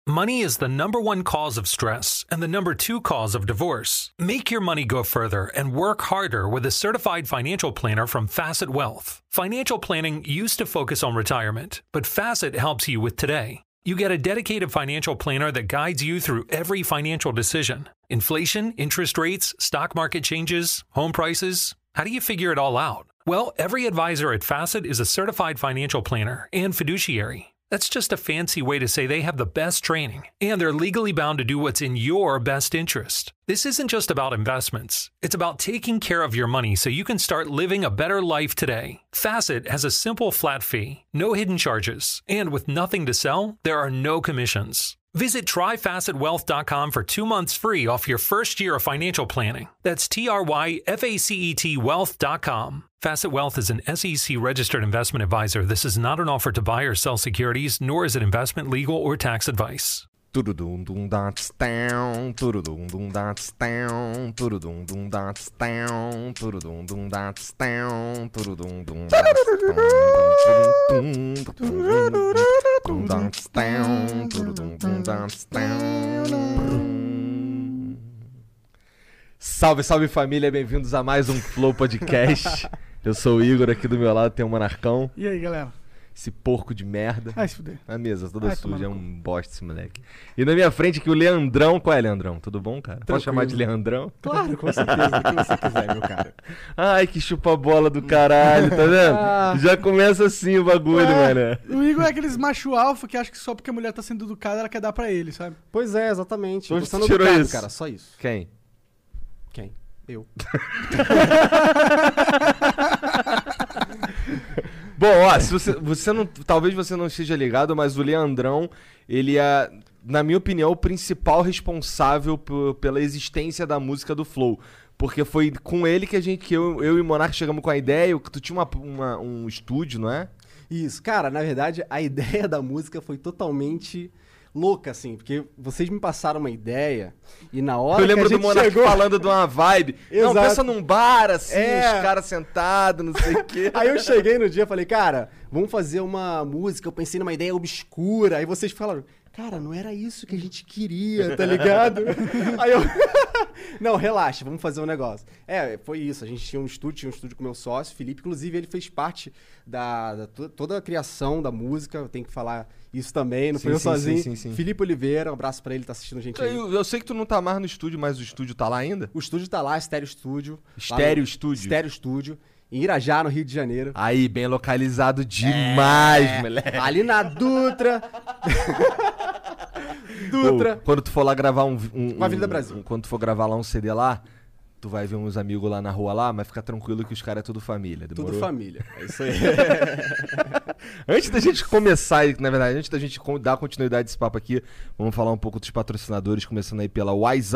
Money is the number one cause of stress and the number two cause of divorce. Make your money go further and work harder with a certified financial planner from Facet Wealth. Financial planning used to focus on retirement, but Facet helps you with today. You get a dedicated financial planner that guides you through every financial decision. Inflation, interest rates, stock market changes, home prices. How do you figure it all out? Well, every advisor at Facet is a certified financial planner and fiduciary. That's just a fancy way to say they have the best training, and they're legally bound to do what's in your best interest. This isn't just about investments. It's about taking care of your money so you can start living a better life today. Facet has a simple flat fee, no hidden charges, and with nothing to sell, there are no commissions. Visit tryfacetwealth.com for 2 months free off your first year of financial planning. That's TRYFACET wealth.com. Facet Wealth is an SEC-registered investment advisor. This is not an offer to buy or sell securities, nor is it investment, legal, or tax advice. Salve, salve família, bem-vindos a mais um Flow Podcast. Eu sou o Igor, aqui do meu lado tem o Monarcão. E aí, galera? Esse porco de merda. Ai, se fuder. A mesa toda suja, é um bosta esse moleque. E na minha frente aqui o Leandrão. Qual é, Leandrão? Tudo bom, cara? Pode chamar de Leandrão? Claro, com certeza. O que você quiser, meu cara. Ai, que chupa-bola do caralho, tá vendo? Já começa assim o bagulho, mano. O Igor é aqueles macho alfa que acha que só porque a mulher tá sendo educada, ela quer dar pra ele, sabe? Pois é, exatamente. Onde Você tu tirou educado, isso? cara, só isso. Quem? Quem? Eu. Bom, ó, se você não, talvez você não esteja ligado, mas o Leandrão, ele é, na minha opinião, o principal responsável pela existência da música do Flow. Porque foi com ele que eu e o Monark chegamos com a ideia, que tu tinha um estúdio, não é? Isso, cara, na verdade, a ideia da música foi totalmente louca, assim, porque vocês me passaram uma ideia e na hora eu lembro que a do gente Monark chegou... falando de uma vibe. Não, Exato. pensa num bar, assim, É. os caras sentados, não sei o quê. Aí eu cheguei no dia e falei, cara, vamos fazer uma música, eu pensei numa ideia obscura, aí vocês falaram, cara, não era isso que a gente queria, tá ligado? Aí eu... Não, relaxa, vamos fazer um negócio. É, foi isso, a gente tinha um estúdio com meu sócio, Felipe, inclusive ele fez parte toda a criação da música, eu tenho que falar isso também, não fui eu sozinho. Sim. Felipe Oliveira, um abraço pra ele, tá assistindo a gente aí. Eu sei que tu não tá mais no estúdio, mas o estúdio tá lá ainda? O estúdio tá lá, Estéreo Estúdio. Estéreo Estúdio? Estéreo Estúdio, em Irajá, no Rio de Janeiro. Aí, bem localizado demais, moleque. Ali na Dutra. Dutra. Ô, quando tu for lá gravar Com a Avenida Brasil. Quando tu for gravar lá um CD lá, tu vai ver uns amigos lá na rua lá, mas fica tranquilo que os caras é tudo família, demorou? Tudo família, é isso aí. Antes da gente começar, na verdade, antes da gente dar continuidade a esse papo aqui, vamos falar um pouco dos patrocinadores, começando aí pela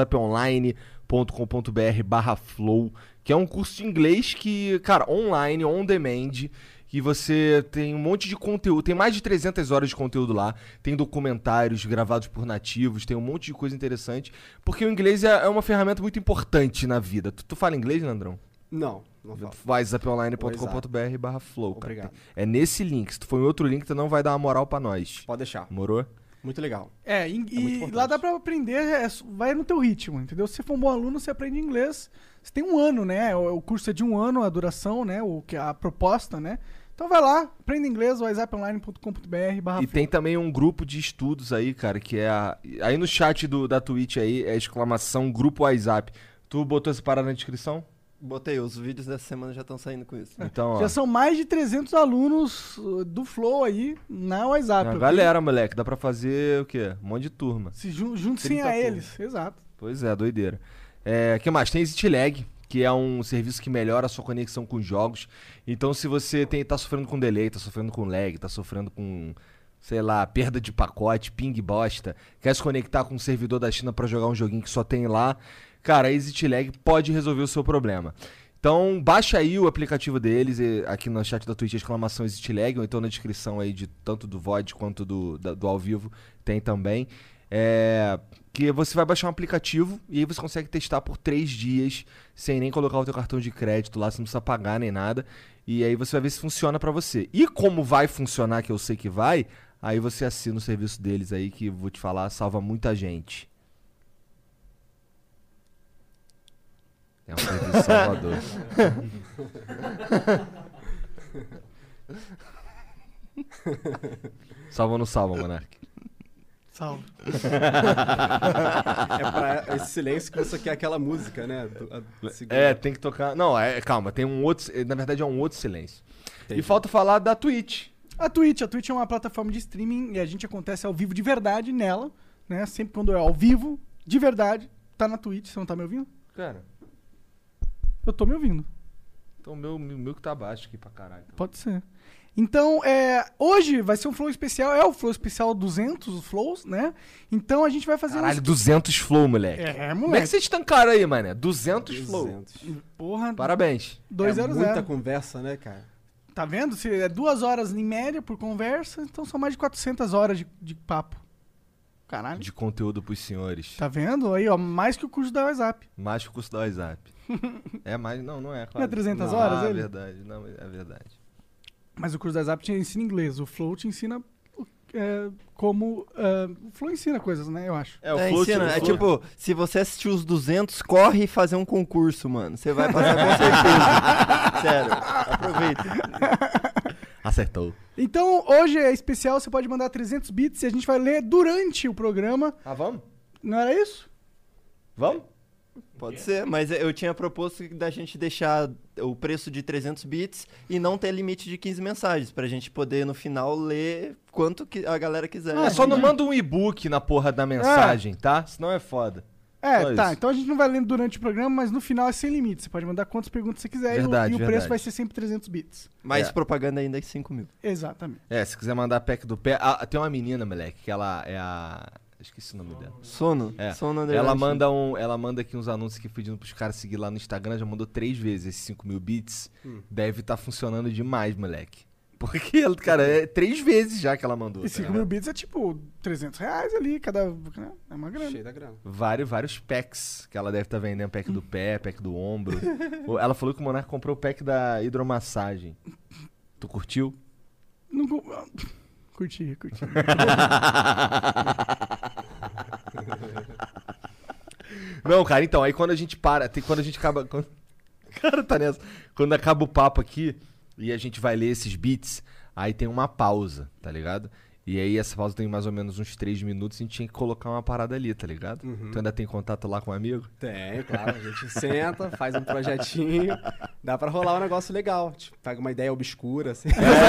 wiseuponline.com.br/flow, que é um curso de inglês que, cara, online, on demand, que você tem um monte de conteúdo, tem mais de 300 horas de conteúdo lá, tem documentários gravados por nativos, tem um monte de coisa interessante, porque o inglês é uma ferramenta muito importante na vida. Tu fala inglês, Leandrão? Não falo. wiseuponline.com.br/flow, cara. Obrigado. É nesse link. Se tu for em outro link, tu não vai dar uma moral pra nós. Pode deixar. Morou? Muito legal. É, muito e importante. lá dá pra aprender, vai no teu ritmo, entendeu? Se você for um bom aluno, você aprende inglês. Você tem 1 ano, né? O curso é de 1 ano, a duração, né? A proposta, né? Então vai lá, aprenda inglês, wiseuponline.com.br/flow. E tem também um grupo de estudos aí, cara, que é aí no chat da Twitch aí, é exclamação Grupo WhatsApp. Tu botou essa parada na descrição? Botei, os vídeos dessa semana já estão saindo com isso. Então, ó. Já são mais de 300 alunos do Flow aí na WhatsApp. Uma ok? galera, moleque. Dá pra fazer o quê? Um monte de turma. Se junte-se 30 a eles, exato. Pois é, doideira. Que mais? Tem ExitLag, que é um serviço que melhora a sua conexão com jogos. Então, se você tá sofrendo com delay, tá sofrendo com lag, tá sofrendo com, sei lá, perda de pacote, ping bosta, quer se conectar com um servidor da China pra jogar um joguinho que só tem lá, cara, a ExitLag pode resolver o seu problema. Então, baixa aí o aplicativo deles, aqui no chat da Twitch, exclamação ExitLag, ou então na descrição aí de tanto do VOD quanto do ao vivo, tem também. Que você vai baixar um aplicativo e aí você consegue testar por 3 dias sem nem colocar o teu cartão de crédito lá, você não precisa pagar nem nada. E aí você vai ver se funciona pra você. E como vai funcionar, que eu sei que vai, Aí você assina o serviço deles aí, que vou te falar, salva muita gente. É um serviço salvador. Salva ou não salva, Monark? Salve. É pra esse silêncio que você quer aquela música, né? É, tem que tocar... Não, calma, tem um outro... Na verdade é um outro silêncio. Entendi. E falta falar da Twitch. A Twitch é uma plataforma de streaming e a gente acontece ao vivo de verdade nela, né? Sempre quando é ao vivo, de verdade, tá na Twitch. Você não tá me ouvindo? Cara, Eu tô me ouvindo. então o meu que tá baixo aqui pra caralho. Pode ser. Então, hoje vai ser um Flow especial. É o Flow especial 200 Flows, né? Então a gente vai fazer... Caralho, 200 flow, moleque. É, Como é moleque. que vocês estancaram aí, mané? 200 flow. 200. Porra, Parabéns. 200. Muita conversa, né, cara? Tá vendo? Se é 2 horas em média por conversa, então são mais de 400 horas de papo. Caralho. De conteúdo pros senhores. Tá vendo? Aí, ó, mais que o curso da WhatsApp. Mais que o custo da WhatsApp. É mais... Não é. Não é Claro. 300 Não, horas é ele? verdade. Não, é verdade. Mas o curso da WhatsApp te ensina inglês. O Flow te ensina como... o Flow ensina coisas, né? Eu acho. O flow, ensina. o É flow- tipo, se você assistir os 200, corre fazer um concurso, mano. Você vai passar com certeza. Sério, aproveita. Acertou. Então, hoje é especial. Você pode mandar 300 bits e a gente vai ler durante o programa. Ah, vamos? Não era isso? Vamos? Pode ser, mas eu tinha proposto da gente deixar o preço de 300 bits e não ter limite de 15 mensagens, pra gente poder no final ler quanto que a galera quiser. Só não manda um e-book na porra da mensagem, tá? Senão é foda. Só Tá. isso. Então a gente não vai lendo durante o programa, mas no final é sem limite. Você pode mandar quantas perguntas você quiser Verdade, e o verdade. preço vai ser sempre 300 bits. Mais É. propaganda ainda é 5 mil. Exatamente. Se quiser mandar pack do pé... tem uma menina, moleque, que ela é a... Esqueci o nome dela. Sono? É. Sono Ela underline. manda aqui uns anúncios que pedindo pros caras seguir lá no Instagram, já mandou 3 vezes esses 5 mil bits. Deve estar funcionando demais, moleque. Porque, cara, é 3 vezes já que ela mandou. E 5 mil bits é tipo 300 reais ali, cada... É uma grana. Cheio da grana. Vários packs que ela deve estar vendendo. Pack do pé, pack do ombro. Ela falou que o Monark comprou o pack da hidromassagem. Tu curtiu? Não... Curti. Não, cara, então, aí quando a gente para, quando a gente acaba... Cara, tá nessa. Quando acaba o papo aqui e a gente vai ler esses beats, aí tem uma pausa, tá ligado? E aí essa pausa tem mais ou menos uns 3 minutos e a gente tinha que colocar uma parada ali, tá ligado? Tu ainda tem contato lá com um amigo? Tem, claro. A gente senta, faz um projetinho. Dá pra rolar um negócio legal. Tipo, pega uma ideia obscura, assim.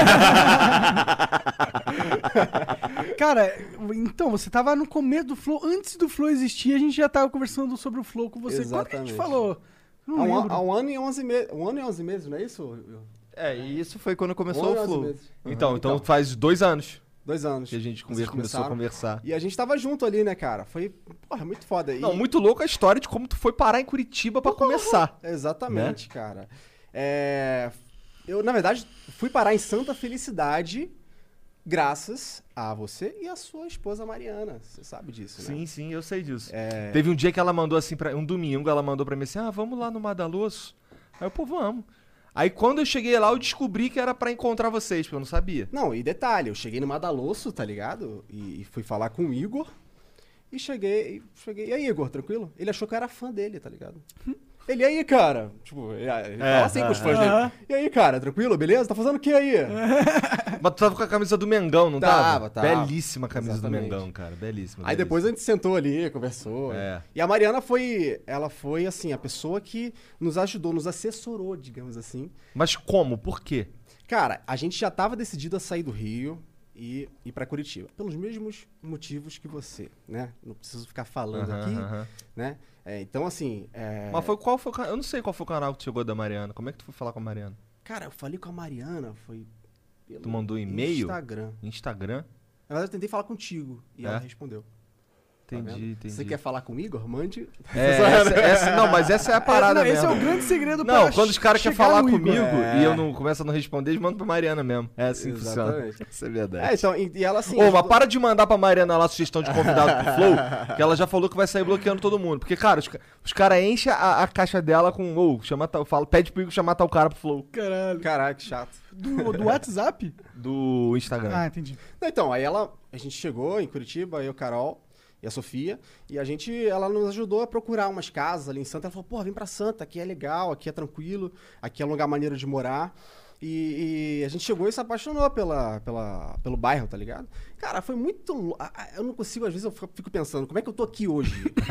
Cara, então, você tava no começo do Flow. Antes do Flow existir, a gente já tava conversando sobre o Flow com você. Quando que a gente Exatamente. falou? Não Há lembro. um ano e 11 meses. 1 ano e 11 meses, não é isso? E isso foi quando começou 1 ano e o 11 Flow. meses. Então faz 2 anos 2 anos. que a gente Vocês começou a começaram. conversar. E a gente tava junto ali, né, cara? Foi, porra, muito foda. E- Não, muito louco a história de como tu foi parar em Curitiba pra começar. Exatamente, cara. Eu, na verdade, fui parar em Santa Felicidade graças a você e a sua esposa Mariana. Você sabe disso, né? Sim, eu sei disso. Teve um dia que ela mandou assim, um domingo, ela mandou pra mim assim, vamos lá no Madaloso? Aí eu, pô, vamos. Aí quando eu cheguei lá, eu descobri que era pra encontrar vocês, porque eu não sabia. Não, e detalhe, eu cheguei no Madaloso, tá ligado? E fui falar com o Igor. E cheguei. E aí, Igor, tranquilo? Ele achou que eu era fã dele, tá ligado? Ele, e aí, cara? Tipo, ele fala assim com os fãs dele. E aí, cara, tranquilo? Beleza? Tá fazendo o que aí? Mas tu tava com a camisa do Mengão, não tava? Tava. Belíssima a camisa Exatamente. do Mengão, cara. Belíssima. Aí depois a gente sentou ali, conversou. É. E a Mariana ela foi, assim, a pessoa que nos ajudou, nos assessorou, digamos assim. Mas como? Por quê? Cara, a gente já tava decidido a sair do Rio e ir pra Curitiba. Pelos mesmos motivos que você, né? Não preciso ficar falando aqui, né? Então, assim... Mas qual foi o canal? Eu não sei qual foi o canal que tu chegou da Mariana. Como é que tu foi falar com a Mariana? Cara, eu falei com a Mariana, foi pelo Tu mandou e-mail? Instagram. Instagram? Na verdade, eu tentei falar contigo e ela É? respondeu. Tá Entendi, vendo? entendi. Se você quer falar comigo, mande. Não, mas essa é a parada Não, esse é mesmo. o grande segredo Não, quando os caras querem falar no Igor. comigo e eu não começo a não responder, eles mandam pra Mariana mesmo. É assim que funciona. Exatamente. Isso é verdade. Então, e ela assim. Ô, mas para de mandar pra Mariana lá sugestão de convidado pro Flow, que ela já falou que vai sair bloqueando todo mundo. Porque, cara, os caras enchem a caixa dela com, pede pro Igor chamar tal cara pro Flow. Caralho. Caraca, que chato. Do WhatsApp? Do Instagram. Ah, entendi. Então, aí a gente chegou em Curitiba, eu, Carol e a Sofia, e ela nos ajudou a procurar umas casas ali em Santa. Ela falou, pô, vem pra Santa, aqui é legal, aqui é tranquilo, aqui é um lugar maneiro de morar. E a gente chegou e se apaixonou pelo bairro, tá ligado? Cara, foi muito... Eu não consigo, às vezes eu fico pensando, como é que eu tô aqui hoje?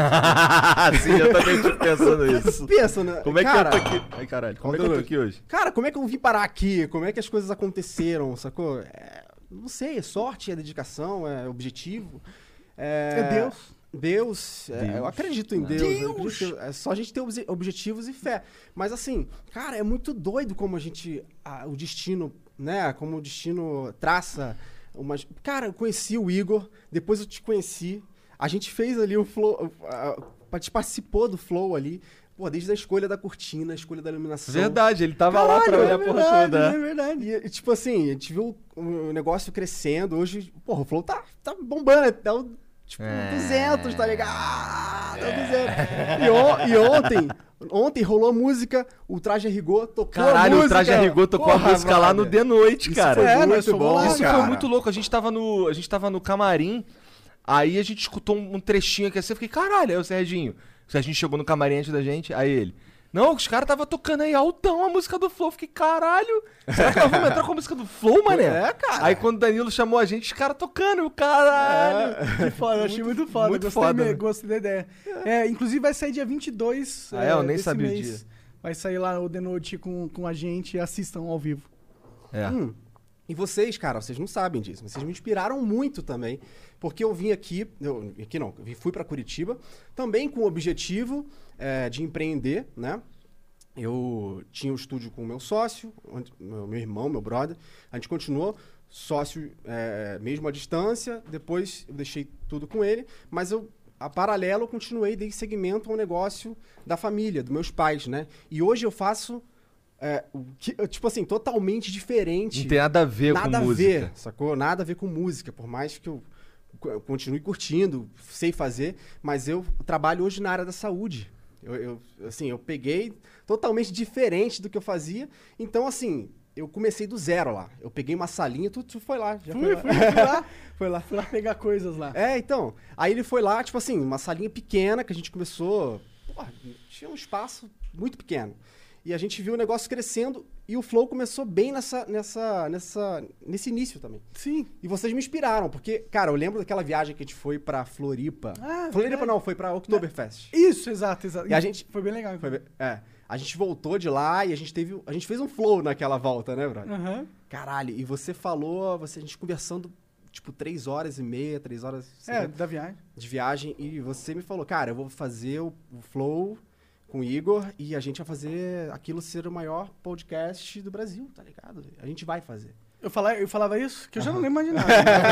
Sim, eu também tô pensando isso. Pensa, né? Como é que Cara, eu tô aqui? Ai, caralho, como é que eu tô aqui hoje? Cara, como é que eu vim parar aqui? Como é que as coisas aconteceram, sacou? Não sei, é sorte, é dedicação, é objetivo. É Deus. Deus, eu acredito em Deus. eu Deus! acredito é só a gente ter objetivos e fé. Mas assim, cara, é muito doido como o destino, né? Como o destino traça umas... Cara, eu conheci o Igor, depois eu te conheci. A gente fez ali o Flow, a gente participou do Flow ali. Pô, desde a escolha da cortina, a escolha da iluminação. Verdade, ele tava lá pra olhar a porra toda. É verdade. E, tipo assim, a gente viu o negócio crescendo. Hoje, porra, o Flow tá bombando. Tá, tipo, 200, tá ligado? Tá 200. E ontem rolou a música, o Traje a Rigor tocou Caralho, a música. o Traje a Rigor tocou a música lá no The Noite, Isso cara. foi nós muito fomos bom, lá, Isso cara. foi muito louco. A gente tava no camarim, aí a gente escutou um trechinho aqui assim, eu fiquei, caralho, aí o Serginho chegou no camarim antes da gente, aí ele... Não, os caras tava tocando aí altão a música do Flow. Eu fiquei, caralho, será que nós vamos entrar com a música do Flow, mané? É, cara. Aí quando o Danilo chamou a gente, os caras tocando, eu, caralho. Que foda, eu achei muito foda. muito Gostei foda, mesmo, né? gostei da ideia. Inclusive vai sair dia 22 Eu nem desse sabia o mês. dia. Vai sair lá o The Note com a gente e assistam ao vivo. É. E vocês, cara, vocês não sabem disso, mas vocês me inspiraram muito também, porque eu vim aqui, fui pra Curitiba, também com o objetivo de empreender, né? Eu tinha um estúdio com o meu sócio, meu irmão, meu brother, a gente continuou sócio mesmo à distância, depois eu deixei tudo com ele, mas a paralelo eu continuei, dei segmento ao negócio da família, dos meus pais, né? E hoje eu faço... tipo assim, totalmente diferente. Não tem nada a ver com Nada a música. ver, sacou? Nada a ver com música, por mais que eu continue curtindo, sei fazer, mas eu trabalho hoje na área da saúde. Eu peguei totalmente diferente do que eu fazia, então assim, eu comecei do zero lá. Eu peguei uma salinha, tu foi lá. Fui lá pegar coisas lá. Então, aí ele foi lá, tipo assim, uma salinha pequena que a gente começou, tinha um espaço muito pequeno. E a gente viu o negócio crescendo e o Flow começou bem nesse início também. Sim. E vocês me inspiraram, porque, cara, eu lembro daquela viagem que a gente foi pra Floripa. Floripa verdade. não, foi pra Oktoberfest. Isso, exato. E a gente... Foi bem legal. A gente voltou de lá e a gente fez um Flow naquela volta, né, brother? Aham. Caralho, e você falou, a gente conversando, tipo, 3h30, 3 horas Da viagem. de viagem, e você me falou, cara, eu vou fazer o Flow com o Igor e a gente vai fazer aquilo ser o maior podcast do Brasil, tá ligado? A gente vai fazer. Eu falava isso? Que eu já não lembro mais de nada.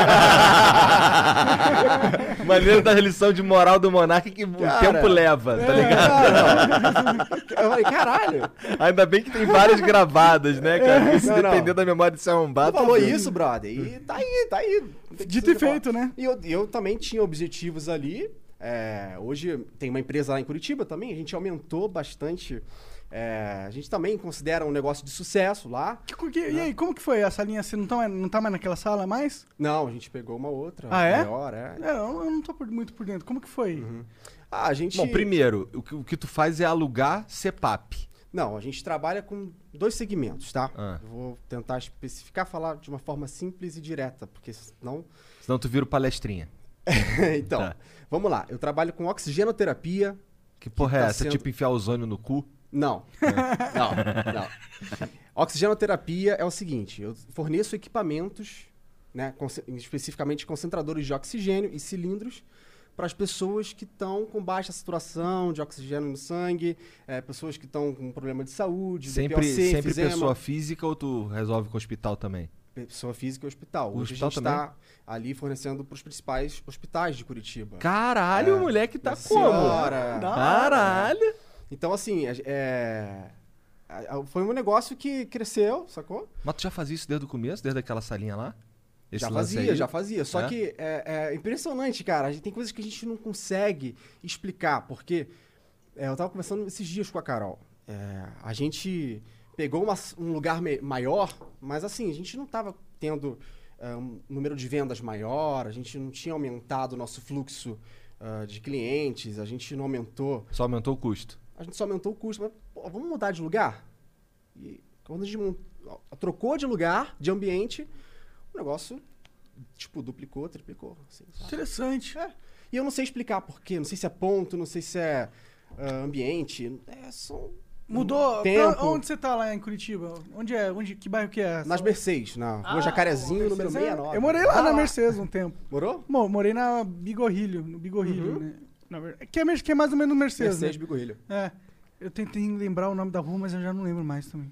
Maneiro da lição de moral do Monark que o tempo leva, tá ligado? Eu falei, caralho! Ainda bem que tem várias gravadas, né, cara? Porque se Não, não. depender da memória de ser Tu arrombado... falou isso, brother, e tá aí. Não tem que Dito ser e feito, né? E eu também tinha objetivos ali. Hoje tem uma empresa lá em Curitiba também, a gente aumentou bastante. A gente também considera um negócio de sucesso lá. E aí, como que foi essa linha? Você não tá mais naquela sala mais? Não, a gente pegou uma outra maior. maior. Eu não tô muito por dentro. Como que foi? A gente... Bom, primeiro, o que tu faz é alugar CPAP. Não, a gente trabalha com 2 segmentos, tá? Ah. Eu vou tentar especificar, falar de uma forma simples e direta, porque senão... Senão tu vira o palestrinha. Então, Tá. vamos lá. Eu trabalho com oxigenoterapia. Que porra tá é essa? sendo- Tipo enfiar ozônio no cu? Não. Não. Oxigenoterapia é o seguinte, eu forneço equipamentos, né, especificamente concentradores de oxigênio e cilindros para as pessoas que estão com baixa saturação de oxigênio no sangue, pessoas que estão com problema de saúde, Sempre DPOC, sempre enfisema. pessoa física ou tu resolve com o hospital também? Pessoa física e hospital. O Hoje hospital a gente tá ali fornecendo pros principais hospitais de Curitiba. Caralho, o moleque tá Nossa como? Senhora. Caralho. Então, assim, foi um negócio que cresceu, sacou? Mas tu já fazia isso desde o começo, desde aquela salinha lá? Esse lance aí? Já fazia. Só É? que é impressionante, cara. Tem coisas que a gente não consegue explicar, porque eu tava conversando esses dias com a Carol. A gente pegou um lugar maior, mas assim, a gente não tava tendo um número de vendas maior, a gente não tinha aumentado o nosso fluxo de clientes, a gente não aumentou. Só aumentou o custo. A gente só aumentou o custo, mas pô, vamos mudar de lugar? E quando a gente trocou de lugar, de ambiente, o negócio, tipo, duplicou, triplicou. Assim, sabe? Interessante. E eu não sei explicar por quê, não sei se é ponto, não sei se é ambiente, só Mudou? tempo. Pra onde você tá lá em Curitiba? Onde é? Que bairro que é? Nas Mercedes, na rua Jacarezinho, número 69. Eu morei lá na Mercedes um tempo. Morou? Morei na Bigorrilho, no Bigorrilho, né? Que é mais ou menos no Mercedes, Mercedes né? Bigorrilho. Eu tentei lembrar o nome da rua, mas eu já não lembro mais também.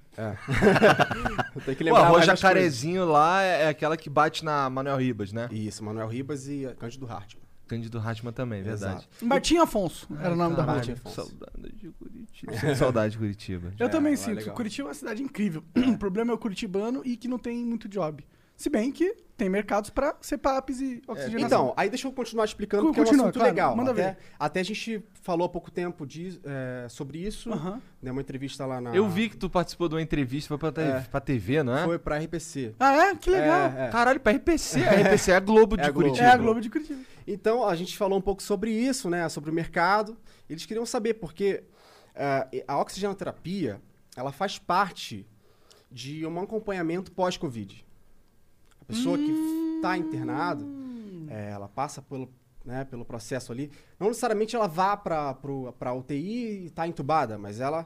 Eu tenho que Pô, lembrar a rua mais das Jacarezinho lá é aquela que bate na Manuel Ribas, né? coisas. Isso, Manuel Ribas e Cândido Hartmann. Cândido Hartmann também, verdade. Martim Afonso era o nome da rua. Martim Afonso. Saudade de Curitiba. Sinto saudade de Curitiba. Eu também lá é sinto. legal. Curitiba é uma cidade incrível. O problema é o curitibano e que não tem muito job. Se bem que tem mercados pra CPAPs e oxigenação. Então, aí deixa eu continuar explicando, porque Continua, é um assunto claro, legal. manda ver. Até a gente falou há pouco tempo sobre isso, Aham. né, uma entrevista lá na... Eu vi que tu participou de uma entrevista, foi pra TV, não é? Foi pra RPC. Ah, é? Que legal. Caralho, pra RPC. A RPC é a Globo de É a Globo. Curitiba. É a Globo de Curitiba. Então, a gente falou um pouco sobre isso, né? Sobre o mercado. Eles queriam saber, porque a oxigenoterapia, ela faz parte de um acompanhamento pós-Covid. A pessoa que está internado, ela passa pelo processo ali. Não necessariamente ela vá para a UTI e está entubada, mas ela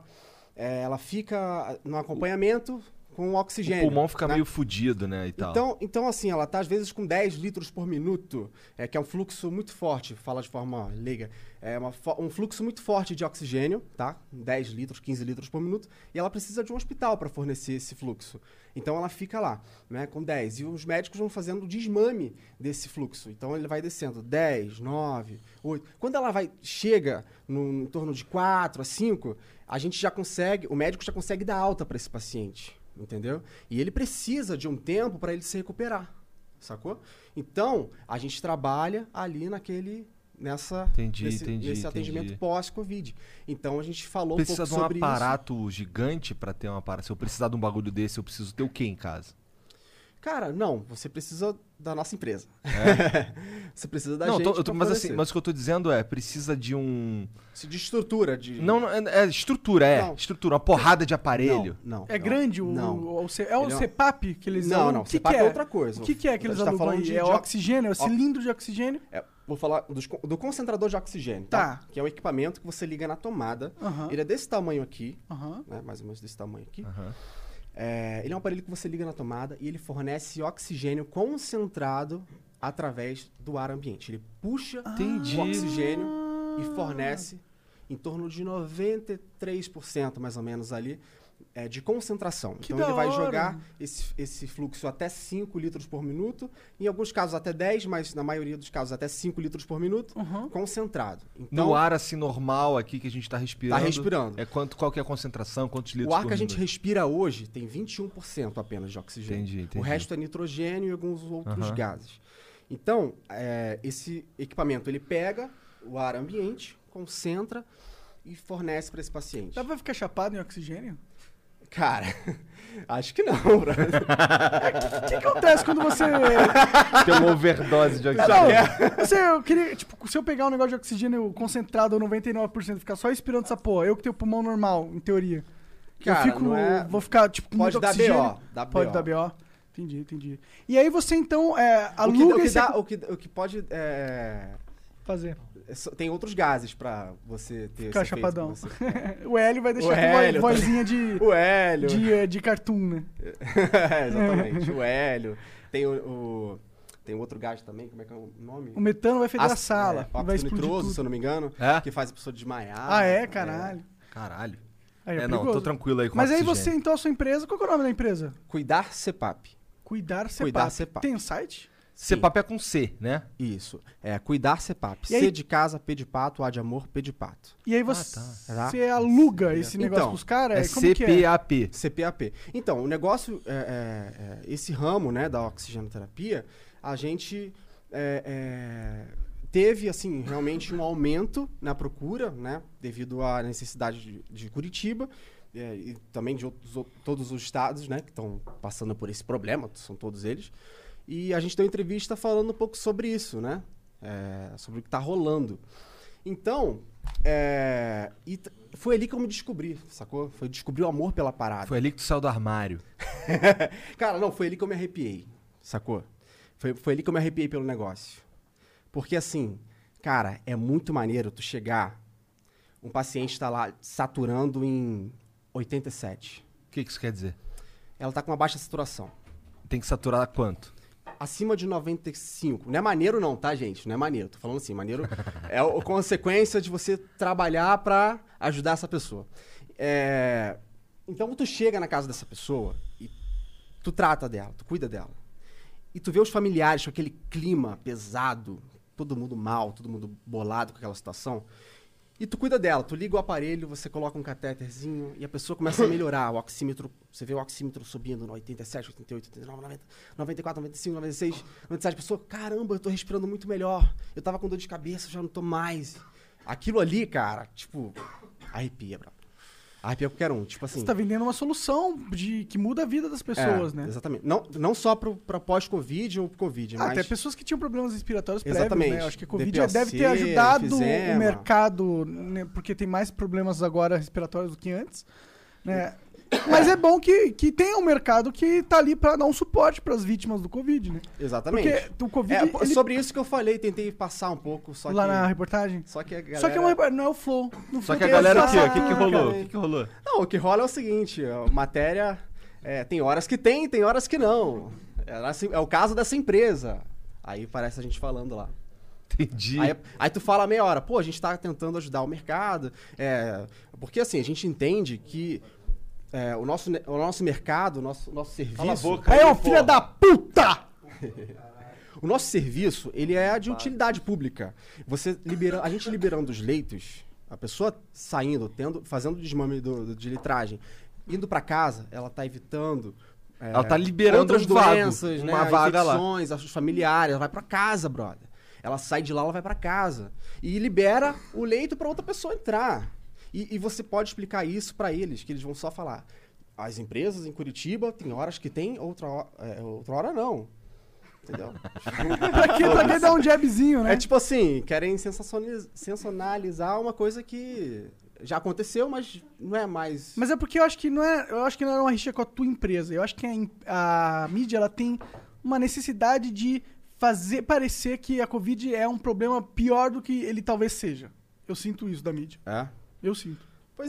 fica no acompanhamento com O oxigênio. pulmão fica né? meio fudido, né, e tal. Então, assim, ela tá às vezes com 10 litros por minuto, que é um fluxo muito forte, fala de forma leiga, um fluxo muito forte de oxigênio, tá? 10 litros, 15 litros por minuto, e ela precisa de um hospital para fornecer esse fluxo. Então, ela fica lá, né, com 10. E os médicos vão fazendo o desmame desse fluxo. Então, ele vai descendo 10, 9, 8. Quando ela chega em torno de 4 a 5, o médico já consegue dar alta para esse paciente. Entendeu? E ele precisa de um tempo para ele se recuperar, sacou? Então, a gente trabalha ali nesse atendimento pós-Covid. Então, a gente falou Precisa um pouco sobre de um aparato gigante pra ter um aparato. Se eu precisar de um bagulho desse, eu preciso ter o quê em casa? Cara, não, você precisa da nossa empresa. Você precisa da Não, gente pra mas fornecer. assim, mas o que eu tô dizendo precisa de um... De estrutura, de... Não, estrutura, Não. estrutura, uma porrada de aparelho. Não. É grande Não. o Ele é um- CPAP que eles Não, alugam? não, O que CPAP que é outra coisa. O que é que A eles gente tá alugam falando aí? de É oxigênio? É o cilindro de oxigênio? Vou falar do concentrador de oxigênio, tá? Que é o equipamento que você liga na tomada. Aham. Ele é desse tamanho aqui, Aham. né? Mais ou menos desse tamanho aqui. Aham. Ele é um aparelho que você liga na tomada e ele fornece oxigênio concentrado através do ar ambiente. Ele puxa Entendi. o oxigênio e fornece em torno de 93% mais ou menos ali de concentração. Que Então da ele vai hora. jogar esse fluxo até 5 litros por minuto, em alguns casos até 10, mas na maioria dos casos até 5 litros por minuto, Uhum. concentrado. Então, No ar assim normal aqui que a gente tá respirando. Tá respirando. Qual que é a concentração, quantos litros o ar por que a gente minuto? respira hoje tem 21% apenas de oxigênio. Entendi. O resto é nitrogênio e alguns outros Aham. gases. Então, esse equipamento ele pega o ar ambiente, concentra e fornece para esse paciente. Dá pra ficar chapado em oxigênio? Cara, acho que não, brother. O que acontece quando você... Tem uma overdose de oxigênio. Eu queria, tipo, se eu pegar um negócio de oxigênio concentrado 99% e ficar só respirando essa porra, eu que tenho pulmão normal, em teoria. Cara, vou ficar, tipo, com Pode muito dar oxigênio. BO. Pode dar BO. Entendi. E aí você, então, O que pode fazer. tem outros gases pra você ter Ficar esse efeito chapadão. que você- O Hélio vai deixar O Hélio, com vozinha de, O hélio. de cartoon, né? Exatamente. O hélio. Tem outro gás também, como é que é o nome? O metano vai feder a Ácido- sala. e vai óxido explodir nitroso, tudo. se eu não me engano, É? que faz a pessoa desmaiar. Ah, caralho. Caralho. Aí Não, perigoso. tô tranquilo aí com Mas aí oxigênio. você, então, a sua empresa, qual que é o nome da empresa? Cuidar CPAP. Cuidar CEPAP. Cuidar CEPAP. Tem um site? CEPAP é com C, né? Isso. É Cuidar CEPAP. E aí- C de casa, P de pato, A de amor, P de pato. E aí você, tá. você aluga esse negócio Então, pros caras? É Como que é? CPAP. CPAP. Então, o negócio, esse ramo, né, da oxigenoterapia, a gente teve, assim, realmente um aumento na procura, né, devido à necessidade de Curitiba, e também de todos os estados, né, que estão passando por esse problema, são todos eles. E a gente deu entrevista falando um pouco sobre isso, né, sobre o que está rolando. Então, foi ali que eu me descobri, sacou? Foi descobrir o amor pela parada. Foi ali que tu saiu do armário. Cara, não, foi ali que eu me arrepiei, sacou? Foi ali que eu me arrepiei pelo negócio. Porque assim, cara, é muito maneiro tu chegar, um paciente tá lá saturando em 87. O que isso quer dizer? Ela tá com uma baixa saturação. Tem que saturar quanto? Acima de 95. Não é maneiro não, tá, gente? Não é maneiro. Tô falando assim, maneiro é a consequência de você trabalhar pra ajudar essa pessoa. Então, tu chega na casa dessa pessoa e tu trata dela, tu cuida dela. E tu vê os familiares com aquele clima pesado, todo mundo mal, todo mundo bolado com aquela situação. E tu cuida dela, tu liga o aparelho, você coloca um catéterzinho e a pessoa começa a melhorar. O oxímetro, você vê o oxímetro subindo no 87, 88, 89, 90, 94, 95, 96, 97. A pessoa, caramba, eu tô respirando muito melhor. Eu tava com dor de cabeça, já não tô mais. Aquilo ali, cara, tipo, arrepia, bro. Arrepia qualquer um, tipo assim... Você tá vendendo uma solução que muda a vida das pessoas, né? Exatamente. Não só pra pós-Covid ou Covid, mas... Até pessoas que tinham problemas respiratórios prévios, Exatamente. né? Eu acho que a Covid DPOC, deve ter ajudado enfisema. o mercado, né? Porque tem mais problemas agora respiratórios do que antes, né? Mas é bom que tenha um mercado que tá ali pra dar um suporte pras vítimas do Covid, né? Exatamente. Porque o Covid... ele- Sobre isso que eu falei, tentei passar um pouco, só lá que... na reportagem? Só que a galera... Só que não é o Flow. No Só Flow que a tem galera essa- o quê? O que rolou? cara. O que rolou? Não, o que rola é o seguinte, a matéria... tem horas que tem horas que não. É o caso dessa empresa. Aí parece a gente falando lá. Entendi. Aí tu fala meia hora, pô, a gente tá tentando ajudar o mercado. Porque assim, a gente entende que o nosso mercado, o nosso serviço... Cala a boca. Aí, ô filha da puta! O nosso serviço, ele é de utilidade pública. A gente liberando os leitos, a pessoa saindo, fazendo o desmame de litragem, indo pra casa, ela tá evitando... Ela tá liberando outras um vago, doenças, uma vaga lá. infecções, os familiares, ela vai pra casa, brother. Ela sai de lá, ela vai pra casa. E libera o leito pra outra pessoa entrar. E você pode explicar isso pra eles, que eles vão só falar. As empresas em Curitiba, tem horas que tem, outra hora não. Entendeu? pra que dar um jabzinho, né? É tipo assim, querem sensacionalizar uma coisa que já aconteceu, mas não é mais... Mas é porque eu acho que não é uma rixa com a tua empresa. Eu acho que a mídia ela tem uma necessidade de fazer parecer que a Covid é um problema pior do que ele talvez seja. Eu sinto isso da mídia. É? Eu sinto. Pois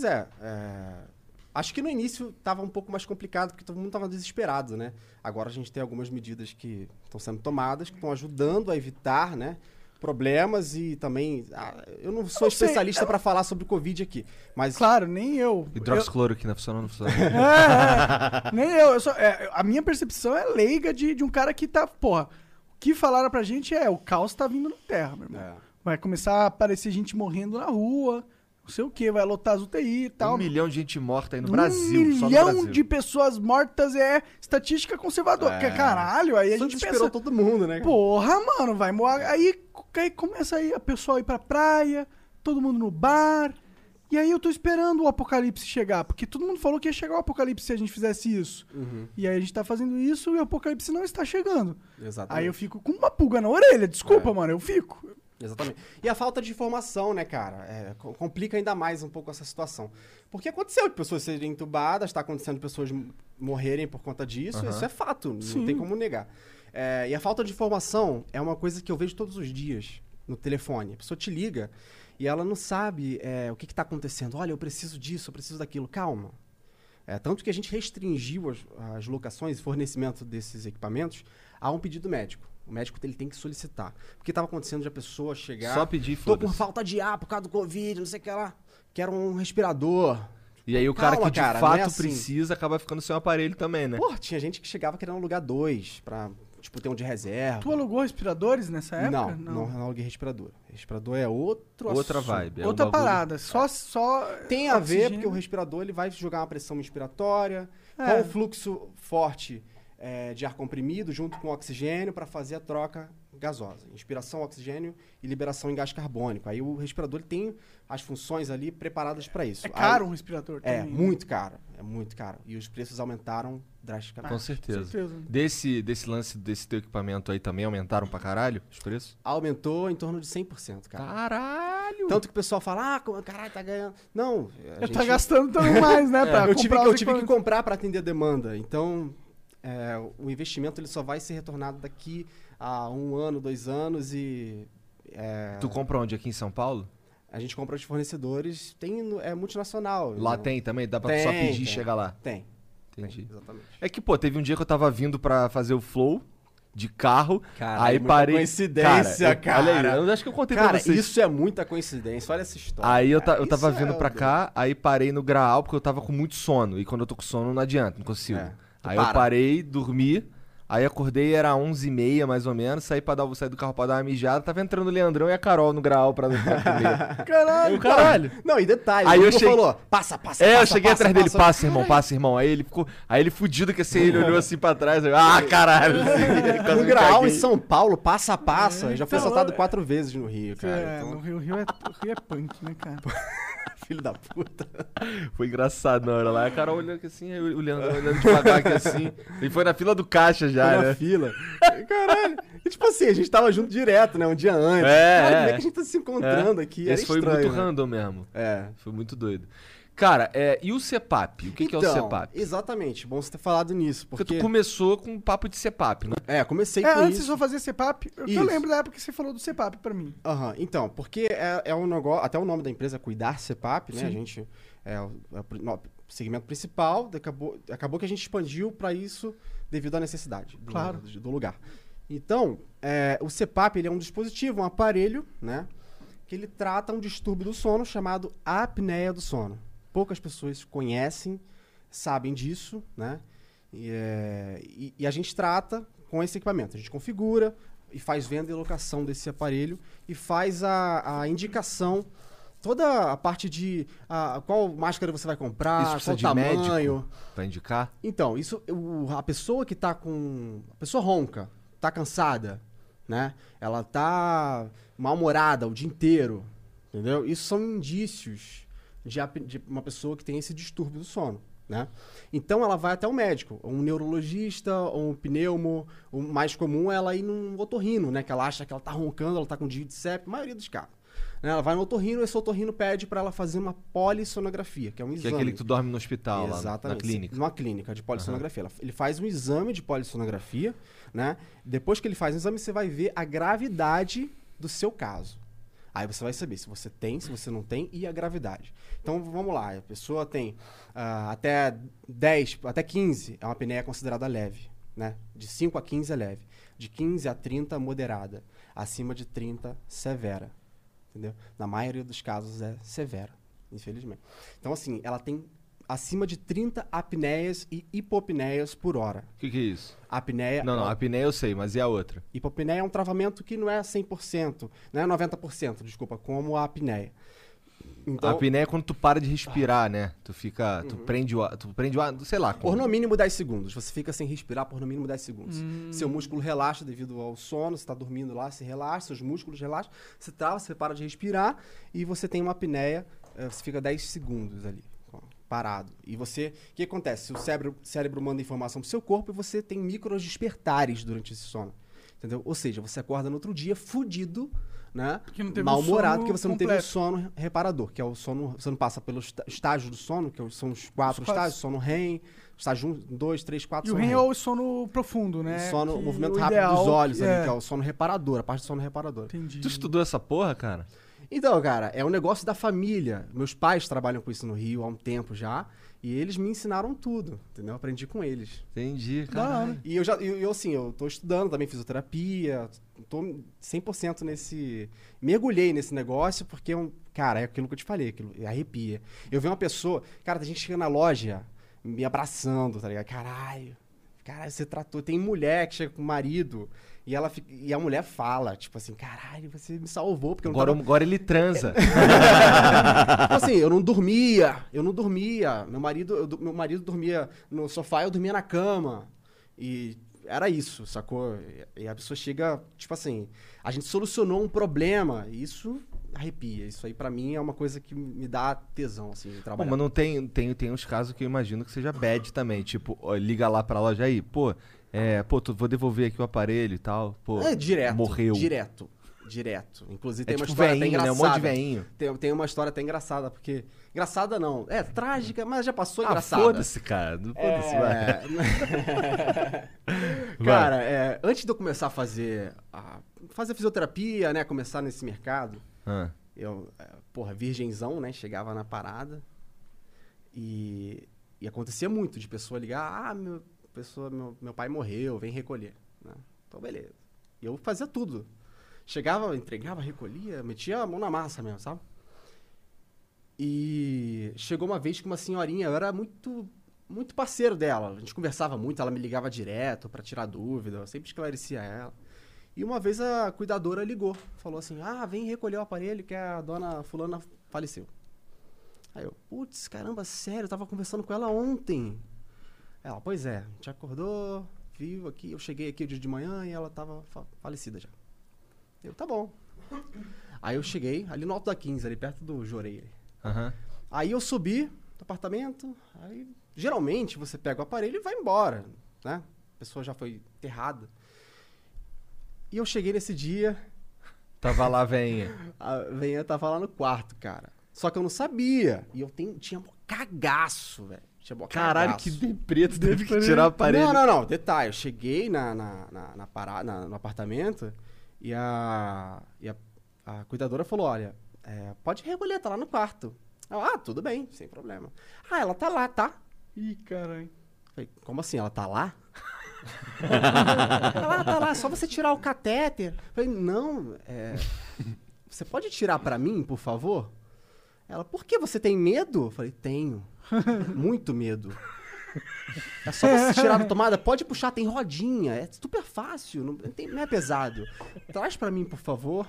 acho que no início estava um pouco mais complicado, porque todo mundo estava desesperado, né? Agora a gente tem algumas medidas que estão sendo tomadas, que estão ajudando a evitar, né, problemas e também... eu não sou especialista para falar sobre o Covid aqui, mas... Claro, nem eu. Hidroxicloroquina funciona ou não funciona? Nem eu. A minha percepção é leiga de um cara que tá... Porra, o que falaram pra gente o caos tá vindo na Terra, meu irmão. Vai começar a aparecer gente morrendo na rua, não sei o que, vai lotar as UTI e tal. 1 milhão de gente morta aí no Brasil, 1 só no milhão Brasil. de pessoas mortas é estatística conservadora. Porque, caralho, aí a Isso gente desesperou pensa... todo mundo, né? Porra, mano, vai morrer. Aí começa aí a pessoa ir pra praia, todo mundo no bar. E aí eu tô esperando o apocalipse chegar. Porque todo mundo falou que ia chegar o apocalipse se a gente fizesse isso. Uhum. E aí a gente tá fazendo isso e o apocalipse não está chegando. Exatamente. Aí eu fico com uma pulga na orelha. Desculpa, mano, eu fico. Exatamente. E a falta de informação, né, cara? Complica ainda mais um pouco essa situação. Porque aconteceu de pessoas serem entubadas, tá acontecendo de pessoas morrerem por conta disso, isso é fato, Sim. não tem como negar. E a falta de informação é uma coisa que eu vejo todos os dias no telefone. A pessoa te liga e ela não sabe o que está acontecendo. Olha, eu preciso disso, eu preciso daquilo. Calma. Tanto que a gente restringiu as locações e fornecimento desses equipamentos a um pedido médico. O médico ele tem que solicitar. Porque estava acontecendo de a pessoa chegar... Só pedir, Tô com foda-se. falta de ar por causa do Covid, não sei o que lá. Quero um respirador. E aí o cara Calma, que de cara, fato não é assim. precisa acaba ficando sem o aparelho também, né? Pô, tinha gente que chegava querendo alugar 2 pra, tipo, ter um de reserva. Tu alugou respiradores nessa época? Não aluguei respirador. Respirador é outro Outra assunto. vibe. é um Outra bagulho- parada. Só Tem a ver, oxigênio. porque o respirador ele vai jogar uma pressão inspiratória, É. com um fluxo forte de ar comprimido junto com oxigênio para fazer a troca gasosa. Inspiração, oxigênio e liberação em gás carbônico. Aí o respirador ele tem as funções ali preparadas para isso. É caro um Aí, respirador É, também. né? muito caro. É muito caro. E os preços aumentaram drasticamente. Com certeza. certeza. Desse lance desse teu equipamento aí também aumentaram pra caralho os preços? Aumentou em torno de 100%, cara. Caralho! Tanto que o pessoal fala, caralho, tá ganhando. Não, a Eu gente... tá gastando também mais, né? Pra eu tive comprar os que equipamentos. comprar para atender a demanda. Então, o investimento ele só vai ser retornado daqui a 1 ano, 2 anos e... Tu compra onde? Aqui em São Paulo? A gente compra de fornecedores, é multinacional. Lá né? tem também? Dá pra só Tem, pedir e tem. chegar lá? Tem, Entendi. exatamente. É que, pô, teve um dia que eu tava vindo pra fazer o flow de carro, Cara, aí é muita parei... coincidência, cara. Olha aí, eu acho que eu contei Cara, pra vocês. isso é muita coincidência. Olha essa história. Aí eu cara. tava Isso vindo é pra o- cá, aí parei no Graal, porque eu tava com muito sono. E quando eu tô com sono, não adianta, não consigo. Tu Aí para. eu parei, dormi, aí acordei, era 11h30 mais ou menos, saí do carro pra dar uma mijada, tava entrando o Leandrão e a Carol no Graal pra comer. Caralho. Caralho! Não, e detalhe, Aí o eu Igor cheguei- falou, passa, Eu cheguei atrás dele, passa, irmão. Aí ele fudido que assim, ele olhou assim pra trás, eu, caralho. Assim, quase No me Graal, em caguei. São Paulo, passa a passa. Já foi então, assaltado 4 vezes no Rio, cara. É, Então, no Rio, o Rio é punk, né, cara? filho da puta. Foi engraçado na hora lá. A Carol olhando aqui assim, aí o Leandro olhando devagar aqui assim. Ele foi na fila do caixa já, Foi né? na fila. Caralho. E, tipo assim, a gente tava junto direto, né? Um dia antes. É, Cara, é. como é que a gente tá se encontrando aqui? Era Esse foi estranho, muito né? random mesmo. É. Foi muito doido. Cara, e o CEPAP? O que é o CEPAP? Exatamente. Bom você ter falado nisso. Porque Porque, tu começou com um papo de CEPAP, né? comecei É, com antes de isso. só fazer CEPAP, eu Isso. lembro da época que você falou do CEPAP pra mim. Aham, então, porque é um negócio, até o nome da empresa é Cuidar CEPAP, né? Sim. A gente é o segmento principal, acabou que a gente expandiu para isso devido à necessidade Claro. do lugar. Então, o CEPAP ele é um dispositivo, um aparelho, né? Que ele trata um distúrbio do sono chamado apneia do sono. Poucas pessoas conhecem, sabem disso, né? E a gente trata com esse equipamento. A gente configura e faz venda e locação desse aparelho e faz a indicação, toda a parte de qual máscara você vai comprar, Isso precisa qual de tamanho. médico pra indicar? Então, isso a pessoa que tá com... A pessoa ronca, tá cansada, né? Ela tá mal-humorada o dia inteiro, entendeu? Isso são indícios de uma pessoa que tem esse distúrbio do sono, né? Então, ela vai até o médico, um neurologista, ou um pneumo. O mais comum é ela ir num otorrino, né? Que ela acha que ela tá roncando, ela tá com desvio de septo, a maioria dos casos. Né? Ela vai no otorrino, esse otorrino pede para ela fazer uma polissonografia, que é um Que é exame. aquele que tu dorme no hospital, lá Exatamente. na clínica. Numa clínica de polissonografia. Ele faz um exame de polissonografia, né? Depois que ele faz o exame, você vai ver a gravidade do seu caso. Aí você vai saber se você tem, se você não tem e a gravidade. Então vamos lá, a pessoa tem até 10, até 15 é uma apneia considerada leve, né? De 5 a 15 é leve. De 15 a 30 moderada. Acima de 30 severa. Entendeu? Na maioria dos casos é severa, infelizmente. Então assim, ela tem acima de 30 apneias e hipopneias por hora. O que é isso? Apneia, Não, a apneia eu sei, mas e a outra? hipopneia é um travamento que não é 100%, não é 90%, desculpa, como a apneia. Então, A apneia é quando tu para de respirar, né? Tu fica... Tu prende o ar, sei lá. por no mínimo 10 segundos. Você fica sem respirar por no mínimo 10 segundos. Seu músculo relaxa devido ao sono, você está dormindo lá, se relaxa, seus músculos relaxam, você trava, você para de respirar e você tem uma apneia, você fica 10 segundos ali, parado. E você... O que acontece? O cérebro manda informação pro seu corpo e você tem micros despertares durante esse sono. Entendeu? Ou seja, você acorda no outro dia fudido, né? Porque não teve mal-humorado, o sono porque você não teve o completo. sono reparador, que é o sono... Você não passa pelos estágios do sono, que são os 4 Os estágios, sono REM, estágio 1, 2, 3, 4, E o sono REM é REM. o sono profundo, né? O sono, o Que movimento o rápido ideal dos olhos ali, é. que é o sono reparador, a parte do sono reparador. Entendi. Tu estudou essa porra, cara? Então, cara, é um negócio da família. Meus pais trabalham com isso no Rio há um tempo já. E eles me ensinaram tudo, entendeu? Eu aprendi com eles. Entendi, Da hora. caralho. E eu assim, eu tô estudando também fisioterapia, tô 100% nesse... Mergulhei nesse negócio porque, cara, é aquilo que eu te falei, aquilo arrepia. Eu vi uma pessoa... Cara, tem gente que chega na loja me abraçando, tá ligado? Caralho, você tratou... Tem mulher que chega com o marido e a mulher fala, tipo assim, caralho, você me salvou porque eu não tava... Agora ele transa. Tipo assim, eu não dormia. Meu marido dormia no sofá, eu dormia na cama. E era isso, sacou? E a pessoa chega, tipo assim, a gente solucionou um problema. E isso arrepia. Isso aí pra mim é uma coisa que me dá tesão, assim, de Pô, trabalhar. mas não tem uns casos que eu imagino que seja bad também. Tipo, ó, liga lá pra loja aí, pô, vou devolver aqui o aparelho e tal. Pô, Direto. morreu. Direto. Inclusive tem É uma tipo história até veinho, né? engraçada. Um monte de veinho. Tem uma história até engraçada, porque... Engraçada não. É trágica, mas já passou Ah, engraçada. foda-se, cara. Foda-se, vai. Cara, antes de eu começar a fazer fisioterapia, né? Começar nesse mercado, Ah. eu, virgenzão, né? Chegava na parada e acontecia muito de pessoa ligar, meu pai morreu, vem recolher. Né? Então, beleza. E eu fazia tudo. Chegava, entregava, recolhia, metia a mão na massa mesmo, sabe? E chegou uma vez que uma senhorinha, eu era muito, muito parceiro dela. A gente conversava muito, ela me ligava direto pra tirar dúvida, eu sempre esclarecia ela. E uma vez a cuidadora ligou, falou assim, vem recolher o aparelho que a dona fulana faleceu. Aí eu, putz, caramba, sério, eu tava conversando com ela ontem. Ela, pois é, a gente acordou, viu aqui, eu cheguei aqui o dia de manhã e ela tava falecida já. Eu, tá bom. Aí eu cheguei ali no Alto da 15, ali perto do Joreire. Aham. Aí eu subi do apartamento, aí geralmente você pega o aparelho e vai embora, né? A pessoa já foi enterrada. E eu cheguei nesse dia, Tava lá, veinha. a veinha tava lá no quarto, cara. Só que eu não sabia. E eu tinha mó cagaço, velho. Caralho, que deprê, tu teve que tirar o aparelho. Não. Detalhe, eu cheguei no apartamento e a cuidadora falou, olha, pode recolher, tá lá no quarto. Eu, tudo bem, sem problema. Ela tá lá, tá? Ih, caralho. Falei, como assim, ela tá lá? Tá lá, só você tirar o catéter. Falei, não, você pode tirar pra mim, por favor? Ela, por que, você tem medo? Falei, tenho, muito medo. É só você tirar da tomada, pode puxar, tem rodinha, é super fácil, não é pesado. Traz pra mim, por favor.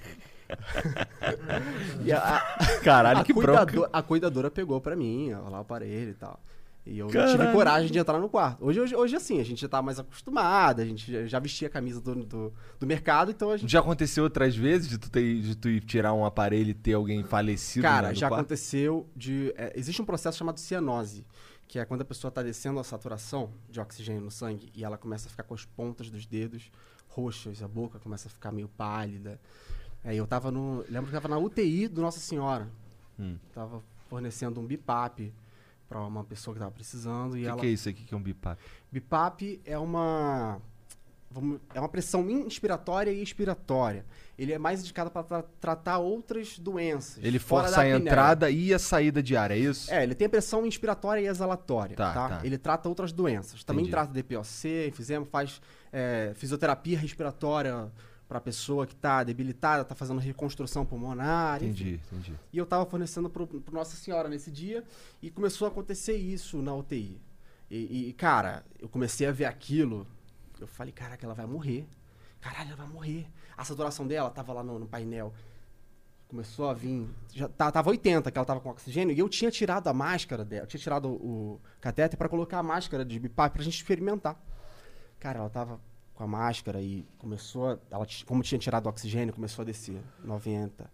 E Caralho, que bronca. a cuidadora pegou pra mim, lá o aparelho e tal. E eu não tive coragem de entrar no quarto. Hoje assim, a gente já tá mais acostumado, a gente já vestia a camisa do mercado, então a gente... Já aconteceu outras vezes de tu ir tirar um aparelho e ter alguém falecido? Cara, no já quarto? aconteceu existe um processo chamado cianose, que é quando a pessoa tá descendo a saturação de oxigênio no sangue e ela começa a ficar com as pontas dos dedos roxas, a boca começa a ficar meio pálida. Eu tava lembro que eu tava na UTI do Nossa Senhora. Tava fornecendo um BiPAP para uma pessoa que tava precisando. E O que é isso aqui que é um BiPAP? BiPAP é uma pressão inspiratória e expiratória. Ele é mais indicado para tratar outras doenças. Ele fora força da a apneia. entrada e a saída de ar, é isso? Ele tem pressão inspiratória e exalatória, Tá. Ele trata outras doenças. Também Entendi. trata DPOC, faz fisioterapia respiratória para pessoa que tá debilitada, tá fazendo reconstrução pulmonar. enfim. Entendi. E eu tava fornecendo pro Nossa Senhora nesse dia e começou a acontecer isso na UTI. E, cara, eu comecei a ver aquilo, eu falei, caraca, ela vai morrer. Caralho, ela vai morrer. A saturação dela tava lá no painel. Começou a vir, já tava 80, que ela tava com oxigênio, e eu tinha tirado a máscara dela, eu tinha tirado o catéter para colocar a máscara de BiPAP pra gente experimentar. Cara, ela tava com a máscara e começou, como tinha tirado o oxigênio, começou a descer 90,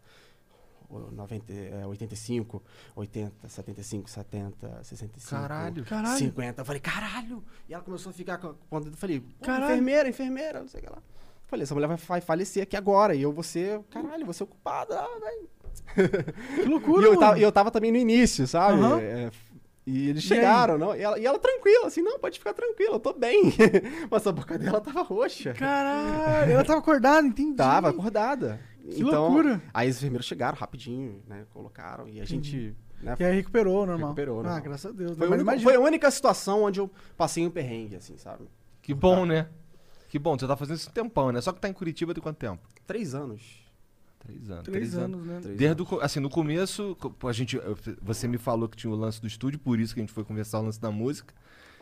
85, 80, 75, 70, 65, Caralho. 50. Eu falei, caralho! E ela começou a ficar com a... Eu falei, Caralho. enfermeira, não sei o que lá. Eu falei, essa mulher vai falecer aqui agora e eu vou ser, caralho, vou ser ocupado, velho. Que loucura, E eu tava também no início, sabe? Aham. E eles E chegaram, não? E ela tranquila, assim, não, pode ficar tranquila, eu tô bem. Mas a boca dela tava roxa. Caralho, ela tava acordada, entendi. Tava acordada. Que loucura. Aí os enfermeiros chegaram rapidinho, né? Colocaram e a gente... Né, E aí recuperou, normal. Recuperou, normal. Graças a Deus. foi, Mas imagina- foi a única situação onde eu passei um perrengue, assim, sabe? Que bom, né? Que bom, você tá fazendo isso um tempão, né? Só que tá em Curitiba tem quanto tempo? 3 anos. 3 anos. 3 anos, né? 3 Desde anos. assim, no começo, você me falou que tinha o lance do estúdio, por isso que a gente foi conversar o lance da música.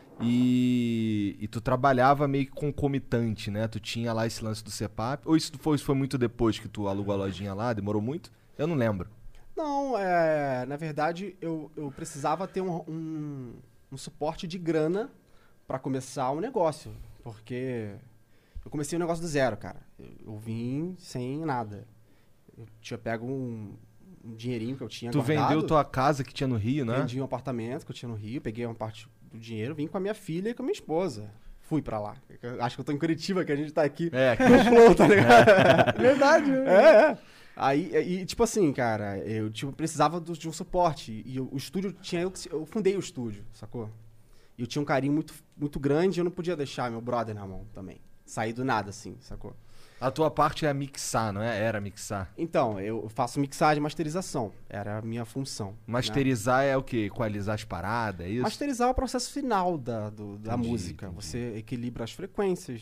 E tu trabalhava meio que concomitante, né? Tu tinha lá esse lance do CEPAP. Ou isso foi muito depois que tu alugou a lojinha lá? Demorou muito? Eu não lembro. Não, na verdade, eu precisava ter um suporte de grana pra começar um negócio. Porque eu comecei um negócio do zero, cara. Eu vim sem nada. Eu tinha pego um dinheirinho que eu tinha Tu guardado. vendeu tua casa que tinha no Rio, né? Vendi um apartamento que eu tinha no Rio, peguei uma parte do dinheiro, vim com a minha filha e com a minha esposa. Fui pra lá. Eu acho que eu tô em Curitiba, que a gente tá aqui É, no flow, tá ligado? Verdade, né? É. Aí, tipo assim, cara, eu precisava de um suporte. E o estúdio tinha eu fundei o estúdio, sacou? E eu tinha um carinho muito, muito grande e eu não podia deixar meu brother na mão também. Sair do nada, assim, sacou? A tua parte é mixar, não é? Era mixar. Então, eu faço mixagem e masterização. Era a minha função. Né? Masterizar é o quê? Equalizar as paradas, é isso? Masterizar é o processo final da Entendi, música. entendi. Você equilibra as frequências,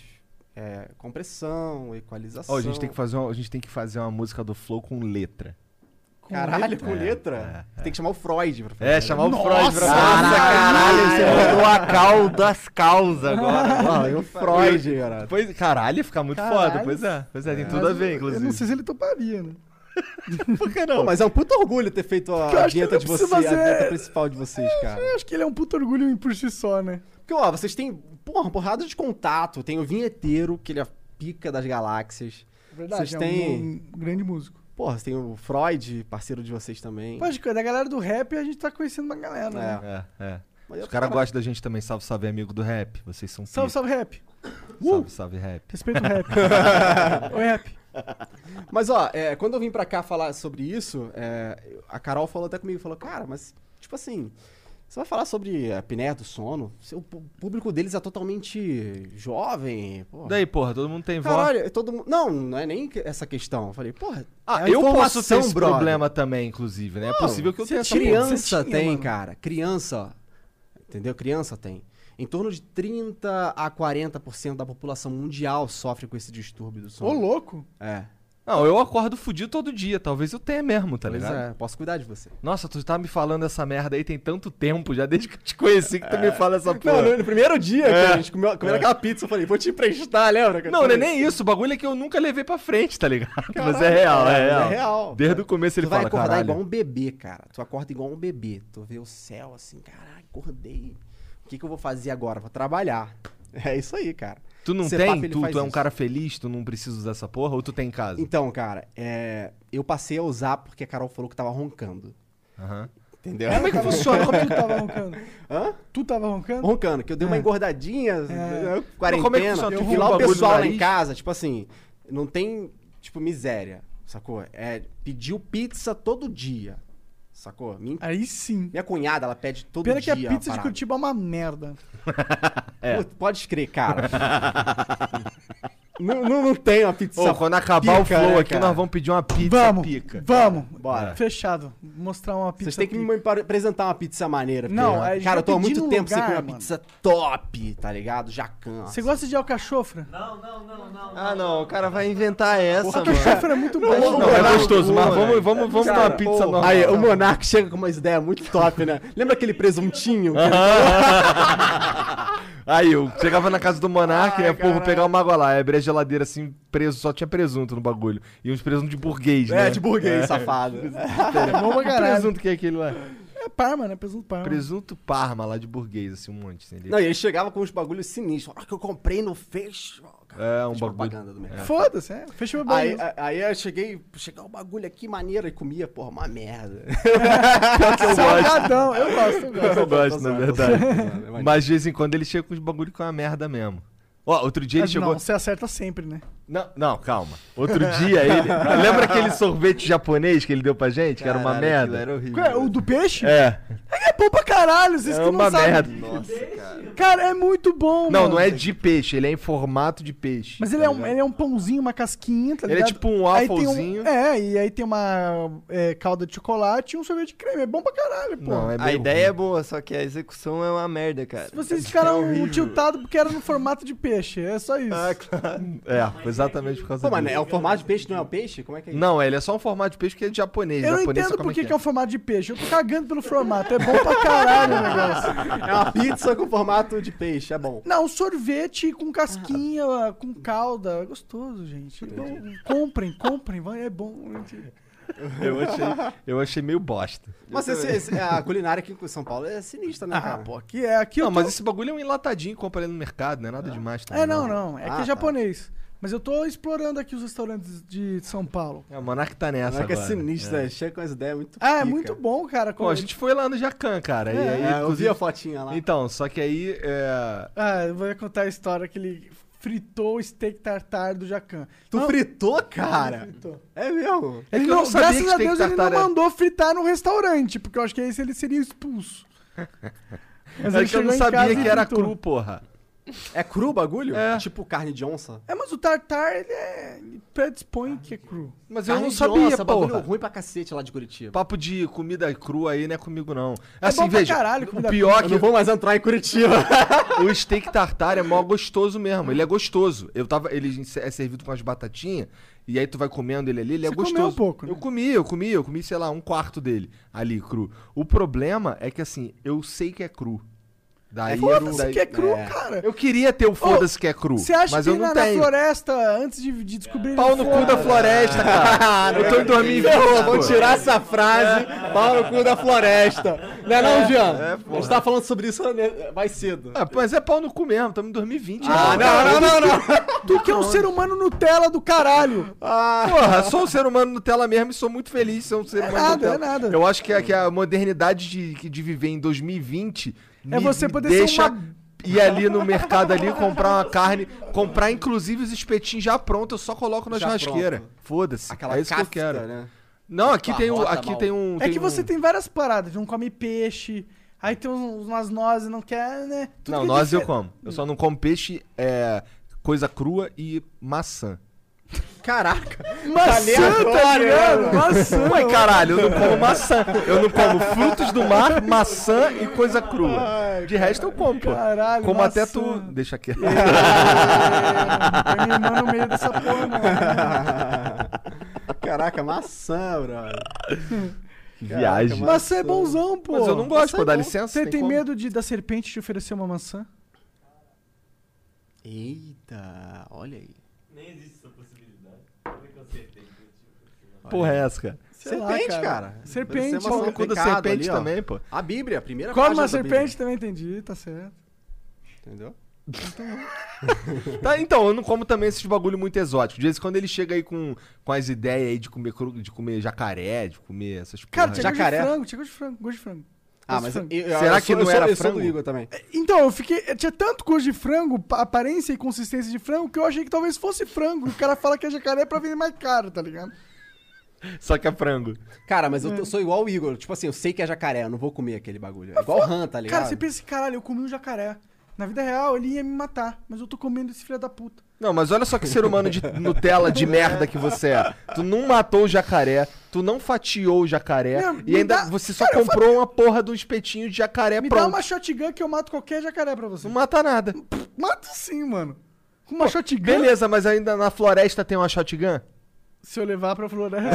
compressão, equalização. Ó, a gente tem que fazer uma música do Flow com letra. Caralho, com letra? Tem que chamar o Freud pra fazer. Chamar o Freud pra Nossa, caralho, você mandou a cal das causas agora. O Freud, cara. Pois, caralho, fica muito Caralho. foda. Pois é, tem tudo a ver, Eu inclusive. não sei se ele toparia, né? Por que Pô, mas é um puto orgulho ter feito eu a acho que vinheta não de precisa vocês, a fazer- vinheta principal de vocês, cara. Eu acho que ele é um puto orgulho por si só, né? Porque, ó, vocês têm, porra, uma porrada de contato. Tem o vinheteiro, que ele é a pica das galáxias. Verdade, Vocês é têm- um grande músico. Porra, tem o Freud, parceiro de vocês também. Pode crer, da galera do rap a gente tá conhecendo uma galera, né? É. Mas Os eu- caras gostam da gente também. Salve, salve, amigo do rap. Vocês são Salve, pica. salve, rap. Salve, salve, rap. Respeito o rap. Oi, rap. Mas, ó, quando eu vim pra cá falar sobre isso, a Carol falou até comigo, falou, cara, mas, tipo assim, você vai falar sobre a apneia do sono? O público deles é totalmente jovem, porra. Daí, porra, todo mundo tem voz. Caralho, todo mundo... Não é nem essa questão. Eu falei, porra, Ah, é eu posso ter informação, esse brother. problema também, inclusive, né? É possível que eu tenha essa porra. Criança Você tinha, tem, mano. cara. Criança, entendeu? Criança tem. Em torno de 30 a 40% da população mundial sofre com esse distúrbio do Ô, sono. louco. É. Não, eu acordo fudido todo dia. Talvez eu tenha mesmo, tá Pois ligado? é, posso cuidar de você. Nossa, tu tá me falando essa merda aí tem tanto tempo, já desde que eu te conheci que tu me fala essa porra. Não, no primeiro dia que a gente comeu aquela pizza, eu falei, vou te emprestar, lembra? que eu Não, não é falei? nem isso. O bagulho é que eu nunca levei pra frente, tá ligado? Caralho, Mas é real, é real. É real. Desde o começo ele Tu vai fala, acordar caralho. igual um bebê, cara. Tu acorda igual um bebê. Tu vê o céu assim, caralho, acordei. O que eu vou fazer agora? Vou trabalhar. É isso aí, cara. Tu não Cepap, tem? ele Tu faz é um isso. cara feliz? Tu não precisa usar essa porra? Ou tu tem em casa? Então, cara, eu passei a usar porque a Carol falou que tava roncando. Aham. Entendeu? Como é que funciona? Como tu tava roncando? Hã? Tu tava roncando? Roncando, que eu dei uma engordadinha, quarentena. como é que funciona? Tu E enfia lá um o bagulho pessoal no lá em nariz? casa, tipo assim, não tem, tipo, miséria, sacou? Pediu pizza todo dia, sacou? Aí sim. Minha cunhada, ela pede todo Pena que dia. a pizza de parada. Curitiba é uma merda. Pô, pode escrever, cara. não tem uma pizza Ô, quando acabar pica, o flow né, aqui, cara? nós vamos pedir uma pizza Vamos, pica. vamos. Bora. Fechado. Mostrar uma pizza Vocês têm que pica. me apresentar uma pizza maneira. porque, Não, a gente cara, eu tô há vai pedir muito no tempo sem lugar, comer uma mano. pizza top, tá ligado? Jacan. Você gosta de alcachofra? Ah, não, o cara vai inventar essa, mano. Alcachofra é muito bom. Não, é gostoso, mas Moleque. vamos dar uma Cara, pizza pô, normal. Aí, o Monark chega com umas ideias muito top, né? Lembra aquele presuntinho? Aí, eu chegava na casa do Monark, Ai, né? Pô, vou caralho. pegar uma água lá. Aí abri a geladeira assim, só tinha presunto no bagulho. E uns presuntos de burguês, né? De burguês, safado. É bom pra Que caralho. presunto que é aquele lá? É Parma, né? Presunto Parma. Presunto Parma lá de burguês, assim, um monte. Assim, ali. Não, e ele chegava com uns bagulhos sinistros. Olha que eu comprei no festival. É, um Fez bagulho. propaganda do mercado. Foda-se, é. Fechou bem. Aí eu cheguei um bagulho aqui maneiro e comia, porra, uma merda. Salgadão. Eu gosto. Eu gosto, na verdade. Mas Mas de vez em quando ele chega com os bagulho com uma merda mesmo. Ó, outro dia ele Mas chegou. não, você acerta sempre, né? Não, calma. Outro dia ele. Lembra aquele sorvete japonês que ele deu pra gente, que era uma Caralho, aquilo merda? Era horrível. Qual é? O do peixe? É. É bom pra caralho, vocês É que não uma sabem. merda. Nossa, cara. Cara, é muito bom, Não, mano. não é de peixe, ele é em formato de peixe. Mas tá ele é, ligado? ele é um pãozinho, uma casquinha, tá Ele é ligado? tipo um Aí tem wafflezinho. e aí tem uma calda de chocolate e um sorvete de creme. É bom pra caralho, pô. Não, é A meio ideia é ruim. boa, só que a execução é uma merda, cara. Vocês ficaram tiltados porque era no formato de peixe. É só isso. Ah, claro. É, exatamente por causa Pô, mano, disso. é o formato de peixe, não é o peixe? Como é que é isso? Não, ele é só um formato de peixe que é de japonês. Eu não japonês entendo só por come que é o formato de peixe. Eu tô cagando pelo formato. É bom pra caralho o negócio. É uma pizza com formato de peixe, é bom. Não, sorvete com casquinha, com calda. É gostoso, gente. Então, comprem. É bom. Eu achei meio bosta. Mas a culinária aqui em São Paulo é sinistra, né, Ah, cara? pô, aqui é. Aqui Não, eu tô... mas esse bagulho é um enlatadinho que compra ali no mercado, não é nada demais também. não. É que Ah, é tá. japonês. Mas eu tô explorando aqui os restaurantes de São Paulo. É, o Monark tá nessa Não é que é agora. sinistro, né? Chega com as ideias muito Ah, é pica. muito bom, cara. Pô, a gente foi lá no Jacan, cara. e aí, É, eu vi inclusive- a fotinha lá. Então, só que aí... Ah, eu vou contar a história que ele fritou o steak tartar do Jacan. Tu Não, fritou, cara? fritou. É mesmo? É que Ele eu não sabia graças que a steak Deus ele tartar não é- mandou fritar no restaurante, porque eu acho que aí ele seria expulso. Mas É ele que eu não chegou em casa sabia e que era fritou. cru, porra. É cru o bagulho? É. Tipo carne de onça? É, mas o tartar, ele predispõe que é cru. Mas eu Carne não de sabia, onça, bagulho porra. ruim pra cacete lá de Curitiba. Papo de comida crua aí não é comigo, não. É Assim, bom pra veja, caralho, o comida pior Eu que não vou mais entrar em Curitiba. o steak tartar é mó gostoso mesmo. Ele é gostoso. Ele é servido com as batatinhas, e aí tu vai comendo ele ali, ele é Você gostoso. comeu um pouco, né? Eu comi, sei lá, um quarto dele ali, cru. O problema é que assim, eu sei que é cru. Daí, Foda-se que é cru, é. cara. Eu queria ter o foda-se que é cru, Você acha mas que eu não na tenho. floresta, antes de descobrir... Pau no cu da floresta, cara. Eu tô em 2020. Vou pô. tirar essa frase, pau no cu da floresta. Não é não, Jean? A gente tava falando sobre isso mais cedo. Ah, mas é pau no cu mesmo, estamos em 2020. Ah, né? não. Tu que é um ser humano Nutella do caralho. Porra, sou um ser humano Nutella mesmo e sou muito feliz de ser um ser humano nada, Nutella. é nada. Eu acho que a modernidade de viver em 2020 É você poder ser deixa uma- ir ali no mercado ali, comprar uma carne, comprar inclusive os espetinhos já prontos, eu só coloco na Já churrasqueira. pronto. Foda-se, Aquela é isso que eu casca, quero. né? Não, aqui tem um... Barrota Aqui mal. tem um É que um- você tem várias paradas. Não come peixe, aí tem umas nozes, não quer, né? Tudo Não, que é nós eu diferente. como. Eu só não como peixe, coisa crua e maçã. Caraca. Maçã, tá Aleatório, ligado? né? Maçã. Ué, caralho, eu não como maçã. Eu não como frutos do mar, maçã e coisa crua. De resto eu como, pô. Caralho, Como maçã. até tu... Deixa quieto. Não põe minha irmã no meio dessa porra, não. Caraca, maçã, brother. Viagem. Maçã é bonzão, pô. Mas eu não gosto, Maçã pô, é dá bom. licença, Você tem tem como? medo da serpente te oferecer uma maçã? Eita, olha aí. Porra é essa, cara? Sei lá, Serpente, cara. Serpente. Deve ser Pau uma no cu da pecado serpente ali, ó. também, pô. A Bíblia, a primeira Come página uma da serpente Bíblia. também, entendi, tá certo. Entendeu? Tá, então, eu não como também esses bagulho muito exótico. De vez em quando ele chega aí com as ideias aí de comer jacaré, de comer essas Cara, porra. tinha Jacaré. gosto de frango, gosto de frango. Ah, Gosto mas de frango. Será que não era eu sou frango? do Igor também. Então, eu tinha tanto gosto de frango, aparência e consistência de frango, que eu achei que talvez fosse frango. E o cara fala que é jacaré pra vender mais caro, tá ligado? Só que é frango. Cara, mas eu sou igual o Igor. Tipo assim, eu sei que é jacaré, eu não vou comer aquele bagulho. É igual rã, tá ligado? Cara, você pensa assim, caralho, eu comi um jacaré. Na vida real, ele ia me matar, mas eu tô comendo esse filho da puta. Não, mas olha só que ser humano de Nutella de merda que você é. Tu não matou o jacaré, tu não fatiou o jacaré, Meu, e me ainda dá- você só Cara, eu comprou uma porra do espetinho de jacaré Me dá pronto. uma shotgun que eu mato qualquer jacaré pra você. Não mata nada. Mato sim, mano. Com uma shotgun, Beleza, mas ainda na floresta tem uma shotgun? se eu levar pra floresta.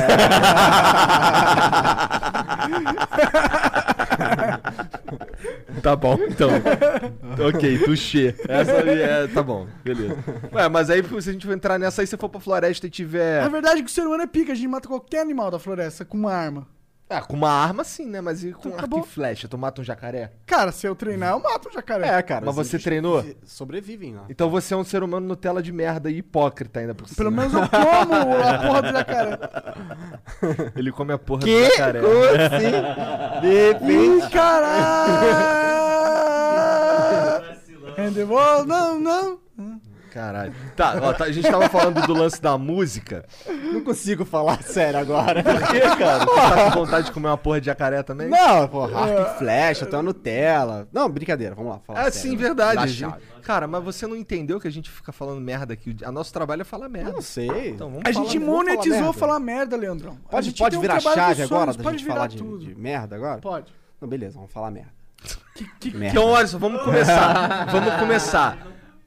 Tá bom, então. Ok, touché. Essa ali tá bom, beleza. Ué, mas aí se a gente for entrar nessa aí, se for pra floresta e tiver... Na verdade, que o ser humano é pica, a gente mata qualquer animal da floresta com uma arma. Ah, com uma arma sim, né? Mas e com arco acabou. e flecha? Tu mata um jacaré? Cara, se eu treinar, eu mato o jacaré. É, cara. Mas você eles treinou? Sobrevivem lá. Então você é um ser humano Nutella de merda e hipócrita ainda por cima. Pelo menos eu como a porra do jacaré. Ele come a porra Que? do jacaré. Como assim? De repente. Ih, caralho! Handebol, não. Caralho. Tá, ó, a gente tava falando do lance da música. Não consigo falar sério agora. Por quê, cara? Tu tá com vontade de comer uma porra de jacaré também? Não, porra, arco e flecha, tem uma Nutella. Não, brincadeira, vamos lá. Falar sério. Sim, verdade. Dá A gente- chave. Cara, mas você não entendeu que a gente fica falando merda aqui. A nosso trabalho é falar merda. Eu não sei. Então vamos A falar gente merda. monetizou merda. falar merda, Leandrão. A Pode, gente pode tem um virar trabalho dos chave agora sonhos, da pode gente virar falar tudo. de merda agora? Pode. Não, beleza, vamos falar merda. Que Merda. Então, olha só, vamos começar. Vamos começar.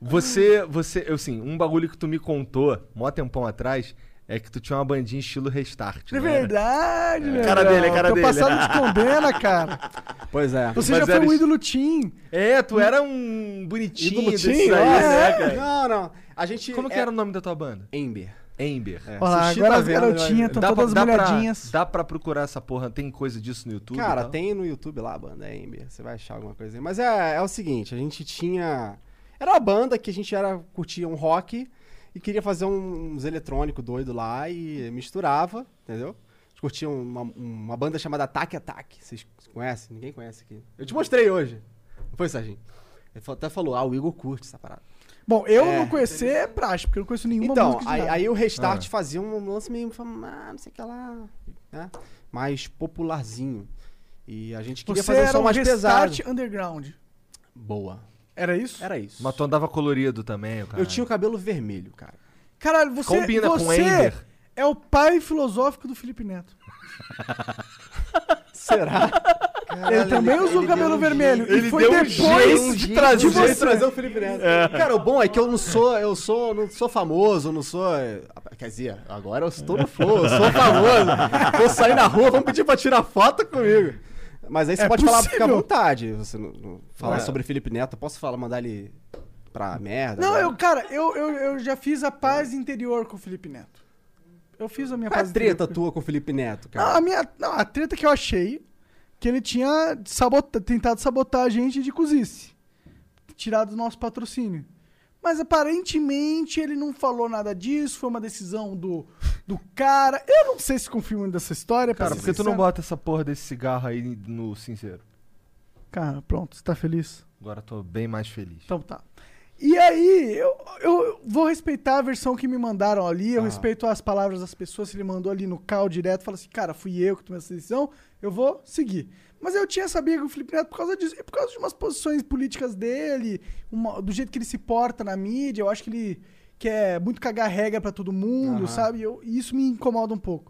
Um bagulho que tu me contou, mó tempão atrás, é que tu tinha uma bandinha estilo Restart. É não era? verdade, Leandrão. Cara dele, cara Teu dele. passado não te condena, cara. Pois é. Você Mas já foi era um es- ídolo teen. É, tu era um bonitinho Ídolo desse teen, aí, ó. né, cara? Não, não. A gente. Como que era o nome da tua banda? Ember. Ember. É. Olha lá, Sushi agora tá as vendo, garotinhas estão todas molhadinhas. Dá pra procurar essa porra? Tem coisa disso no YouTube? Cara, e tal? tem no YouTube lá a banda Ember. Você vai achar alguma coisa aí. Mas é o seguinte, a gente tinha. Era uma banda que a gente curtia um rock e queria fazer uns eletrônicos doido lá e misturava, entendeu? A gente curtia uma banda chamada Ataque Ataque. Vocês conhecem? Ninguém conhece aqui. Eu te mostrei hoje. Não foi, Serginho? Ele até falou, o Igor curte essa parada. Bom, eu É. não conhecer é praxe, porque eu não conheço nenhuma Então, música de nada. aí o Restart fazia um lance meio, não sei o que lá, né? Mais popularzinho. E a gente queria Você fazer um era som um mais pesado. Restart Underground. Boa. Era isso? Era isso. Mas tu andava colorido também, o cara. Eu tinha o cabelo vermelho, cara. Caralho, você, Combina com você Ember. é o pai filosófico do Felipe Neto. Será? Ele também usou o cabelo vermelho. Ele e foi deu um depois jeito de trazer trazer- você. trazer o Felipe Neto. Cara, o bom é que eu não sou famoso, não sou... Quer dizer, agora eu estou no flow, eu sou famoso. Vou sair na rua, vão pedir pra tirar foto comigo. Mas aí você É pode falar, possível. fica à vontade. Você não falar sobre Felipe Neto, eu posso falar, mandar ele pra merda. Não, né? eu já fiz a paz interior com o Felipe Neto. Eu fiz a minha Qual é paz a treta interior. tua com o Felipe Neto, Não, cara? a treta que eu achei que ele tinha tentado sabotar a gente de cozice. Tirar do nosso patrocínio. Mas aparentemente ele não falou nada disso, foi uma decisão do cara. Eu não sei se confio muito dessa história. pra Cara, ser por que tu não sincero. bota essa porra desse cigarro aí no sincero? Cara, pronto, você tá feliz? Agora tô bem mais feliz. Então tá. E aí, eu vou respeitar a versão que me mandaram ali, eu respeito as palavras das pessoas, se ele mandou ali no call direto, fala assim, cara, fui eu que tomei essa decisão, eu vou seguir. Mas eu tinha sabido que o Felipe Neto, por causa disso, e por causa de umas posições políticas dele, do jeito que ele se porta na mídia, eu acho que ele quer muito cagar regra pra todo mundo, sabe? E isso me incomoda um pouco.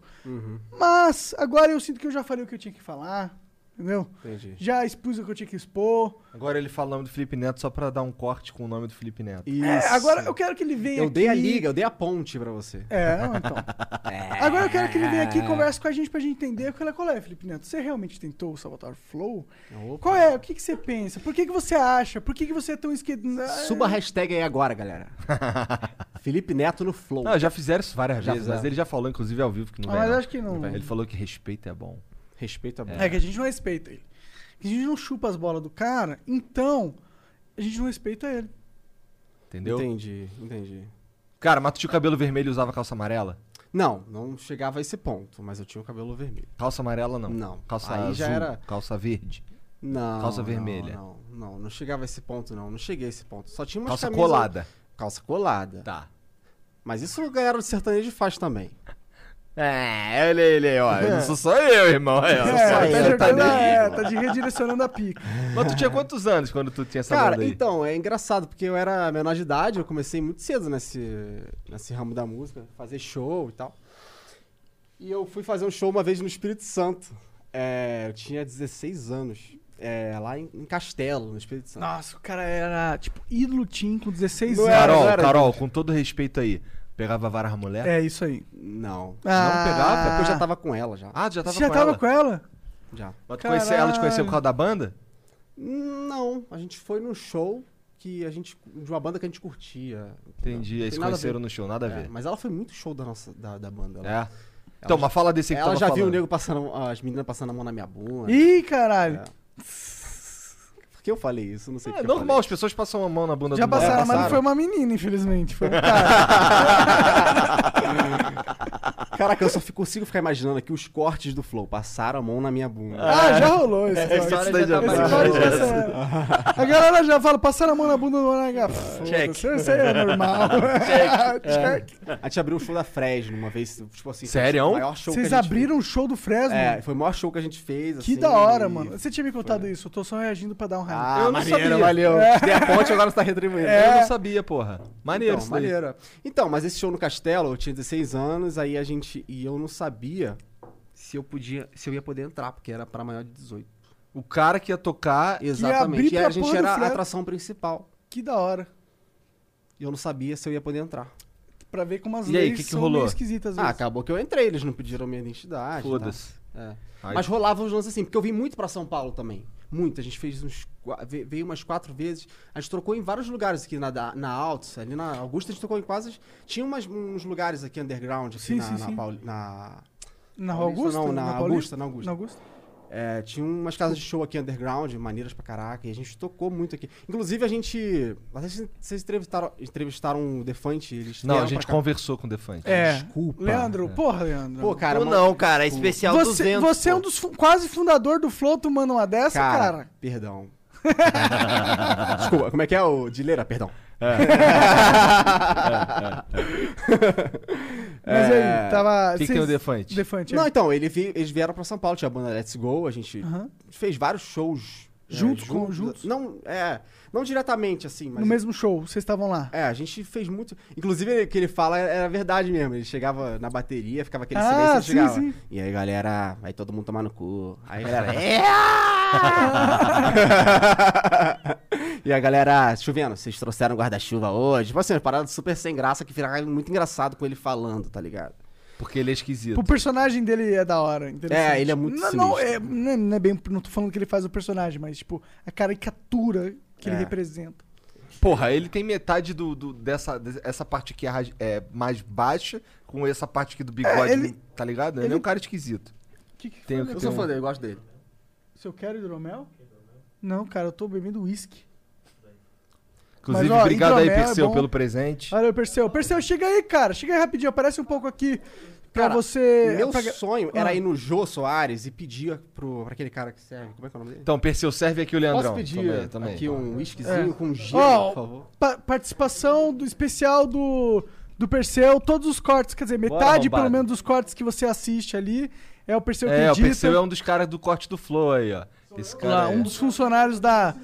Mas, agora eu sinto que eu já falei o que eu tinha que falar, entendeu? Entendi. Já expus o que eu tinha que expor. Agora ele fala o nome do Felipe Neto só pra dar um corte com o nome do Felipe Neto. Isso. Agora eu quero que ele venha Eu aqui. dei a liga, eu dei a ponte pra você. Não, então. Agora eu quero que ele venha aqui e converse com a gente pra gente entender qual é, Felipe Neto. Você realmente tentou sabotar o Flow? Opa. Qual é? O que você pensa? Por que você acha? Por que você é tão esquerdo? Suba a hashtag aí agora, galera. Felipe Neto no Flow. Não, já fizeram isso várias Já vezes, mas fizeram. ele já falou, inclusive, ao vivo, que não Ah, vem, mas não. acho que não. Ele falou que respeito é bom. Respeito a bom. É que a gente não respeita ele. Que a gente não chupa as bolas do cara, então a gente não respeita ele. Entendeu? Entendi. Cara, mas tu tinha o cabelo vermelho e usava calça amarela? Não chegava a esse ponto, mas eu tinha o cabelo vermelho. Calça amarela não. Não. Calça Aí azul, já era- calça verde. Não. Calça vermelha. Não chegava a esse ponto, não. Não cheguei a esse ponto. Só tinha umas Calça camisas- colada. Calça colada. Tá. Mas isso galera do sertanejo faz também. É, ele, ó. Não sou só eu, irmão. Tá de redirecionando a pica. Mas tu tinha quantos anos quando tu tinha essa Cara, banda aí? então, é engraçado, porque eu era menor de idade, eu comecei muito cedo nesse ramo da música, fazer show e tal. E eu fui fazer um show uma vez no Espírito Santo. Eu tinha 16 anos. Lá em Castelo, no Espírito Santo. Nossa, o cara era tipo ídolo teen com 16 Não anos. era, Carol, era, Carol, com todo respeito aí, pegava vara a mulher? É isso aí. Não. Ah. Não pegava? Porque eu já tava com ela, já. Ah, tu já tava Você já com tava ela? com ela? Já. Mas ela te conheceu por causa da banda? Não, a gente foi num show de uma banda que a gente curtia. Entendi, aí se Tem nada a conheceram ver. no show, nada a É, ver. mas ela foi muito show da banda. É. Então, mas fala desse aí que Ela tava já viu o falando. nego passando, as meninas passando a mão na minha bunda. Ih, caralho. Por que eu falei isso? Não sei É porque eu normal, as pessoas passam a mão na bunda Já do passaram, moleque. mas não foi uma menina, infelizmente. Foi um cara. Caraca, eu só consigo ficar imaginando aqui os cortes do Flow. Passaram a mão na minha bunda. Já rolou esse Essa corte. história já tá Esse mais corte boa. já saiu. A galera já fala, passaram a mão na bunda do Monarca. Check. Isso aí é normal. Check. A gente abriu o show da Fresno uma vez, tipo assim. Sério? Foi o maior show Vocês que a gente abriram o show do Fresno? fez. Foi o maior show que a gente fez. Que assim, da hora, e- mano. Você tinha me contado isso, eu tô só reagindo pra dar um hype. Ah, Eu não maneiro, sabia. valeu. Tem a ponte, agora você tá retribuindo. Eu não sabia, porra. Maneiro Então, isso daí. maneiro. Então, mas esse show no Castelo, eu tinha 16 anos, aí a gente. E eu não sabia se eu ia poder entrar, porque era pra maior de 18. O cara que ia tocar... Exatamente. E pra a gente porra do era a Fresno. atração principal. Que da hora. E eu não sabia se eu ia poder entrar. Pra ver como as E aí, leis que são rolou? meio esquisitas às Ah, vezes. acabou que eu entrei, eles não pediram minha identidade. e tal. Foda-se. É. Ai. Mas rolava uns lances assim, porque eu vim muito pra São Paulo também. Muito. A gente fez veio umas 4 vezes. A gente trocou em vários lugares aqui na Altos, ali na Augusta, a gente trocou em quase. Tinha uns lugares aqui underground, aqui Sim, na, sim, na, sim. Pauli- na Na Paulista, Augusta? não, na Paulista? Augusta, na Augusta. Na Augusta? É, tinha umas casas de show aqui underground, maneiras pra caraca, e a gente tocou muito aqui. Inclusive, a gente. Vocês entrevistaram o Defante? Eles Não, a vieram gente pra cá. conversou com o Defante. Desculpa. Leandro, porra, Leandro. Pô, cara, Ou mano, não, cara, é especial você 200. você é pô. um dos quase fundador do Flow, tu manda uma dessa, cara? Perdão. Desculpa, como é que é o Dileira? Perdão. Mas aí, tava... O que tem o Defante? Defante, Não, então, eles vieram pra São Paulo, tinha a banda Let's Go, a gente Aham. fez vários shows. Juntos? Não diretamente, assim, mas... No mesmo show, vocês estavam lá. A gente fez muito... Inclusive, o que ele fala era verdade mesmo. Ele chegava na bateria, ficava aquele Ah, silêncio, ele sim, chegava. sim. E aí, galera, vai todo mundo tomar no cu. Aí a galera... E a galera, chovendo, vocês trouxeram guarda-chuva hoje? Tipo assim, uma parada super sem graça que ficava muito engraçado com ele falando, tá ligado? Porque ele é esquisito. O personagem dele é da hora, interessante. Ele é muito não, sinistro. não é bem... Não tô falando que ele faz o personagem, mas, tipo, a caricatura que ele representa. Porra, ele tem metade dessa parte aqui é mais baixa, com essa parte aqui do bigode, ele- tá ligado? Ele é um cara esquisito. Que Tem o foi, que Eu Leandro? sou tem fã dele, eu gosto dele. Se eu quero hidromel? Não, cara, eu tô bebendo uísque. Inclusive, Mas, ó, obrigado aí, hidromel é Perseu, bom. pelo presente. Olha, Perseu. Perseu, chega aí, cara. Chega aí rapidinho. Aparece um pouco aqui pra Cara, você... Meu pra- sonho Ah. era ir no Jô Soares e pedir pra aquele cara que serve. Como é que é o nome dele? Então, Perseu, serve aqui o Leandrão. Posso pedir Também. aqui um whiskyzinho com gelo, Ó, por favor? participação do especial do Perseu, todos os cortes, quer dizer, Bora, metade pelo arrombado. menos dos cortes que você assiste ali é o Perseu que É, o edita. Perseu é um dos caras do corte do Flow aí, ó. Esse cara Lá, é... um dos funcionários da...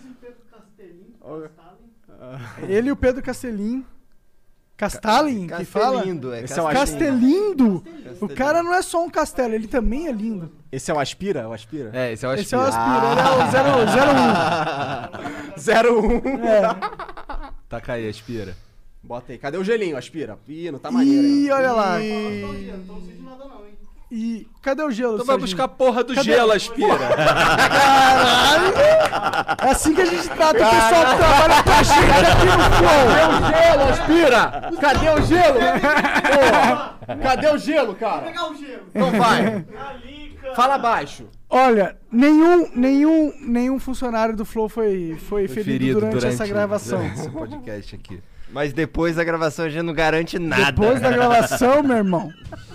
Ele e o Pedro Castelin. Castalin, que fala? Castelindo, Esse é o Castelindo. O cara não é só um castelo, ele também é lindo. Esse é o Aspira? O Aspira? É, esse é o Esse é o Aspira. Aspira, ele é o 01. É. Taca aí, Aspira. Bota aí. Cadê o gelinho, Aspira? Ih, não tá maneiro. Ih, hein? olha lá. Ih. E cadê o gelo, Então vai Serginho? buscar a porra do Cadê? gelo, Aspira. Caralho! É assim que a gente trata o pessoal que trabalha com a gente aqui no Flow. Gelo, Aspira! Cadê o gelo? Porra, cadê o gelo, cara? Pegar o gelo. Então vai. Ali, cara. Fala baixo. Olha, nenhum funcionário do Flow foi ferido durante essa gravação. durante esse podcast aqui. Mas depois da gravação a gente não garante nada. Depois da gravação, meu irmão.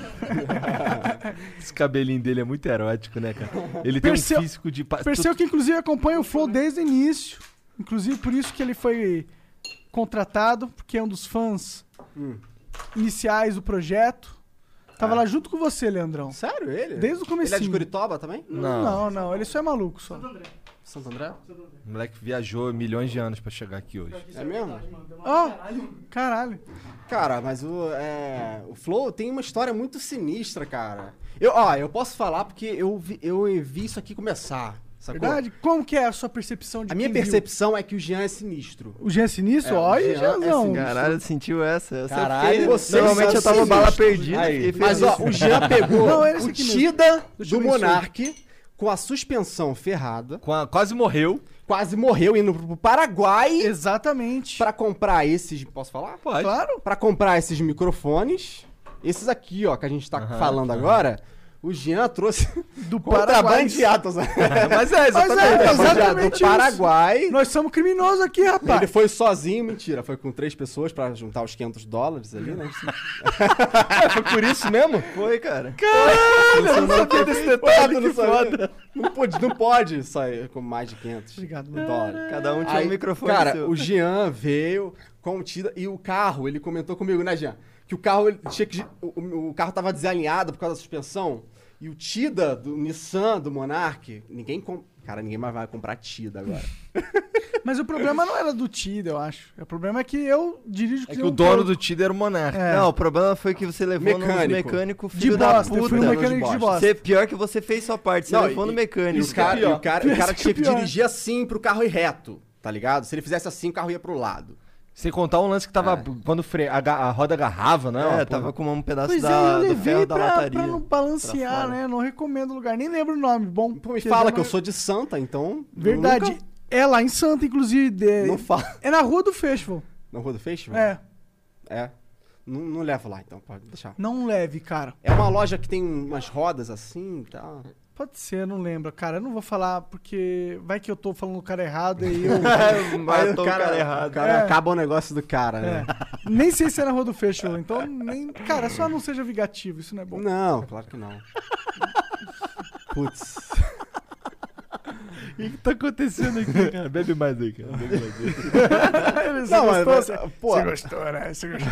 Esse cabelinho dele é muito erótico, né, cara? Ele tem Perseu- um físico de... Perseu que inclusive acompanha o Flow desde o início. Inclusive por isso que ele foi contratado, porque é um dos fãs iniciais do projeto. Tava lá junto com você, Leandrão. Sério, ele? Desde o comecinho. Ele é de Curitiba também? Não, ele só é maluco só. Santo André? O moleque viajou milhões de anos pra chegar aqui hoje. É mesmo? Ó, caralho. Cara, mas o Flow tem uma história muito sinistra, cara. Eu posso falar porque eu vi isso aqui começar, sacou? Verdade? Como que é a sua percepção de A minha quem viu? percepção é que o Jean é sinistro. O Jean é sinistro? É, o Olha, Jean é Jeanzão. sinistro. Caralho, sentiu essa? Eu sempre Caralho, fiquei- você Normalmente eu tava sabe bala sinistro. perdida. Aí. fiquei Mas feliz. ó, o Jean pegou Não, é esse o aqui mesmo. Tida Deixa eu do ver isso aí. Monark com a suspensão ferrada, Quase morreu. quase morreu indo pro Paraguai Exatamente. pra comprar esses... Posso falar? Pode. Claro. Pra comprar esses microfones, esses aqui, ó, que a gente tá falando agora, O Jean trouxe Do Paraguai. contrabandeados. Mas é, exatamente Do isso. Paraguai. Nós somos criminosos aqui, rapaz. Ele foi sozinho, mentira. Foi com 3 pessoas pra juntar os $500 ali, né? foi por isso mesmo? Foi, cara. Caralho, eu não sabia desse detalhe, que foda. Não pode sair com mais de 500 Obrigado, dólares. Cada um tinha um microfone Cara, seu. o Jean veio com o Tida e o carro, ele comentou comigo, né, Jean? Que o carro, ele tinha que, o carro tava desalinhado por causa da suspensão. E o Tida do Nissan, do Monark, cara, ninguém mais vai comprar Tida agora. Mas o problema não era do Tida, eu acho. O problema é que eu dirijo É que o dono do Tida era o Monarca. É. Não, o problema foi que você levou no mecânico De filho da bosta, eu puta. fui no Não, mecânico de de bosta. bosta. Você, pior que você fez sua parte, você Não, levou no E mecânico. o cara, pior. o cara Esse que é tinha que pior. dirigir assim pro carro ir reto, tá ligado? Se ele fizesse assim, o carro ia pro lado. Sem contar um lance que tava. Quando a roda agarrava, né? Tava com um pedaço Pois é, da, eu do levei ferro da pra lataria. não pra balancear, fora. né? Não recomendo o lugar. Nem lembro o nome. Bom, Pô, me porque fala já que eu não- sou de Santa, então... Verdade. nunca- É lá em Santa, inclusive. Não fala. É na Rua do Festival. Na Rua do Festival? É. É. Não levo lá, então, pode deixar. Não leve, cara. É uma loja que tem umas rodas assim e tal. Pode ser, não lembro, cara. Eu não vou falar porque vai que eu tô falando o cara errado e eu. Matou o cara errado. O cara É. acaba o negócio do cara, né? É. Nem sei se é na Rua do Festival, então nem. Cara, só não seja vingativo, isso não é bom. Não, claro que não. Putz. O que tá acontecendo aqui, cara? Bebe mais aí, cara. Bebe mais aí. Você Não, gostou? mas, Você- pô. Você gostou, né? Você gostou.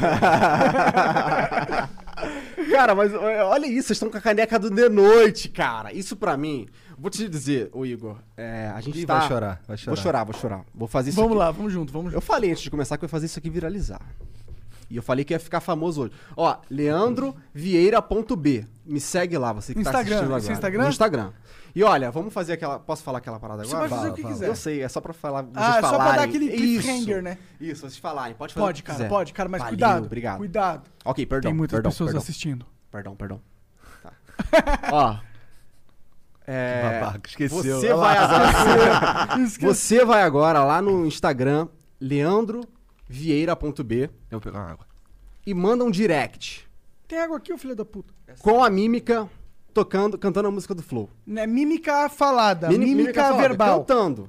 Cara, mas olha isso, vocês estão com a caneca do de noite, cara. Isso pra mim, vou te dizer, ô Igor, a gente Ih, tá... vai chorar, vai chorar. Vou chorar. Vou fazer isso Vamos aqui. lá, vamos junto, vamos Eu junto. falei antes de começar que eu ia fazer isso aqui viralizar. E eu falei que ia ficar famoso hoje. Ó, leandrovieira.b. Me segue lá, você que tá Instagram, assistindo agora. esse Instagram? No Instagram. E olha, vamos fazer aquela... Posso falar aquela parada Você agora? pode fazer o que quiser. Eu sei, é só pra falar, vocês Ah, é só falarem. pra dar aquele Isso. cliffhanger, né? Isso, vocês falarem. Pode fazer Pode, o que cara, quiser. pode, cara, mas Valeu, cuidado. Obrigado. Cuidado. Ok, perdão. Tem muitas perdão, pessoas perdão. assistindo. Perdão. Tá. Ó. Babaca, esqueceu. Você Olha vai, lá. agora, você vai agora lá no Instagram, leandrovieira.b, Eu vou pegar uma água. e manda um direct Tem água aqui, ô filho da puta. com a mímica cantando a música do Flow. Né, mímica falada, mímica falada, verbal. Cantando.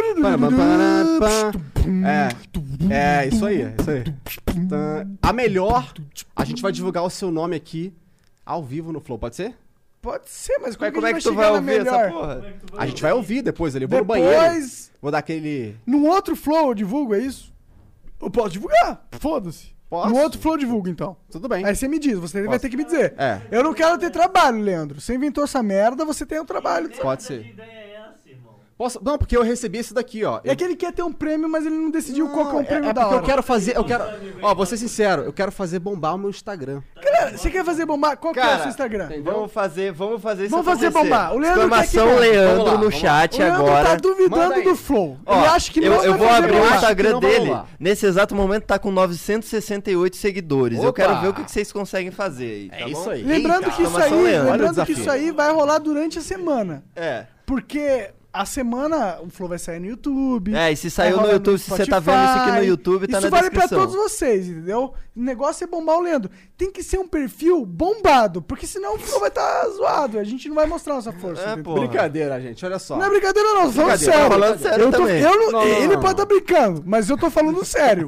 É, isso aí. A melhor, a gente vai divulgar o seu nome aqui ao vivo no Flow, pode ser? Pode ser, mas Mas como é que tu a gente vai chegar na ouvir essa melhor? porra? A gente vai ouvir depois ali. Eu vou no banheiro. Depois, Vou dar aquele. num outro flow eu divulgo, é isso? Eu posso divulgar, foda-se. Posso? No outro flow eu divulgo, então. Tudo bem. Aí você me diz, você vai Posso. ter que me dizer. É. Eu não quero ter trabalho, Leandro. Você inventou essa merda, você tem o trabalho. Pode ser. Posso... Não, porque eu recebi esse daqui, ó. É que ele quer ter um prêmio, mas ele não decidiu qual que é o Não, prêmio é da porque hora. eu quero fazer. Ó, vou ser sincero, eu quero fazer bombar o meu Instagram. Cara, você quer fazer bombar? Qual que é o Cara, seu Instagram? Vamos fazer isso Vamos fazer acontecer. bombar. O Leandro Exclamação quer que- Leandro Vamos lá, no vamos chat O Leandro agora. tá duvidando Manda aí. do flow. Ó, Ele acha que não eu vai vou fazer abrir o bombar. Instagram não vai dele. rolar. Nesse exato momento tá com 968 seguidores. Eu Opa! quero ver o que vocês conseguem fazer aí. Tá É bom? isso aí. Lembrando Eita, que isso exclamação aí, Leandro. Olha o lembrando que desafio. isso aí vai rolar durante a semana. É. Porque a semana o Flow vai sair no YouTube. É, e se vai saiu no rolar YouTube, se você tá vendo isso aqui no YouTube, tá isso na vale descrição. pra todos vocês, entendeu? O negócio é bombar o Leandro. Tem que ser um perfil bombado, porque senão o Flow vai estar zoado. A gente não vai mostrar nossa força. É, entendeu? pô. Brincadeira, gente, olha só. Não é brincadeira não, tô falando Brincadeira, sério. tô falando sério Eu tô- também. eu não- Não, ele não. pode estar brincando, mas eu tô falando sério.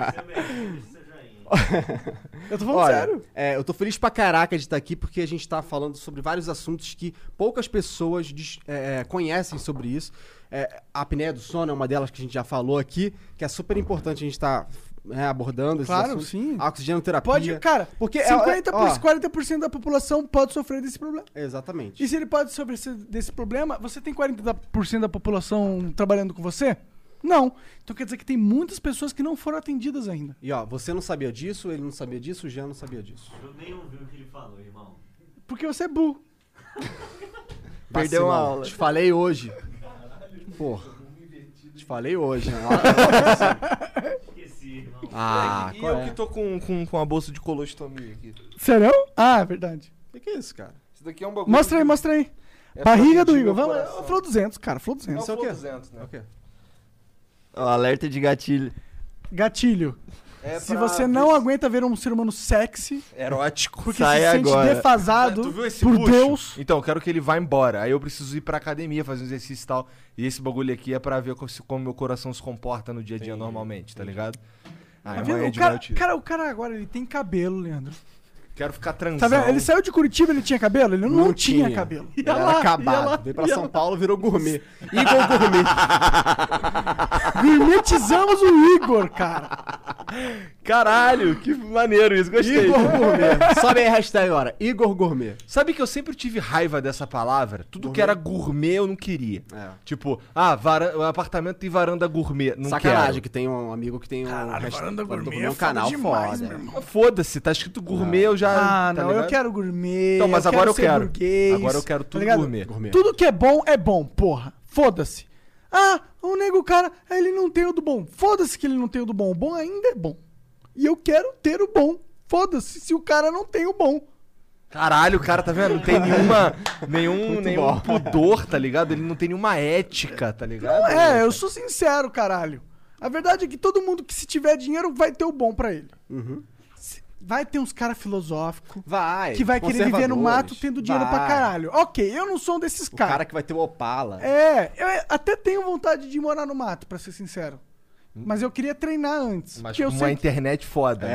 Eu tô falando Olha, sério. eu tô feliz pra caraca de estar aqui porque a gente tá falando sobre vários assuntos que poucas pessoas conhecem sobre isso. A apneia do sono é uma delas que a gente já falou aqui, que é super importante a gente tá abordando esses Claro, assuntos. sim. A oxigenoterapia. Pode, cara, Porque 40% da população pode sofrer desse problema. Exatamente. E se ele pode sofrer desse problema, você tem 40% da população trabalhando com você? Não. Então quer dizer que tem muitas pessoas que não foram atendidas ainda. E ó, você não sabia disso, ele não sabia disso, o Jean não sabia disso. Eu nem ouvi o que ele falou, irmão. Porque você é burro. Perdeu uma Vacilão. aula. Te falei hoje. Porra. Te falei hoje, né? Esqueci, irmão. Ah, E qual eu é? que tô com a bolsa de colostomia aqui. Sério? Ah, é verdade. O que é isso, cara? Isso daqui é um bagulho. Mostra aí, mostra aí. É Barriga pra do medir Igor. meu Vamos, coração. Flow 200, cara. Flow É 200. Isso é o Flow quê? 200, né? É o quê? Ó, alerta de gatilho. Gatilho. Se você não aguenta ver um ser humano sexy, Erótico. porque Sai se sente agora. defasado Tu viu esse por bucho? Deus... Então, eu quero que ele vá embora. Aí eu preciso ir pra academia, fazer um exercício e tal. E esse bagulho aqui é pra ver como meu coração se comporta no dia a dia normalmente, tá ligado? Tá Aí vendo? amanhã O de manhã cara, eu tiro. cara, o cara agora, ele tem cabelo, Leandro. Quero ficar transão. Tá vendo? Ele saiu de Curitiba, ele tinha cabelo? Ele não tinha cabelo. Ele era acabado. Veio pra São Paulo, virou gourmet. Igor Gourmet. Gourmetizamos o Igor, cara. Caralho, que maneiro isso, gostei. Igor Gourmet. Sobe aí a hashtag agora. Igor Gourmet. Sabe que eu sempre tive raiva dessa palavra? Tudo que era gourmet eu não queria. É. Tipo, o apartamento tem varanda gourmet. Não Sacanagem quero. que tem um amigo que tem um varanda gourmet é um é canal foda demais, foda. meu irmão. Mas foda-se, tá escrito gourmet, eu já. Ah, tá não, eu ligado? quero gourmet. Então, mas agora eu ser quero. burguês, Agora eu quero tá tudo ligado? gourmet. Gourmet. Tudo que é bom, porra. Foda-se. Ah, o nego cara, ele não tem o do bom. Foda-se que ele não tem o do bom. O bom ainda é bom. E eu quero ter o bom. Foda-se se o cara não tem o bom. Caralho, o cara, tá vendo? Não tem nenhum bom. pudor, tá ligado? Ele não tem nenhuma ética, tá ligado? Não é, eu sou sincero, caralho. A verdade é que todo mundo que se tiver dinheiro vai ter o bom pra ele. Vai ter uns caras filosóficos que vai querer viver no mato tendo dinheiro pra caralho. Ok, eu não sou um desses O caras. cara que vai ter o Opala. É, eu até tenho vontade de morar no mato, pra ser sincero. Mas eu queria treinar antes. Mas porque eu com sei uma que... internet foda.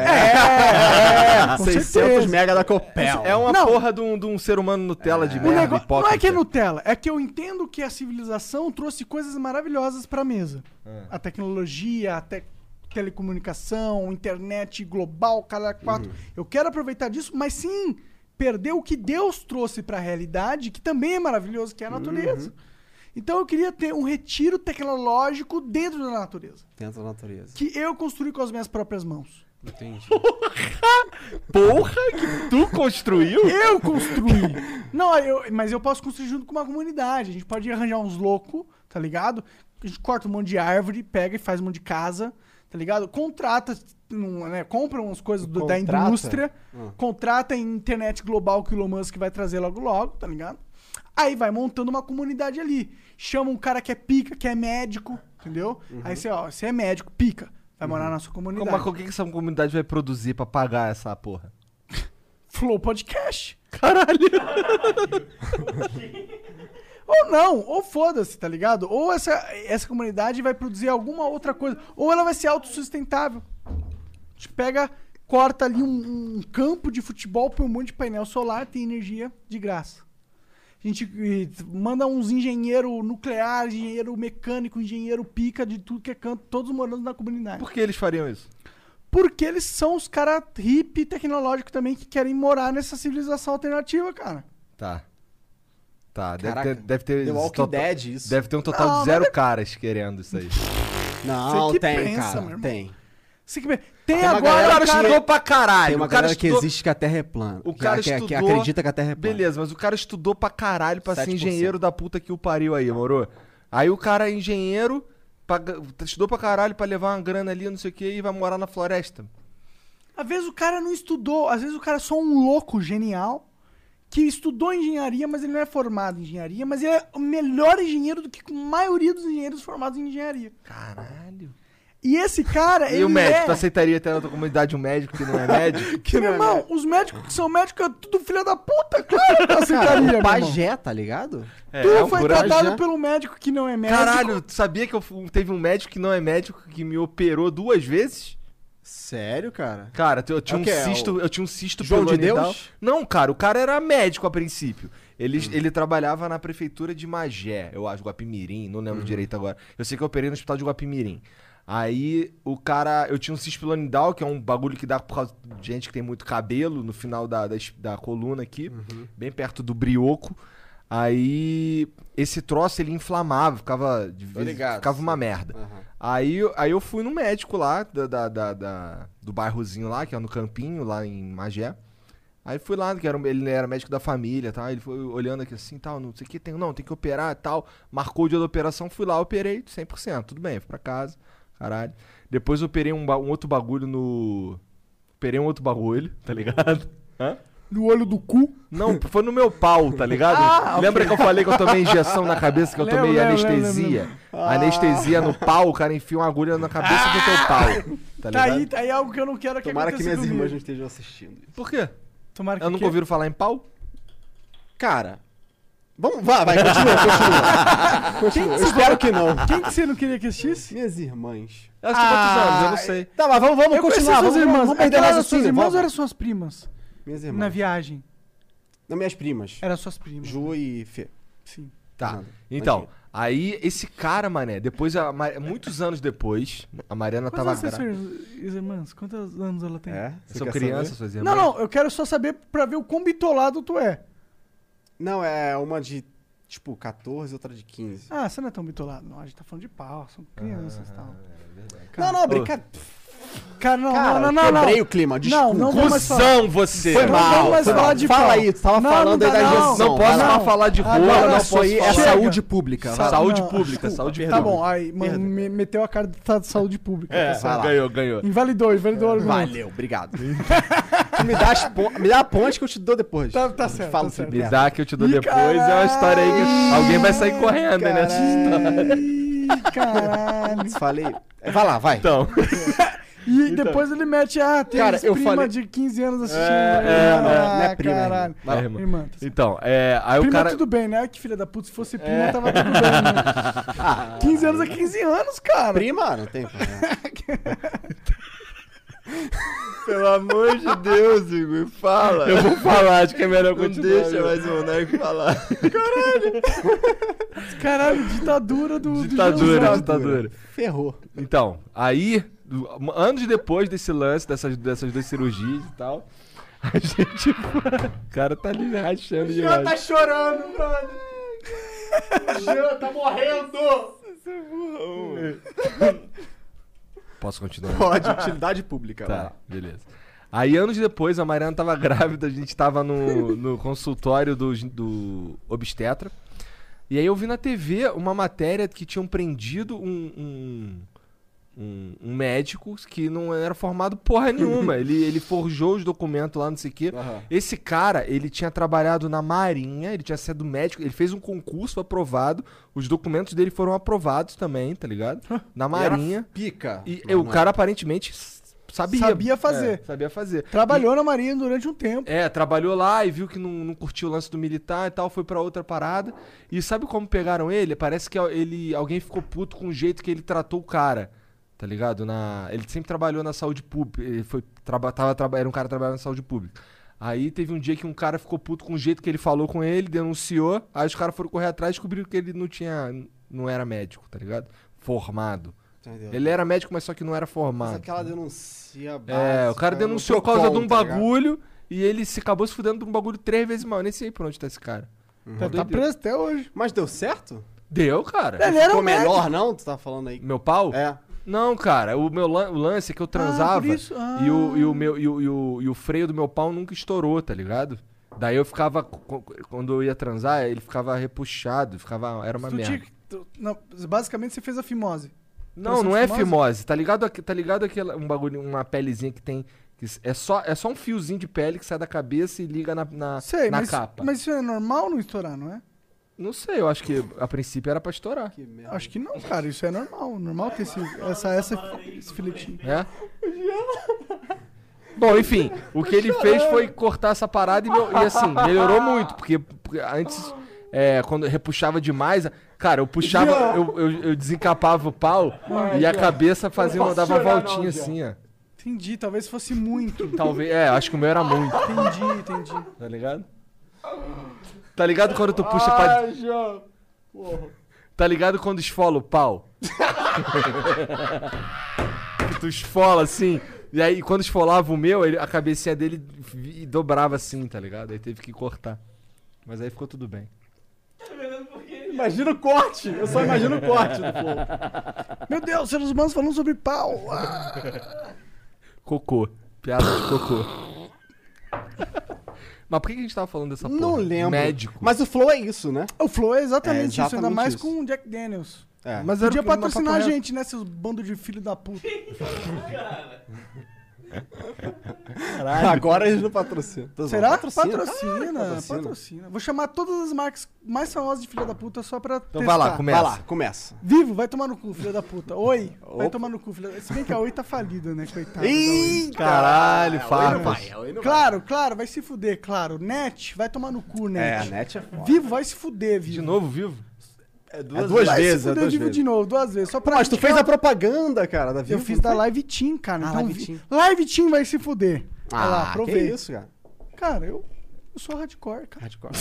com 600 certeza. mega da Copel. É uma Não. porra de um ser humano Nutella de O merda, negócio não hipócrita. é que é Nutella, é que eu entendo que a civilização trouxe coisas maravilhosas pra mesa. A tecnologia, a telecomunicação, internet global, cada quatro. Eu quero aproveitar disso, mas sim perder o que Deus trouxe pra realidade, que também é maravilhoso, que é a natureza. Então eu queria ter um retiro tecnológico dentro da natureza, Dentro da natureza. que eu construí com as minhas próprias mãos. Entendi. Porra, que tu construiu? Eu construí. Não, mas eu posso construir junto com uma comunidade. A gente pode arranjar uns loucos, tá ligado? A gente corta um monte de árvore, pega e faz um monte de casa, tá ligado? Contrata, né, compra umas coisas da Contrata? indústria, contrata em internet global que o Elon Musk vai trazer logo logo, tá ligado? Aí vai montando uma comunidade ali. Chama um cara que é pica, que é médico, entendeu? Aí você é médico, pica. Vai morar na sua comunidade. Mas o que essa comunidade vai produzir pra pagar essa porra? Flow Podcast. Caralho. Ou não, ou foda-se, tá ligado? Ou essa comunidade vai produzir alguma outra coisa. Ou ela vai ser autossustentável. A gente pega, corta ali um campo de futebol, põe um monte de painel solar, tem energia de graça. A gente manda uns engenheiro nuclear, engenheiro mecânico, engenheiro pica de tudo que é canto, todos morando na comunidade. Por que eles fariam isso? Porque eles são os caras hippie tecnológicos também que querem morar nessa civilização alternativa, cara. Tá. Caraca, Deve ter The Walking Dead, isso. Deve ter um total Não, de 0 mas caras querendo isso aí. Não, Você que tem, pensa, cara. meu irmão. Tem. Você que vê. Tem uma agora galera O cara o cara... estudou pra caralho. Tem uma o cara galera que estudou... existe que a Terra é plana. O cara que estudou... acredita que a Terra é plana. Beleza, mas o cara estudou pra caralho pra ser 7%. engenheiro da puta que o pariu aí, moro? Aí o cara é engenheiro, estudou pra caralho pra levar uma grana ali, não sei o que, e vai morar na floresta. Às vezes o cara não estudou, às vezes o cara é só um louco genial que estudou engenharia, mas ele não é formado em engenharia, mas ele é o melhor engenheiro do que a maioria dos engenheiros formados em engenharia. Caralho. E esse cara, E ele o médico? Tu é... aceitaria ter na tua comunidade um médico que não é médico? Meu irmão, os médicos que são médicos é tudo filha da puta, claro que eu aceitaria, Cara, meu o irmão. pajé, tá ligado? Tu foi puragem. tratado pelo médico que não é médico. Caralho, tu sabia que teve um médico que não é médico que me operou 2 vezes? Sério, cara? Cara, eu tinha É o quê? eu tinha um cisto João de pilonidal. Deus? Não, cara, o cara era médico a princípio. Ele trabalhava na prefeitura de Magé, eu acho, Guapimirim, não lembro direito agora. Eu sei que eu operei no hospital de Guapimirim. Aí o cara, eu tinha um cisto pilonidal, que é um bagulho que dá por causa de gente que tem muito cabelo no final da coluna aqui, bem perto do brioco. Aí esse troço ele inflamava, ficava ficava uma merda. Aí eu fui no médico lá do bairrozinho lá, que é no Campinho, lá em Magé. Aí fui lá, ele era médico da família, tá? Ele foi olhando aqui assim, tal, não sei o que, tem que operar, tal. Marcou o dia da operação, fui lá, operei 100%, tudo bem, fui pra casa, caralho. Depois eu operei um outro bagulho tá ligado? Hã? No olho do cu. Não, foi no meu pau, tá ligado? Lembra que eu falei que eu tomei injeção na cabeça, que eu tomei Lembro. anestesia? anestesia no pau, o cara enfia uma agulha na cabeça do teu pau. Tá ligado? Tá aí algo que eu não quero que Tomara que aconteça minhas comigo. irmãs não estejam assistindo. Por quê? Tomara que Eu nunca quê? ouviram falar em pau? Cara, vamos, vai, continua. Eu espero que não. Quem que você não queria que assistisse? Minhas irmãs. Elas têm quantos anos? Eu não sei. Tá, mas vamos Eu conheci continuar. suas irmãs. Vamos perder o Eram suas raciocínio. irmãs Vamos. ou eram suas primas? Minhas Na irmãs. viagem. Não, minhas primas. Eram suas primas. Ju e Fê. Sim. Tá. Nada. Então, aí esse cara, mané, depois, muitos anos depois, a Mariana tava Quantos anos grávida. são suas irmãs? Quantos anos ela tem? É? Você São quer crianças, saber? suas irmãs? Não, eu quero só saber pra ver o quão bitolado tu é. Não, é uma de, tipo, 14 e outra de 15. Ah, você não é tão bitolado. Não, a gente tá falando de pau, são crianças e tal. Não, brincadeira. Cara, não, Cara, não, não, quebrei não. o clima, desculpa. Não vamos mais falar. Cusão você! Foi Não mal. vamos mais foi falar mal. de Fala pau. aí, tu tava Não, falando não aí da dá, não. injeção. Não posso vai lá. mais falar de rola, Agora não não posso Isso aí é falar. saúde pública. vai lá. Saúde Não, pública, desculpa, saúde perdão. Tá pública. bom, aí meteu a cara de saúde pública. É, tá certo. vai lá. ganhou. Invalidou o argumento. Valeu, obrigado. Tu me dá a ponte que eu te dou depois. Tá certo, Fala tá certo. Me dá que eu te dou Ih, depois, é uma história aí que alguém vai sair correndo Caralho. nessa história. Ih, caralho. Falei. Vai lá, vai. Então, E depois ele mete, tem Cara, eu prima falei- de 15 anos assistindo. não é prima, caralho. irmão. É, irmão. Irmã, tá certo. então, aí Prima o cara... tudo bem, né? Que filha da puta, se fosse prima tava tudo bem, né? 15 anos é 15 anos, cara. Prima, não tem problema. Pelo amor de Deus, Igor, fala. Eu vou falar, acho que é melhor Não continuar. deixa mais o Monark falar. Caralho, ditadura do Ditadura, Gilson. ditadura. Ferrou. Então, aí, anos depois desse lance, dessas duas cirurgias e tal, a gente... O cara tá ali rachando demais. chorando, brother. O Jean tá morrendo. Posso continuar? Pode, utilidade pública. vai Tá, lá. beleza. Aí, anos depois, a Mariana tava grávida, a gente tava no consultório do obstetra. E aí eu vi na TV uma matéria que tinham prendido um médico que não era formado porra nenhuma. ele forjou os documentos lá, não sei o quê. Aham. Esse cara, ele tinha trabalhado na Marinha, ele tinha sido médico, ele fez um concurso, foi aprovado, os documentos dele foram aprovados também, tá ligado? Na E era Marinha. pica. E Não, o não é. cara aparentemente Sabia fazer. Sabia fazer. Trabalhou na Marinha durante um tempo. Trabalhou lá e viu que não curtiu o lance do militar e tal, foi pra outra parada. E sabe como pegaram ele? Parece que alguém ficou puto com o jeito que ele tratou o cara, tá ligado? Ele sempre trabalhou na saúde pública, ele era um cara trabalhando na saúde pública. Aí teve um dia que um cara ficou puto com o jeito que ele falou com ele, denunciou, aí os caras foram correr atrás e descobriram que ele não era médico, tá ligado? Formado. Entendeu? Ele era médico, mas só que não era Mas formado. aquela denuncia O básica, cara no denunciou por causa de um Procon, tá ligado? bagulho e ele acabou se fudendo por um bagulho 3 vezes maior. Nem sei por onde tá esse cara. Tá preso até hoje. Mas deu certo? Deu, cara. Ele era Ficou um médico. melhor, não? Tu tá falando aí. Meu pau? É. Não, cara. O lance é que eu transava por isso. Ah. e o freio do meu pau nunca estourou, tá ligado? Daí eu ficava... Quando eu ia transar, ele ficava repuxado, era uma Tu merda. não, basicamente você fez a fimose. Não é fimose. Tá ligado um bagulho, uma pelezinha que tem... É só um fiozinho de pele que sai da cabeça e liga na Sei, capa. mas isso é normal não estourar, não é? Não sei, eu acho que a princípio era pra estourar. Que merda. Acho que não, cara. Isso é normal. Normal ter esse filetinho. É? Bom, enfim, o que ele fez foi cortar essa parada e assim, melhorou muito, porque antes, quando repuxava demais, cara, eu puxava, eu desencapava o pau e a cabeça dava uma voltinha assim, ó. Entendi, talvez fosse muito. Talvez, acho que o meu era muito, Entendi. tá ligado? Tá ligado quando tu puxa pra... Tá ligado quando esfola o pau? Que tu esfola assim... E aí, quando esfolava o meu, a cabecinha dele dobrava assim, tá ligado? Aí teve que cortar. Mas aí ficou tudo bem. Imagina o corte. Eu só imagino o corte do Flow. Meu Deus, seres humanos falando sobre pau. Cocô. Piada de cocô. Mas por que a gente tava falando dessa porra? Não lembro. Médico. Mas o Flow é isso, né? O Flow é exatamente, isso, ainda exatamente mais isso. com o Jack Daniels. É. Mas Podia era uma patrocinar a papo reto. gente, né, seus bando de filho da puta. Agora eles não patrocinam. Será? Patrocina. Patrocina. Vou chamar todas as marcas mais famosas de filha da puta só pra Então vai lá, Vai lá, começa. Vivo, vai tomar no cu, filha da puta. Oi, vai Opa. tomar no cu, filha da... Se bem que a Oi tá falida, né, coitada. Ih, Caralho, Oi não farpas. vai, Oi não vai. Claro, vai se fuder, claro. Net, vai tomar no cu, É, Net. a net é foda. Vivo, vai se fuder, Vivo. De novo, vivo? É duas Vai vezes, se é fuder, duas Vivo vezes. de novo, 2 vezes. Só pra Mas tu gente fez ficar- a propaganda, cara, da Vivo. Eu fiz não da foi? Live Team, cara. Ah, Então, Live Team. Live Team vai se fuder. Vai lá, Ah, aproveita. que isso, cara. Cara, eu sou hardcore, cara. Hardcore.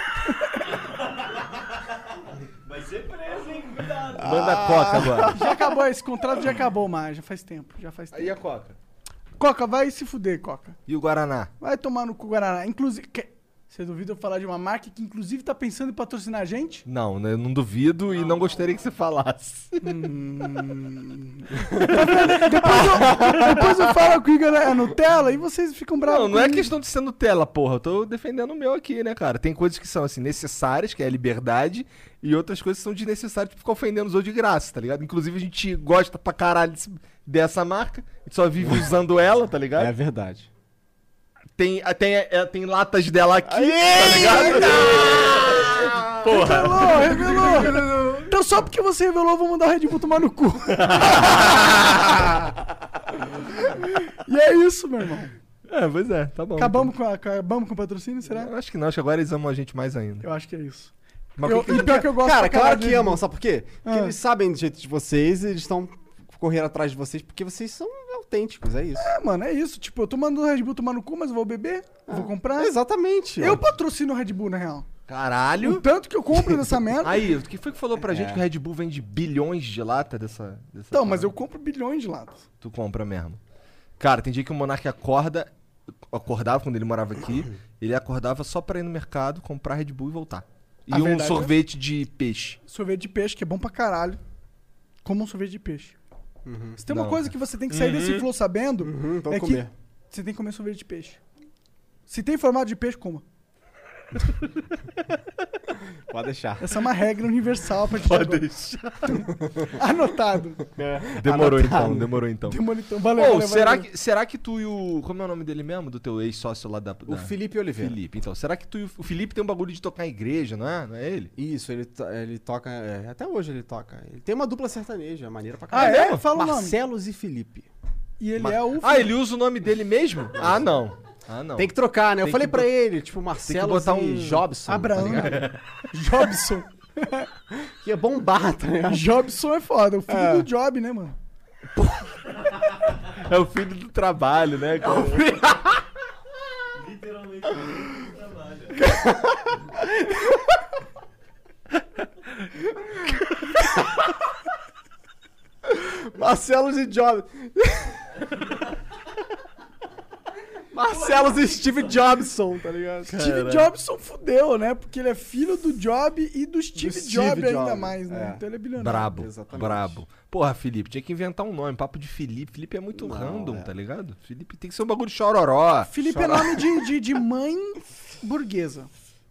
Vai ser preso, hein? Cuidado. Manda a Coca agora. Já acabou, esse contrato já acabou, mas já faz tempo. Aí a Coca. Coca, vai se fuder, Coca. E o Guaraná? Vai tomar no cu, Guaraná. Inclusive, você duvida eu falar de uma marca que inclusive tá pensando em patrocinar a gente? Não, eu não duvido e não gostaria que você falasse. Depois eu falo que o Igor é Nutella e vocês ficam bravos. Não é comigo. questão de ser Nutella, porra. Eu tô defendendo o meu aqui, né, cara? Tem coisas que são, assim, necessárias, que é a liberdade, e outras coisas que são desnecessárias, tipo ficar ofendendo os outros de graça, tá ligado? Inclusive a gente gosta pra caralho dessa marca, a gente só vive usando ela, tá ligado? É verdade. Tem latas dela aqui, tá ligado? Porra. Revelou! Então só porque você revelou, eu vou mandar o Red Bull tomar no cu. E é isso, meu irmão. É, pois é, tá bom. Acabamos com o patrocínio, será? Eu acho que não, acho que agora eles amam a gente mais ainda. Eu acho que é isso. Mas Eu- o que que- e pior que eu gosto Cara, pra caralho claro que de- amam, sabe por quê? Porque Ah. eles sabem do jeito de vocês e eles estão correndo atrás de vocês porque vocês são autênticos, é isso. É, mano, é isso. Tipo, eu tô mandando o Red Bull tomar no cu, mas eu vou beber, eu vou comprar. Exatamente. Eu patrocino o Red Bull, na real. Caralho. O tanto que eu compro dessa merda. Aí, o que foi que falou pra gente que o Red Bull vende bilhões de lata dessa Então, mas parada? eu compro bilhões de latas. Tu compra mesmo. Cara, tem dia que o Monark acordava quando ele morava aqui, ele acordava só pra ir no mercado, comprar Red Bull e voltar. E A um verdade é- sorvete de peixe. Sorvete de peixe, que é bom pra caralho. Como um sorvete de peixe. Se tem uma Não, coisa que você tem que sair desse flow sabendo, Então é comer. que você tem que comer sorvete de peixe. Se tem formato de peixe, coma. Pode deixar. Essa é uma regra universal pra te agora. deixar. Anotado. Demorou Anotado. então. Demolitão. Valeu, Ô, valeu, valeu. será que tu e o... Como é o nome dele mesmo? Do teu ex-sócio lá da... O Felipe Oliveira. Felipe, então. Será que tu e o Felipe tem um bagulho de tocar em igreja, não é? Não é ele? Isso, ele toca. Até hoje ele toca. Ele tem uma dupla sertaneja, maneira pra Ah, caralho. é? Fala o nome. Marcelos e Felipe. E ele é o... Ah, ele usa o nome dele mesmo? Ah, não. Tem que trocar, né? Eu Tem falei que pra ele, tipo, Marcelos botar e um Jobson. Abraão. Tá ligado? Jobson. Que é bombar, tá ligado? Jobson é foda. O filho É. do Job, né, mano? É o filho do trabalho, né, cara? Literalmente no trabalho. Marcelos e Jobson. Marcelos e Steve Jobson, tá ligado? Steve Jobson fudeu, né? Porque ele é filho do Job e do Steve, Steve Jobs ainda Jobs, mais, né? é. Então ele é bilionário. Brabo, Exatamente. brabo. Porra, Felipe, tinha que inventar um nome. Papo de Felipe. Felipe é muito Não, random, é. tá ligado? Felipe tem que ser um bagulho chororó. Felipe é nome de mãe burguesa.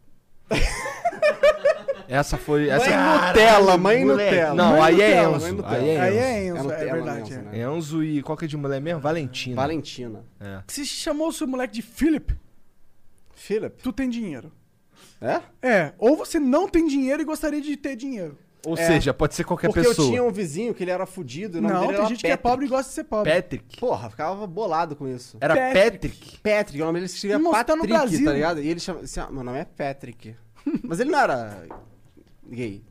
Essa foi... Mãe Essa... Nutella, mãe moleque. Nutella. Não, Mãe aí é Nutella, Enzo. mãe Nutella. Aí é Aí Enzo. é Enzo, é Nutella, verdade. Enzo, É. né? Enzo e qual que é de mulher mesmo? Valentina. Valentina. É. Você chamou o seu moleque de Philip, Philip. tu tem dinheiro. É? É, ou você não tem dinheiro e gostaria de ter dinheiro. Ou É. seja, pode ser qualquer Porque pessoa. eu tinha um vizinho que ele era fudido. O nome Não, dele tem era gente que é Patrick. pobre e gosta de ser pobre. Patrick. Porra, ficava bolado com isso. Era Patrick. Patrick. O nome dele se escrevia Irmão, você tá no Patrick, Brasil. tá ligado? E ele chama assim, meu nome é Patrick. Mas ele não era gay.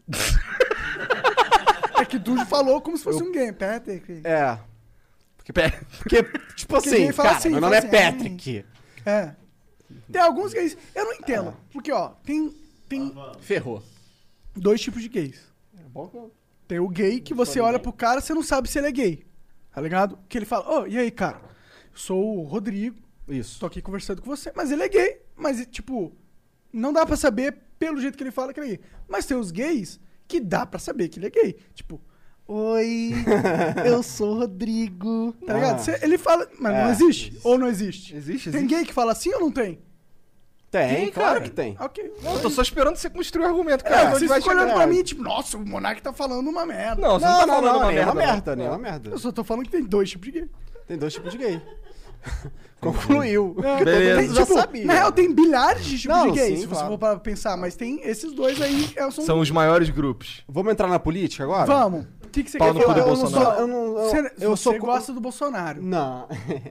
É que tu falou como se fosse um game. Patrick. É. Patrick. Porque, tipo assim, ninguém fala cara, assim, meu nome fala é assim, Patrick. É. Tem alguns gays. Eu não entendo. Porque, ó, tem Ferrou. dois tipos de gays. É bom que eu... Tem o gay que você olha pro cara e você não sabe se ele é gay. Tá ligado? Que ele fala, ô, e aí, cara? Eu sou o Rodrigo, Isso. tô aqui conversando com você. Mas ele é gay. Mas, tipo, não dá pra saber pelo jeito que ele fala que ele é gay. Mas tem os gays que dá pra saber que ele é gay. Tipo, oi, eu sou o Rodrigo. Tá ligado? Ele fala, mas não existe? Ou não existe? Existe, Tem existe. gay que fala assim ou não tem? Tem, Tem, claro cara. que tem. Ok. Não, tô só esperando você construir o argumento, É, cara. Onde vocês vai ficam olhando chegar? pra mim, tipo, nossa, o Monark tá falando uma merda. Não, você não tá falando uma nem é merda. uma não. merda, nem é uma merda. Eu só tô falando que tem dois tipos de gay. Tem dois tipos de gay. Concluiu. Beleza. Tem, Já tipo, sabia. na real, tem bilhares de tipos Não, de gays, sim, se claro. você for parar pra pensar. Mas tem esses dois aí. São os maiores grupos. Vamos entrar na política agora? Vamos. O que você Pau quer no cu falar? do Bolsonaro. Você gosta do Bolsonaro. Não.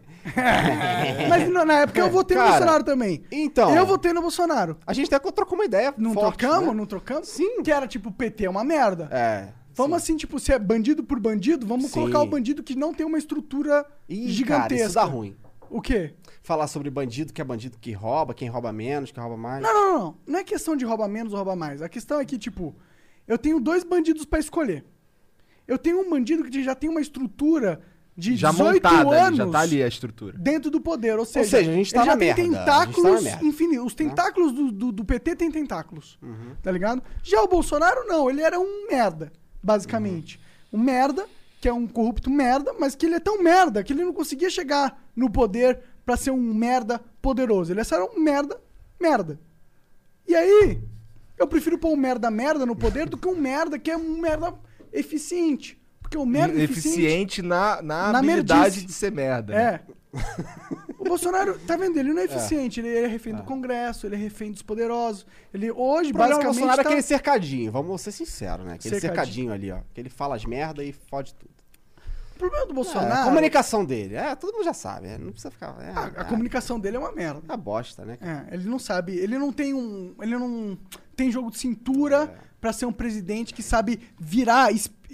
Mas na época eu votei no Cara, Bolsonaro também. Então. Eu votei no Bolsonaro. A gente até trocou uma ideia Não forte, trocamos? né? Não trocamos? Sim. Que era tipo, o PT é uma merda. É. Vamos assim, tipo, se é bandido por bandido, vamos Sim. colocar o bandido que não tem uma estrutura Ih, gigantesca. cara, isso dá ruim. O quê? Falar sobre bandido, que é bandido que rouba, quem rouba menos, quem rouba mais. Não. Não é questão de roubar menos ou roubar mais. A questão é que, tipo, eu tenho 2 bandidos pra escolher. Eu tenho um bandido que já tem uma estrutura de Já 18 montada, anos já tá ali a estrutura. dentro do poder. Ou seja, a gente tá ele já na tem merda, a gente tentáculos tá na merda. infinitos. Os tentáculos do PT tem tentáculos. Tá ligado? Já o Bolsonaro, não. Ele era um merda, basicamente. Um merda, que é um corrupto merda, mas que ele é tão merda que ele não conseguia chegar no poder pra ser um merda poderoso. Ele só era um merda. E aí, eu prefiro pôr um merda no poder do que um merda que é um merda eficiente. Porque o merda Eficiente na Na habilidade merdice. de ser merda. né? É. O Bolsonaro, tá vendo? Ele não é eficiente. Ele é refém do Congresso, ele é refém dos poderosos. Ele hoje, O problema do basicamente, Bolsonaro é tá... aquele cercadinho, vamos ser sinceros, né? Aquele Cercadinho. cercadinho ali, ó. Que ele fala as merda e fode tudo. O problema do É, Bolsonaro... a comunicação dele, todo mundo já sabe, não precisa ficar... A comunicação dele é uma merda. É bosta, né? cara? Ele não sabe, ele não tem jogo de cintura pra ser um presidente que sabe virar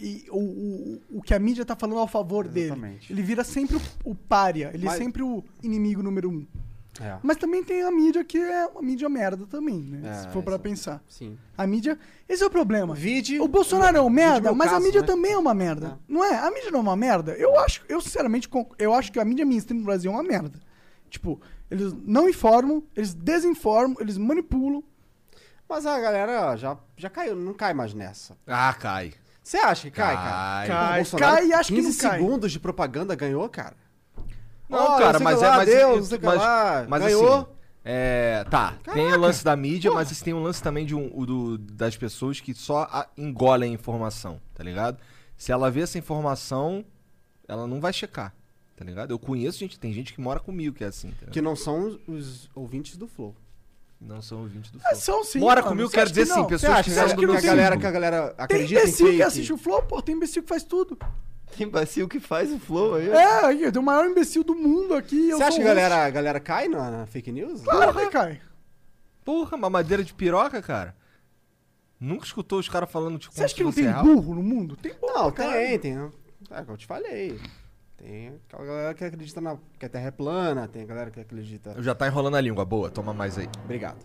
o que a mídia tá falando ao favor dele. Exatamente. Ele vira sempre o pária, ele é Mas- sempre o inimigo número 1. É. Mas também tem a mídia que é uma mídia merda também, né? É, Se for pra isso- pensar. Sim. A mídia... Esse é o problema. Vide... O Bolsonaro é um merda, meu mas a caso, mídia né? também é uma merda. Não é? A mídia não é uma merda? Eu sinceramente, eu acho que a mídia mainstream no Brasil é uma merda. Tipo, eles não informam, eles desinformam, eles manipulam. Mas a galera já caiu, não cai mais nessa. Ah, cai. Você acha que cai, Cai. cara? Cai, Pô, o Bolsonaro, cai e acho que 15 não cai. segundos de propaganda ganhou, cara. Não, Olha, cara, sei mas que é... lá, Mas, Deus, não sei que lá, mas ganhou. assim... tá, tem o lance da mídia, mas tem um lance também das pessoas que só engolem a informação, tá ligado? Se ela vê essa informação, ela não vai checar, tá ligado? Eu conheço gente, tem gente que mora comigo que é assim, tá ligado? Que não são os ouvintes do Flow. Não são ouvintes do Flow. São sim. Mora mano. comigo, Você quero acha dizer que assim, não? pessoas Você acha que que, são do a galera Tem acredita em imbecil fake? que assiste o Flow, pô. Tem imbecil que faz tudo. Tem imbecil que faz o flow aí. É, tem o maior imbecil do mundo aqui. Você acha que a galera cai na fake news? Claro que cai. Porra, mamadeira de piroca, cara. Nunca escutou os caras falando tipo Você acha que não se fosse tem real? burro no mundo? Tem burro. Não, pra caralho. tem. É, como eu te falei. Tem aquela galera que acredita que a Terra é plana, tem a galera que acredita... Já tá enrolando a língua, boa, toma mais aí. Obrigado.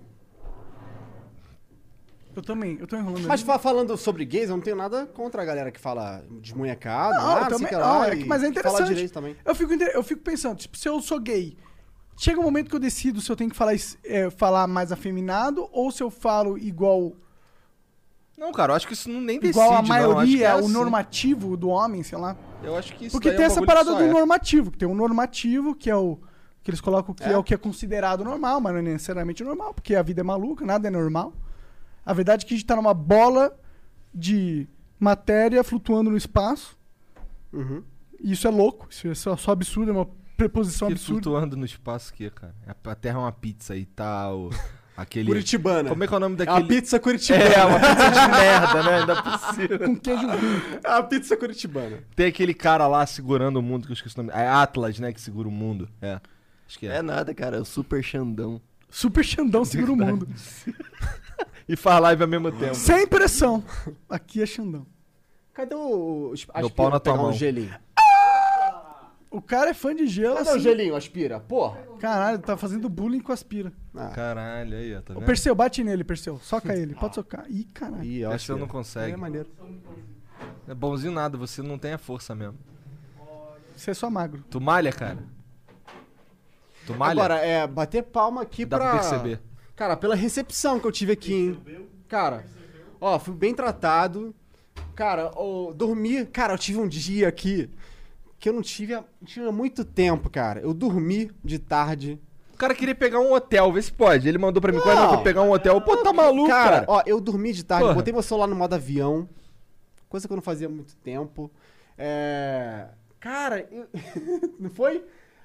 Eu também, eu tô enrolando. Mas ali. falando sobre gays, eu não tenho nada contra a galera que fala desmunhecado, Não, eu sei também que não, lá, mas é e fala interessante. direito também. Eu fico pensando, tipo, se eu sou gay, chega um momento que eu decido se eu tenho que falar mais afeminado ou se eu falo igual Não, cara, eu acho que isso nem decide, igual a não. Eu acho que maioria, é o assim. normativo do homem, sei lá. Eu acho que isso Porque daí tem é um essa bagulho parada que do só é. normativo, que tem o normativo, que é o que eles colocam que é o que é considerado normal, mas não é necessariamente normal, porque a vida é maluca, nada é normal. A verdade é que a gente tá numa bola de matéria flutuando no espaço. Uhum. E isso é louco, isso é só absurdo, é uma preposição Que absurda. flutuando no espaço aqui, cara. A Terra é uma pizza e tal. Aquele... Curitibana. Como é que é o nome É daquele... uma pizza curitibana. É, uma pizza de merda, né? Ainda por cima. Com queijo vinho. É uma pizza curitibana. Tem aquele cara lá segurando o mundo, que eu esqueci o nome. É Atlas, né? Que segura o mundo. É. Acho que é. É nada, cara. É o Super Xandão. Super Xandão segura o mundo. E faz live ao mesmo tempo. Sem pressão. Aqui é Xandão. Cadê o Meu pau na tua pegar mão. um gelinho? O cara é fã de gelo, Cadê o assim. gelinho, aspira? Porra. Caralho, tá fazendo bullying com aspira. Caralho, aí, ó. Tá Ô, vendo? Perseu, bate nele, Perseu. Soca ele, pode socar. Ih, caralho. Ih, ó, Esse eu não aspira. consegue. É maneiro. É bonzinho nada, você não tem a força mesmo. Você é só magro. Tu malha, cara? Tu malha? Agora, bater palma aqui Dá pra... pra perceber. Cara, pela recepção que eu tive aqui, hein? Cara, ó, fui bem tratado. Cara, dormi... Cara, eu tive um dia aqui que eu não tinha muito tempo, cara. Eu dormi de tarde. O cara queria pegar um hotel, vê se pode. Ele mandou pra mim, quando eu vou pegar um hotel. Pô, tá maluco, cara? Ó, eu dormi de tarde, Porra. botei meu celular no modo avião. Coisa que eu não fazia há muito tempo. Cara, não foi?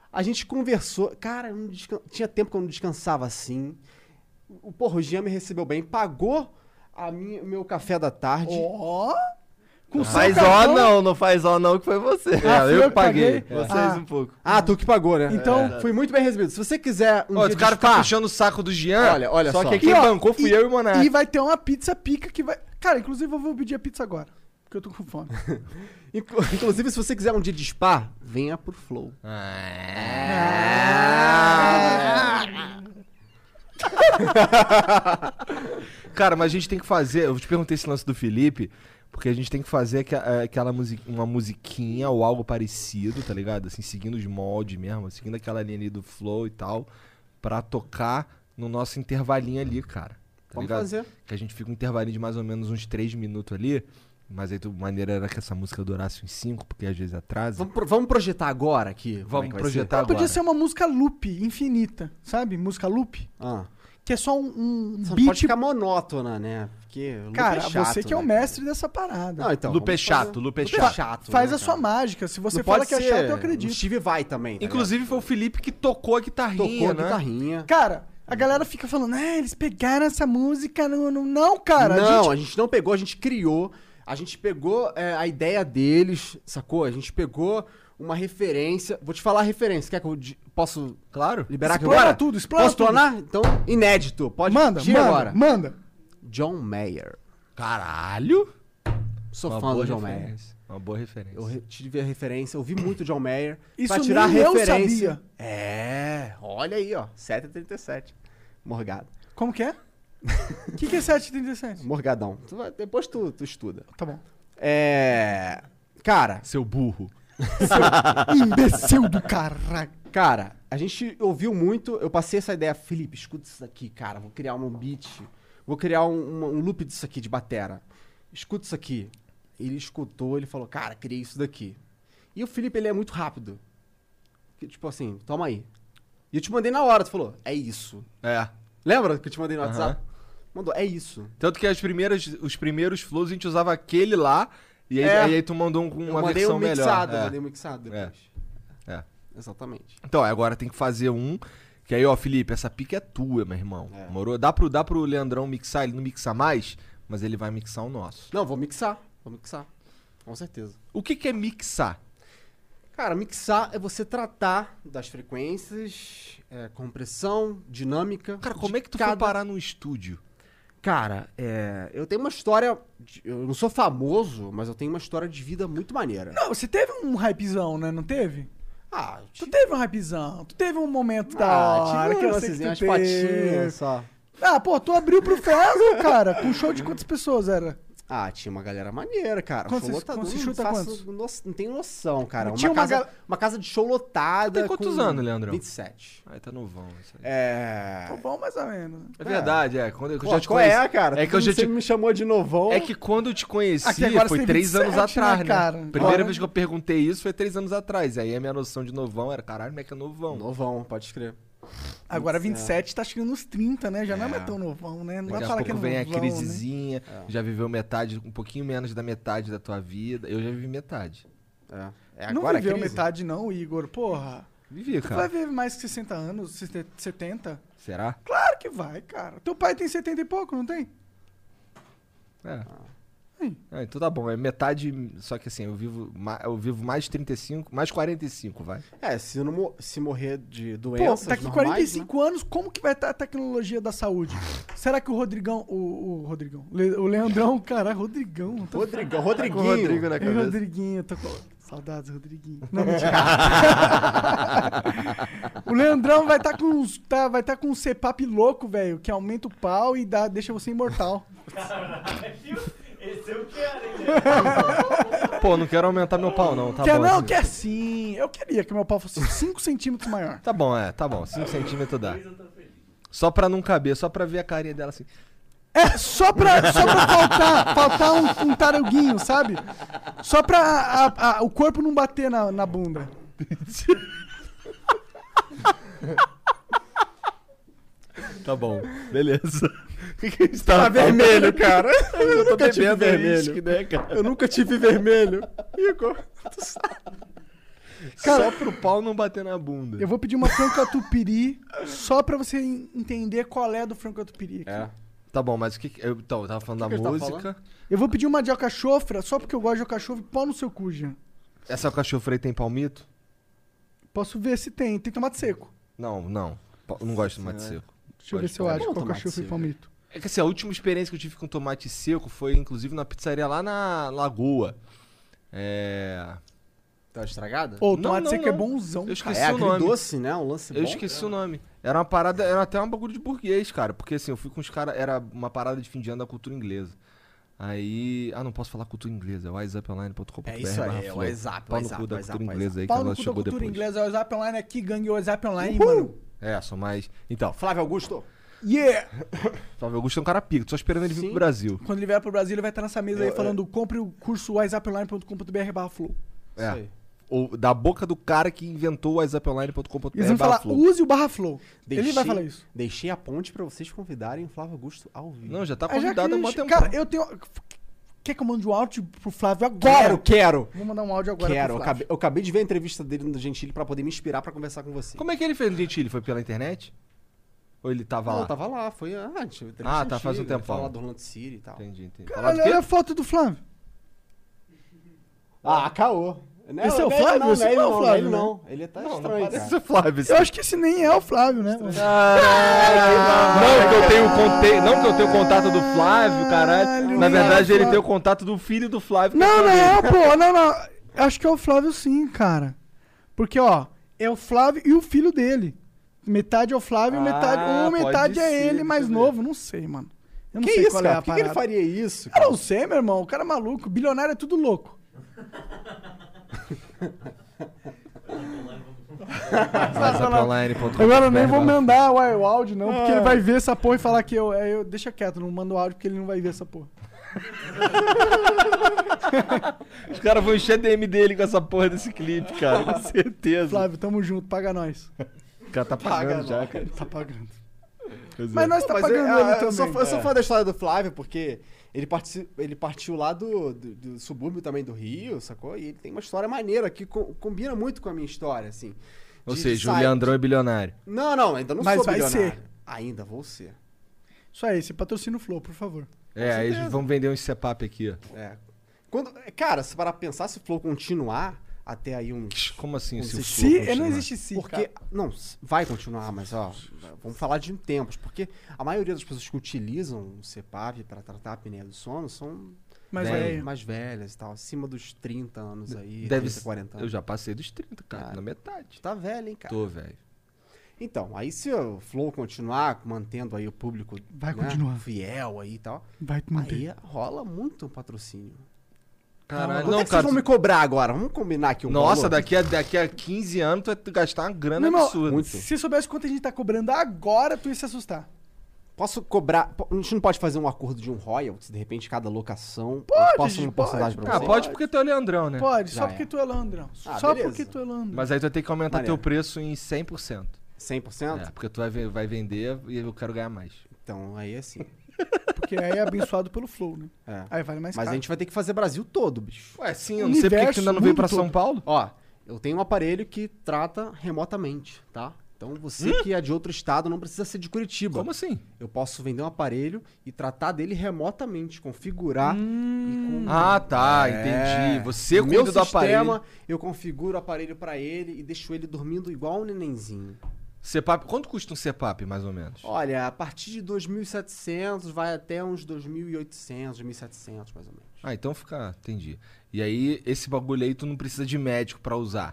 A gente conversou. Cara, eu não tinha tempo que eu não descansava assim. O Jean me recebeu bem, pagou meu café da tarde. Ó! Com seu Faz cartão? não faz não, que foi você. Ah, fui eu que paguei? Vocês um pouco. Ah, tu que pagou, né? Então- Fui muito bem recebido. Se você quiser um dia Os caras de ficam spa, puxando o saco do Jean. Olha só. que quem E, ó, bancou fui eu e o Monark. E vai ter uma pizza pica que vai... Cara, inclusive eu vou pedir a pizza agora. Porque eu tô com fome. Inclusive, se você quiser um dia de spa, venha pro Flow. Cara, mas a gente tem que fazer... Eu te perguntei esse lance do Felipe, porque a gente tem que fazer uma musiquinha ou algo parecido, tá ligado? Assim, seguindo os moldes mesmo, seguindo aquela linha ali do flow e tal, pra tocar no nosso intervalinho ali, cara. Tá Vamos ligado? fazer. Que a gente fica um intervalinho de mais ou menos uns 3 minutos ali, mas aí a maneira era que essa música durasse uns 5, porque às vezes atrasa. Vamos projetar agora aqui? como é Vamos que vai projetar Não, agora. podia ser uma música loop, infinita. Sabe? Música loop. ser? Ah. Que é só um Só não beat... pode ficar monótona, né? Porque loop Cara, é chato, você que é o né, mestre dessa parada. Não, então. Loop é vamos chato, fazer- loop é Loop chato. Faz né, a sua cara? mágica. Se você Não fala pode que é ser- chato, eu acredito. O Steve vai também. tá Inclusive foi o Felipe que tocou a guitarrinha, ligado? Tocou a né? guitarrinha. Cara, a galera fica falando, eles pegaram essa música Não, cara. Não, a a gente... gente não pegou, a gente criou. A gente pegou a ideia deles, sacou? A gente pegou uma referência. Vou te falar a referência. Quer que eu posso Claro. liberar aqui Explora agora? tudo, explora Posso tudo. explanar? Então, inédito. Pode Manda, tira manda, agora. manda. John Mayer. Caralho! Sou Uma fã boa do John Mayer. referência. Uma boa referência. Eu tive a referência, ouvi muito John Mayer. Isso pra tirar nem eu referência. sabia. É, olha aí, ó. 7h37. Morgado. Como que é? O que é 7h37? Morgadão. Depois tu estuda. Tá bom. Cara, Seu burro. Imbecil do caralho. Cara, a gente ouviu muito, eu passei essa ideia, Felipe, escuta isso aqui, cara, vou criar um beat, vou criar um loop disso aqui de batera. Escuta isso aqui. Ele escutou, ele falou, cara, criei isso daqui. E o Felipe, ele é muito rápido. Tipo assim, toma aí. E eu te mandei na hora, tu falou, é isso. É. Lembra que eu te mandei no Aham. WhatsApp? Mandou, é isso. Tanto que os primeiros flows a gente usava aquele lá, e aí tu mandou uma Eu mandei versão um mixado, melhor. mandei um mixado depois. É. Exatamente. Então, agora tem que fazer um. Que aí, ó, Felipe, essa pica é tua, meu irmão. É. Morou? Dá pro Leandrão mixar, ele não mixa mais, mas ele vai mixar o nosso. Não, vou mixar. Com certeza. O que é mixar? Cara, mixar é você tratar das frequências, compressão, dinâmica. Cara, como de é que tu foi parar num estúdio? Cara, eu tenho uma história. Eu não sou famoso, mas eu tenho uma história de vida muito maneira. Não, você teve um hypezão, né? Não teve? Ah, Tu teve um hypezão. Tu teve um momento da hora tive que eu um sei que tu umas teve. patinhas só. Ah, pô, tu abriu pro Fresno, cara. Com show de quantas pessoas era? Ah, tinha uma galera maneira, cara. Quantos- Show lotado. quantos Não chuta faço quantos? não tenho noção, cara. Tinha Uma casa de show lotada. Tem quantos com anos, Leandrão? 27. Ai, tá novão isso aí. Tô bom, mais ou menos. É verdade, Quando eu Pô, já te qual conheci. é, cara? É que eu já Você te... me chamou de novão. É que quando eu te conheci, Aqui agora foi você tem 3 anos 27, atrás, né, né? cara? Primeira Agora- vez que eu perguntei isso foi 3 anos atrás. Aí a minha noção de novão era, caralho, como é que é novão? Novão, pode escrever. Agora 27 tá chegando nos 30, né? Já não é É. mais tão novão, né? Não Daqui vai a falar que é pouco novão, vem a né? crisezinha, já viveu metade, um pouquinho menos da metade da tua vida. Eu já vivi metade. Não Agora viveu crise. metade não, Igor. Porra. Vivi, Tu vai cara. viver mais que 60 anos, 70? Será? Claro que vai, cara. Teu pai tem 70 e pouco, não tem? É. Aí. Então tá bom, é metade, só que assim, eu vivo mais 35, mais 45, vai. Se morrer de Pô, doenças daqui normais, 45 anos, como que vai estar a tecnologia da saúde? Será que o Rodrigão... O Leandrão, caralho, Rodrigão. né? Tô... Rodriguinho. Com o Rodrigo na Ei, cabeça. Rodriguinho, tô com... Saudades, Rodriguinho. Não, mentira. O Leandrão vai estar com um CPAP louco, velho, que aumenta o pau e deixa você imortal. Esse eu quero, hein? Pô, não quero aumentar meu pau não, tá quer bom. não? assim. Quer sim. Eu queria que meu pau fosse 5 centímetros maior. Tá bom, tá bom, 5 centímetros dá. Só pra não caber, só pra ver a carinha dela assim. É, só pra faltar um taruguinho, sabe? Só pra o corpo não bater na bunda. Tá bom, beleza. O que a gente Tá vermelho, cara. Eu tô tive bebendo vermelho. uísque, né, cara? Eu nunca tive vermelho. Igor, tu sabe. Só pro pau não bater na bunda. Eu vou pedir uma frango catupiry só pra você entender qual é do frango catupiry aqui. É. Tá bom, mas o que... Então, eu tava falando da que ele tá música. Eu vou pedir uma de alcachofra só porque eu gosto de alcachofra. Pau no seu cu, Jean. Essa alcachofra aí tem palmito? Posso ver se tem. Tem tomate seco. Não. Eu não gosto de tomate seco. Deixa eu ver se eu acho Bom, qual tomate alcachofra e seco. palmito. É que assim, a última experiência que eu tive com tomate seco foi, inclusive, na pizzaria lá na Lagoa. Tá estragada? Ô, o Não, tomate não, seco é não. bonzão. Eu esqueci É o nome. agridoce, né? Um lance bom. Eu esqueci o nome. Era uma parada, era até um bagulho de burguês, cara. Porque assim, eu fui com os caras, era uma parada de fim de ano da cultura inglesa. Aí. Ah, não posso falar cultura inglesa, é wiseuponline.com.br. É isso aí, é o WhatsApp, Pau no WhatsApp, cu da WhatsApp, cultura inglesa aí, que Pau ela no cu da chegou cultura depois. inglesa. É o WhatsApp Online aqui, gangue o WhatsApp Online, mano. É, só mais. Então, Flávio Augusto. Yeah! Flávio Augusto é um cara pico, tô só esperando ele vir Sim. pro Brasil. Quando ele vier pro Brasil, ele vai estar nessa mesa aí falando: compre o curso wiseuponline.com.br/flow. Isso É. aí. Ou da boca do cara que inventou o wiseuponline.com.br. Eles vão falar: Flow. use o /flow. Ele Deixei- vai falar isso. Deixei a ponte pra vocês convidarem o Flávio Augusto ao vivo. Não, já tá Aí já convidado há que- mó tempo. Cara, eu tenho. Quer que eu mande um áudio pro Flávio agora? Quero. Vou mandar um áudio agora Quero. pro Eu Flávio. acabei de ver a entrevista dele no Gentili pra poder me inspirar pra conversar com você. Como é que ele fez no Gentili? Foi pela internet? Ou ele tava Não, lá? eu tava lá, foi antes. Ah, tá, faz um tempão. Falar do Orlando City e tal. Entendi. Falar Caralho, do quê? olha a foto do Flávio. Ah, caô. Não, Esse é o não ele Flávio? Não, Esse não é ele não é o não, Flávio, ele né? não. Ele tá estranho, Parece cara. o Flávio. Eu acho que esse nem é o Flávio, né? Não que eu tenho contato do Flávio, caralho. Na verdade, ele tem o contato do filho do Flávio. que é Não, Flávio. não, pô, não. Acho que é o Flávio sim, cara. Porque, ó, é o Flávio e o filho dele. Metade é o Flávio, metade. Ou pode metade é ser, ele deixa mais eu ver. novo, não sei, mano. Eu não Que sei isso, qual cara? é a Por que ele parada. faria isso, Eu cara? não sei, meu irmão. O cara é maluco. Bilionário é tudo louco. WhatsAppOnline.com.br. Agora eu nem vou mandar o áudio, não, porque ele vai ver essa porra e falar que eu. Deixa quieto, não manda o áudio porque ele não vai ver essa porra. Os caras vão encher DM dele com essa porra desse clipe, cara. Com certeza. Flávio, tamo junto, paga nós. O cara tá pagando já, cara. Ele tá pagando. Pois é. Mas nós tá Mas pagando ele também. eu sou fã da história do Flávio, porque ele partiu lá do subúrbio também do Rio, sacou? E ele tem uma história maneira que combina muito com a minha história, assim. Ou De seja, o sair- Leandrão é bilionário. Não, ainda não Mas sou vai bilionário. ser. Ainda vou ser. Isso aí, você patrocina o Flow, por favor. Aí vamos vender uns CEPAP aqui, ó. Cara, se parar pra pensar, se o Flow continuar até aí uns... Como assim? Se- Se, não existe se, Porque, cara. não, vai continuar, mas ó, vamos falar de tempos, porque a maioria das pessoas que utilizam o CPAP para tratar a apneia do sono são Mas mais velhas e tal, acima dos 30 anos aí, Deve 30, 40 Eu anos. já passei dos 30, cara, Cara. na metade. Tá velho, hein, cara? Tô, velho. Então, aí se o Flow continuar mantendo aí o público Vai continuar. fiel aí e tal, Vai te manter. aí rola muito um patrocínio. Caralho, Quanto não, é que cara. vocês vão me cobrar agora? Vamos combinar aqui um Nossa, valor? daqui a 15 anos tu vai gastar uma grana Meu irmão, absurda. muito. se soubesse quanto a gente tá cobrando agora, tu ia se assustar. Posso cobrar... A gente não pode fazer um acordo de um royalties, de repente cada locação... Pode, eu passo uma pode. porcentagem pra Ah, você? pode porque tu é o Leandrão, né? Pode, Já só é. porque tu é Landrão. Ah, Só beleza. porque tu é Landrão. Mas aí tu vai ter que aumentar Maneiro. teu preço em 100%. 100%? É, porque tu vai vender e eu quero ganhar mais. Então, aí é assim. Porque aí é abençoado pelo Flow, né? É. Aí vale mais Mas caro. a gente vai ter que fazer Brasil todo, bicho. Ué, sim, eu não sei porque que tu Universo, ainda não veio pra mundo São todo. Paulo. Ó, eu tenho um aparelho que trata remotamente, tá? Então você que é de outro estado não precisa ser de Curitiba. Como assim? Eu posso vender um aparelho e tratar dele remotamente, configurar e com... Ah, tá, É. entendi. Você No meu cuida do sistema, aparelho. eu configuro o aparelho pra ele e deixo ele dormindo igual um nenenzinho. CEPAP, quanto custa um CEPAP, mais ou menos? Olha, a partir de 2.700 vai até uns 2.800, 2.700 mais ou menos. Ah, então fica... Entendi. E aí, esse bagulho aí, tu não precisa de médico pra usar.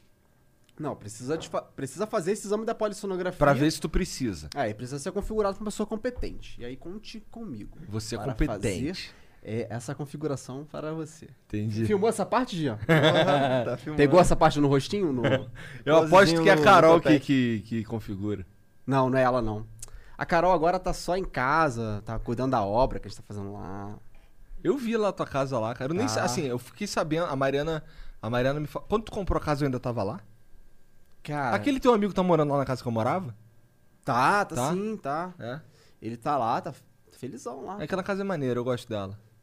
Não, precisa fazer esse exame da polissonografia. Pra ver se tu precisa. E precisa ser configurado por uma pessoa competente. E aí conte comigo. Você é para competente. fazer, essa configuração para você. Entendi. Filmou essa parte, Jean? Tá filmando. Pegou essa parte no rostinho? Eu aposto que é a no Carol topete. que configura. Não, não é ela não. A Carol agora tá só em casa, tá cuidando da obra que a gente tá fazendo lá. Eu vi lá a tua casa lá, cara. Eu nem Tá. sei, assim, eu fiquei sabendo, a Mariana me falou... Quando tu comprou a casa, eu ainda tava lá? Cara, Aquele teu amigo tá morando lá na casa que eu morava? Tá Tá? sim, tá. É. Ele tá lá, tá felizão lá. Aquela casa é maneira, eu gosto dela.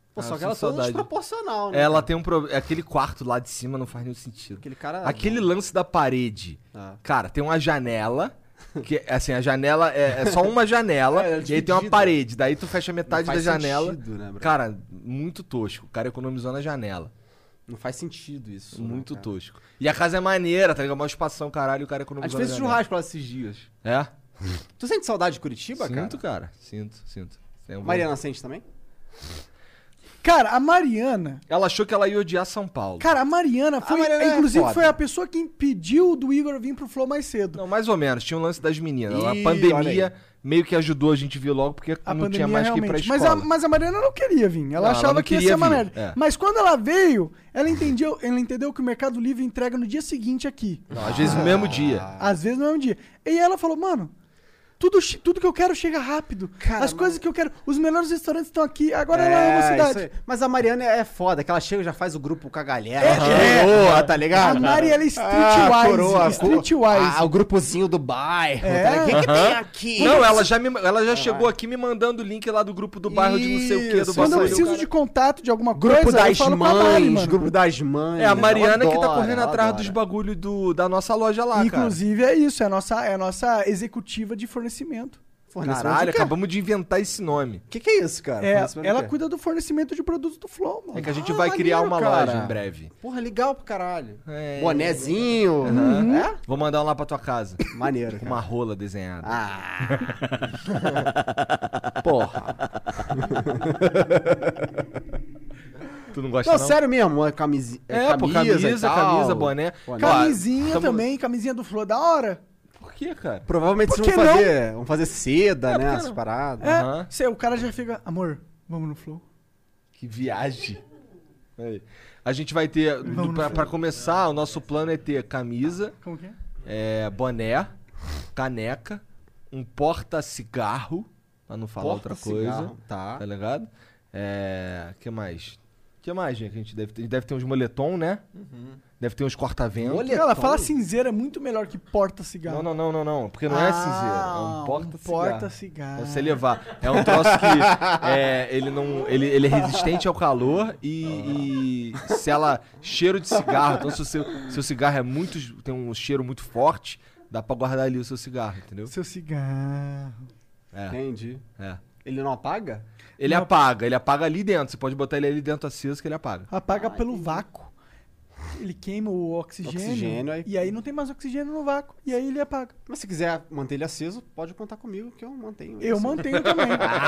Pô, só Ah, que ela é sinto toda saudade. desproporcional, né? Ela tem um problema. Aquele quarto lá de cima não faz nenhum sentido. Aquele cara... Aquele lance da parede. Ah. Cara, tem uma janela. Que, assim, a janela é só uma janela. É, e aí tem uma dividida. parede. Daí tu fecha metade Não da faz janela. sentido, né, bro? Cara, muito tosco. O cara economizou na janela. Não faz sentido isso. Muito né, cara? tosco. E a casa é maneira, tá ligado? Uma espação, caralho, o cara A gente economizou fez na esse janela. churrasco lá esses dias. É? Tu sente saudade de Curitiba, Sinto, cara. Sinto. Tem um bom- Mariana sente também? Cara, a Mariana... Ela achou que ela ia odiar São Paulo. Cara, a Mariana foi... Mariana é inclusive, foda. foi a pessoa que impediu do Igor vir pro Flow mais cedo. Não, mais ou menos. Tinha um lance das meninas. Ih, A olha pandemia meio que ajudou a gente vir logo, porque A não pandemia tinha mais que ir pra realmente. escola. Mas a Mariana não queria vir. Ela Não, ela achava não que ia queria ser uma vir, merda. é. Mas quando ela veio, ela entendeu que o Mercado Livre entrega no dia seguinte aqui. Não, às vezes no mesmo dia. Às vezes no mesmo dia. E ela falou, mano, tudo que eu quero chega rápido. Cara, As coisas que eu quero. Os melhores restaurantes estão aqui. Agora ela ama a isso cidade. aí. Mas a Mariana é foda, que ela chega e já faz o grupo com a galera. É. Coroa, tá ligado? A Mari, ela é streetwise. Coroa, Streetwise. o grupozinho do bairro. É. Tá ligado? O que tem aqui? Não, ela já chegou aqui me mandando o link lá do grupo do bairro de não sei o que, do Isso. Quando eu Baçaí. preciso de contato de alguma Grupo coisa, eu das falo com a Mari, mães, mano. grupo das mães. É a Mariana Ela que tá adora, correndo ela atrás adora. dos bagulho da nossa loja lá, Inclusive, é isso. É a nossa executiva de fornecimento. cara. Fornecimento Caralho, de quê? acabamos de inventar esse nome. O que é isso, cara? É, Fornecimento de ela quê? cuida do fornecimento de produtos do Flow, mano. É que a gente vai criar maneiro, uma cara. loja em breve. Porra, legal pro caralho. É. Bonezinho. É? Vou mandar um lá pra tua casa. Maneiro, Com cara. uma rola desenhada. Ah. Porra. Tu não gosta Não, não? sério mesmo, a camisa. É, pô, camisa, boné. Boné. Camisinha Tamo- também, camisinha do Flow, da hora. Por que, cara? Provavelmente Por vocês que vão fazer seda, É, né? por que Essas não? paradas. É, Aham. o cara já fica, amor, vamos no Flow. Que viagem. Aí. A gente vai ter, pra começar, o nosso plano é ter camisa, Como que é? boné, caneca, um porta-cigarro, pra não falar outra coisa, Porta-cigarro, tá. tá ligado? Que mais? Que mais, gente, que a gente deve ter? A gente deve ter uns moletom, né? Deve ter uns corta-vento. Moletom? Ela fala cinzeira é muito melhor que porta-cigarro. Não, porque não é cinzeiro, é um porta-cigarro. porta-cigarro. Pra você levar. É um troço que ele é resistente ao calor e se ela... Cheiro de cigarro. Então se o seu cigarro tem um cheiro muito forte, dá pra guardar ali o seu cigarro, entendeu? Seu cigarro. Entendi. É. Ele não apaga? Ele apaga ali dentro. Você pode botar ele ali dentro aceso que ele apaga. Apaga pelo vácuo. Ele queima o oxigênio, Aí- e aí não tem mais oxigênio no vácuo. E aí ele apaga. Mas se quiser manter ele aceso, pode contar comigo que eu mantenho. ele Eu aceso. mantenho também.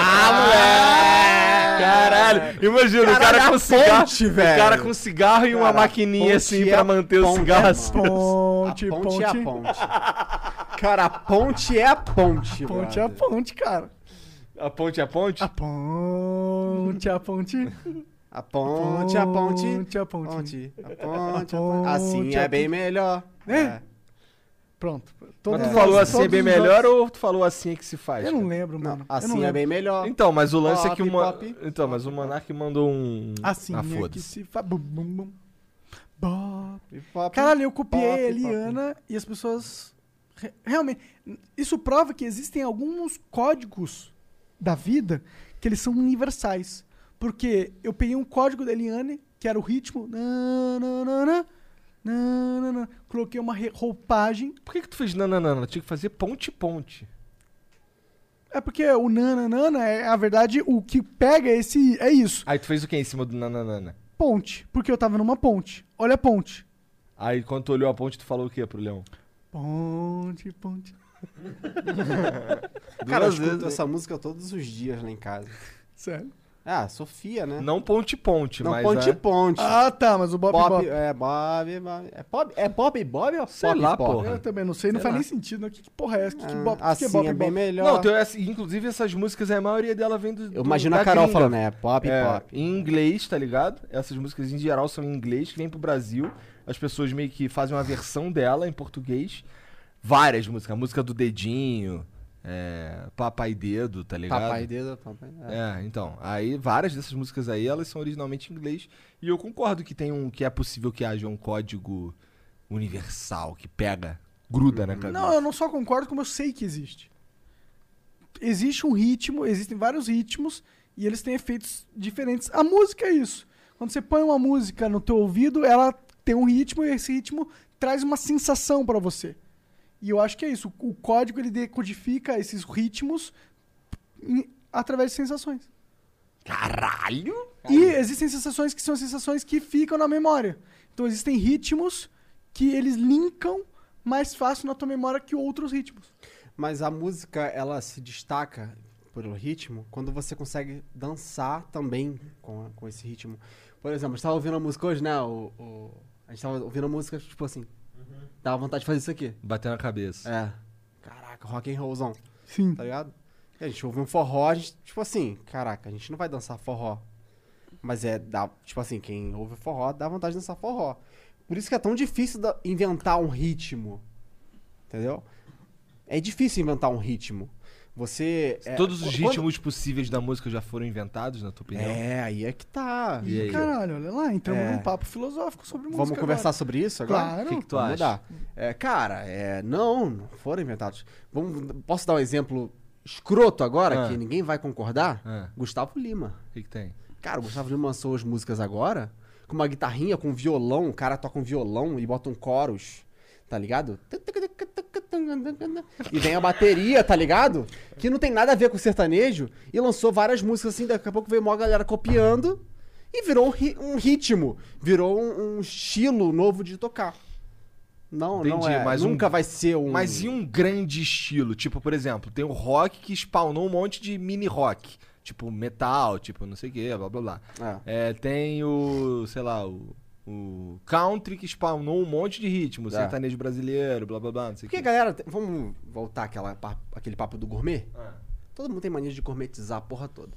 Caralho! Imagina, o cara com cigarro. ponte, velho. O cara com cigarro e uma Cara, maquininha ponte assim é pra manter o ponte, cigarro mano. aceso. Ponte, a ponte é a ponte. Cara, a ponte é a ponte, Ponte é a brother. ponte, cara. A ponte é a ponte? A ponte, a ponte. A ponte é a ponte. Ponte, a ponte. Ponte. A ponte, A a ponte. ponte, Assim a é bem melhor. É? Pronto. Mas Todos tu os- falou assim é todos bem os melhor outros- ou tu falou assim é que se faz? Eu não cara? lembro, Não, mano. Eu não assim é lembro. bem melhor. Então, mas o lance é que Pop. Então, mas o Monark mandou um. Assim é que foda-se. se faz. Bum, bum, bum. Bop. Pop. Caralho, eu copiei Pop, a Eliana e as pessoas. Realmente. Isso prova que existem alguns códigos da vida que eles são universais. Porque eu peguei um código da Eliane, que era o ritmo. Coloquei uma roupagem. Por que tu fez nananana? Tinha que fazer ponte. É porque o nananana é, na verdade, o que pega esse. É isso. Aí tu fez o que em cima do nananana? Ponte. Porque eu tava numa ponte. Olha a ponte. Aí quando tu olhou a ponte, tu falou o que pro Leão? Ponte. Cara, eu Duas escuto vezes, essa música todos os dias lá em casa. Sério. Ah, Sofia, né? Não ponte, Não, mas ponte, é... ponte. Ah, tá, mas o Bob Bob, Bob. é Bob. É Bob? É Bob Bob ou Sei Pop lá, Pop? porra. Eu também não sei, não Sei faz lá. nem sentido, né? Que porra é essa? Que Bob, Assim que Bob é bem Bob? melhor. Não, inclusive essas músicas, a maioria dela vem do. Eu imagino a Carol falando, né? Pop Pop. Em inglês, tá ligado? Essas músicas em geral são em inglês, que vêm pro Brasil. As pessoas meio que fazem uma versão dela em português. Várias músicas. A música do Dedinho, Papai Dedo, tá ligado? Papai Dedo, Papai. Então. Aí várias dessas músicas aí, elas são originalmente em inglês. E eu concordo que que é possível que haja um código universal que pega, gruda na cabeça. Não, eu não só concordo, como eu sei que existe. Existe um ritmo, existem vários ritmos, e eles têm efeitos diferentes. A música é isso. Quando você põe uma música no teu ouvido, ela tem um ritmo e esse ritmo traz uma sensação pra você. E eu acho que é isso. O código, ele decodifica esses ritmos através de sensações. Caralho! E existem sensações que são sensações que ficam na memória. Então existem ritmos que eles linkam mais fácil na tua memória que outros ritmos. Mas a música, ela se destaca pelo ritmo quando você consegue dançar também com esse ritmo. Por exemplo, a gente tava ouvindo a música hoje, né? A gente tava ouvindo a música, tipo assim, dava vontade de fazer isso aqui. Bater na cabeça. É. Caraca, rock and rollzão. Sim. Tá ligado? E a gente ouve um forró, a gente, tipo assim, caraca, a gente não vai dançar forró. Mas tipo assim, quem ouve forró dá vontade de dançar forró. Por isso que é tão difícil inventar um ritmo. Entendeu? É difícil inventar um ritmo. Você... Todos os ritmos possíveis da música já foram inventados, na tua opinião? Aí é que tá. E aí? Caralho, olha lá, entramos num papo filosófico sobre música. Vamos conversar agora. sobre isso agora? Claro. O que tu Vamos acha? mudar. Não foram inventados. Posso dar um exemplo escroto agora, que ninguém vai concordar? Gustavo Lima. O que tem? Cara, o Gustavo Lima lançou as músicas agora com uma guitarrinha, com violão, o cara toca um violão e bota um chorus, tá ligado? E vem a bateria, tá ligado? Que não tem nada a ver com sertanejo. E lançou várias músicas assim, daqui a pouco veio uma galera copiando e virou um ritmo. Virou um estilo novo de tocar. Não Entendi, é. mas Nunca vai ser um... Mas e um grande estilo? Tipo, por exemplo, tem o rock que spawnou um monte de mini rock. Tipo, metal, tipo, não sei o que, blá blá blá. Tem o, sei lá, o country que spawnou um monte de ritmo, sertanejo brasileiro, blá blá blá, não sei o que. Porque, galera, vamos voltar aquele papo do gourmet? Todo mundo tem mania de gourmetizar a porra toda.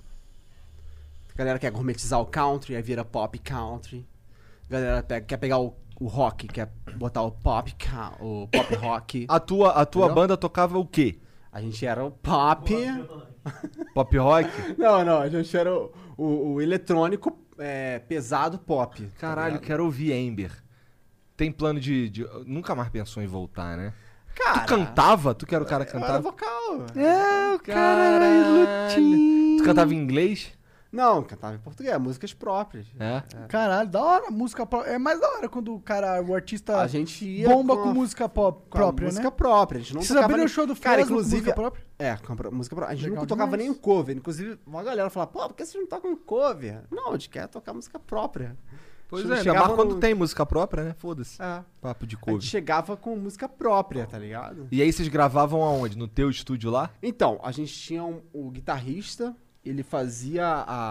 A galera quer gourmetizar o country, aí vira pop country. A galera quer pegar o rock, quer botar o pop rock. A tua banda tocava o quê? A gente era o pop... Pop rock? Não, a gente era o eletrônico pesado pop. Caralho, tá quero ouvir Ember. Tem plano de... Nunca mais pensou em voltar, né? Cara, Tu cantava? Tu que era o cara que eu era cantava? vocal. O cara era Tu cantava em inglês? Não, cantava em português, músicas próprias. Caralho, da hora, música própria. É mais da hora quando o artista A gente ia bomba com música própria, música né? própria. A gente não Vocês tocava abriram nem... o show do Cara, Fresno com inclusive... música própria? Com música própria. A gente Legal nunca tocava demais. nem cover. Inclusive, uma galera falava, pô, por que vocês não tocam cover? Não, a gente quer tocar música própria. Pois A gente é, ainda chegava mais quando no- tem música própria, né? Foda-se. Papo de A gente cover. chegava com música própria, tá ligado? E aí vocês gravavam aonde? No teu estúdio lá? Então, a gente tinha o guitarrista, ele fazia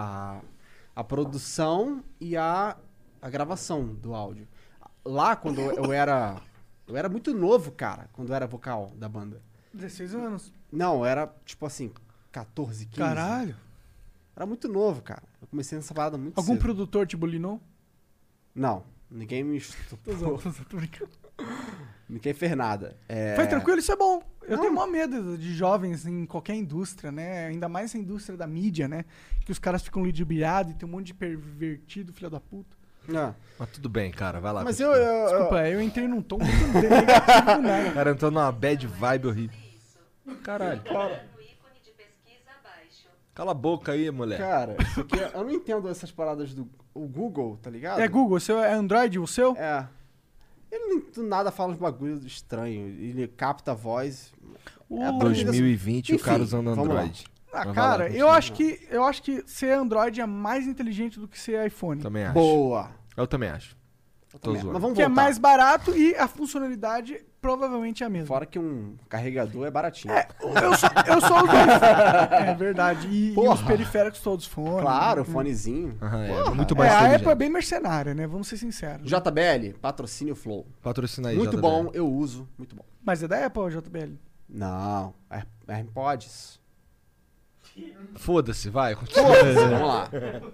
a produção e a gravação do áudio. Lá, quando eu era muito novo, cara, quando eu era vocal da banda. 16 anos. Não, eu era, tipo assim, 14, 15. Caralho. Era muito novo, cara. Eu comecei nessa parada muito Algum cedo. produtor te bulinou? Não, ninguém me Tô estupou. zoando, tô brincando. Ninguém fez nada. Foi tranquilo, isso é bom. Eu Não. tenho maior medo de jovens em qualquer indústria, né? Ainda mais essa indústria da mídia, né? Que os caras ficam ludibriados e tem um monte de pervertido, filho da puta. Mas tudo bem, cara, vai lá. Mas continua. Desculpa, eu entrei num tom muito negativo, né? O cara entrou numa bad vibe horrível. Caralho. No ícone de pesquisa abaixo. Cala a boca aí, mulher. Cara, isso aqui, eu não entendo essas paradas do Google, tá ligado? É Google, o seu é Android, o seu? É. Ele do nada fala uns bagulho estranho. Ele capta a voz. É 2020 o Enfim, cara usando vamos lá. Android. Ah, Mas vai cara, lá, eu continua. acho que ser Android é mais inteligente do que ser iPhone. Também acho. Boa. Eu também acho. Tô Mas zoando. vamos Que é voltar. mais barato e a funcionalidade provavelmente é a mesma. Fora que um carregador é baratinho. Eu sou os dois. É verdade. E os Porra. periféricos todos fone. Claro, fonezinho. É muito É, mais a inteligente. Apple é bem mercenária, né? Vamos ser sinceros. JBL, patrocínio Flow. Patrocina aí, Muito JBL. bom, eu uso. Muito bom. Mas é da Apple ou JBL? Não, AirPods. Foda-se, vai. Continua. Vamos lá.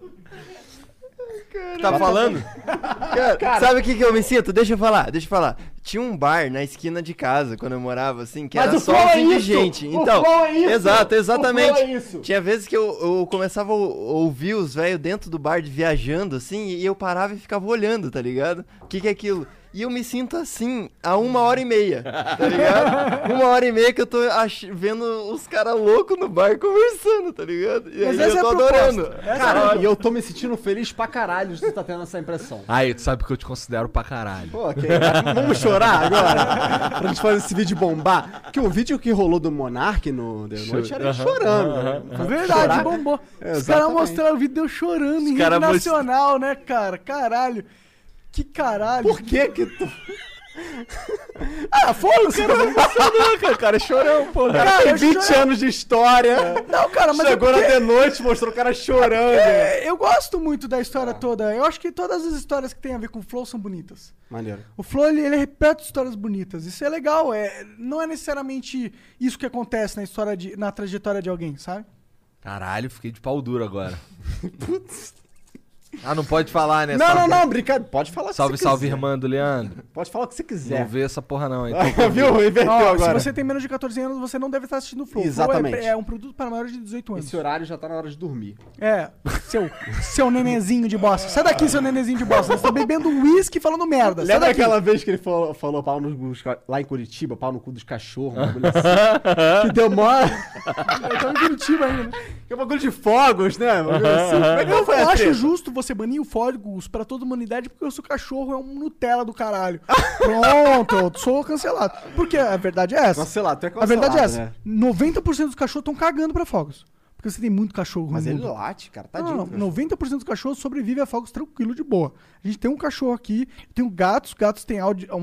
Tá falando? Cara, sabe o que eu me sinto? Deixa eu falar. Tinha um bar na esquina de casa, quando eu morava, assim, que Mas era o só flow é os isso! indigentes. O Então, flow é isso! exato, exatamente. O flow é isso! Tinha vezes que eu começava a ouvir os velhos dentro do bar viajando, assim, e eu parava e ficava olhando, tá ligado? O que é aquilo? E eu me sinto assim há 1h30, tá ligado? 1h30 que eu tô vendo os caras loucos no bar conversando, tá ligado? E Mas aí essa eu tô é a proposta. adorando. Cara, e eu tô me sentindo feliz pra caralho de tu tá tendo essa impressão. Aí, tu sabe que eu te considero pra caralho. Pô, vamos chorar agora? Pra gente fazer esse vídeo bombar. Porque o vídeo que rolou do Monark no The Noite era ele chorando. É verdade, bombou. Os caras mostraram o vídeo deu chorando em rede nacional, né, cara? Caralho. Que caralho. Por que tu... Foda-se, cara. Cara, chorão, pô. Cara, tem 20 anos de história. Não, cara, mas Chegou na The Noite, mostrou o cara chorando. eu gosto muito da história toda. Eu acho que todas as histórias que tem a ver com o Flow são bonitas. Maneiro. O Flow, ele repete histórias bonitas. Isso é legal. Não é necessariamente isso que acontece na trajetória de alguém, sabe? Caralho, fiquei de pau duro agora. Putz. Ah, não pode falar, né? Não, brincadeira. Pode falar o que Salve, você salve, quiser. irmã do Leandro. Pode falar o que você quiser. Não vê essa porra não, então. Viu? Inverteu Ó, agora. se você tem menos de 14 anos, você não deve estar assistindo o Flow. Exatamente. O Flow é um produto para maiores de 18 anos. Esse horário já tá na hora de dormir. Seu nenezinho de bosta. Sai daqui, seu nenezinho de bosta. Você tá bebendo uísque e falando merda. Sai Lembra daqui. aquela vez que ele falou pau lá em Curitiba, pau no cu dos cachorros, um bagulho assim, que deu mó... Eu tava em Curitiba ainda, né? Que é um bagulho de fogos, né? Um bagulho assim. Como é que foi a Eu acho treta? justo você banir o Fogos pra toda a humanidade porque o seu cachorro é um Nutella do caralho. Pronto, eu sou cancelado. Porque a verdade é essa. Cancelado, tu é A cancelado, verdade é essa. né? 90% dos cachorros estão cagando pra fogos. Porque você tem muito cachorro no Mas ele mundo. late, cara, Não, tadinho. não, 90% dos cachorros sobrevivem a fogos tranquilo, de boa. A gente tem um cachorro aqui, tem gatos têm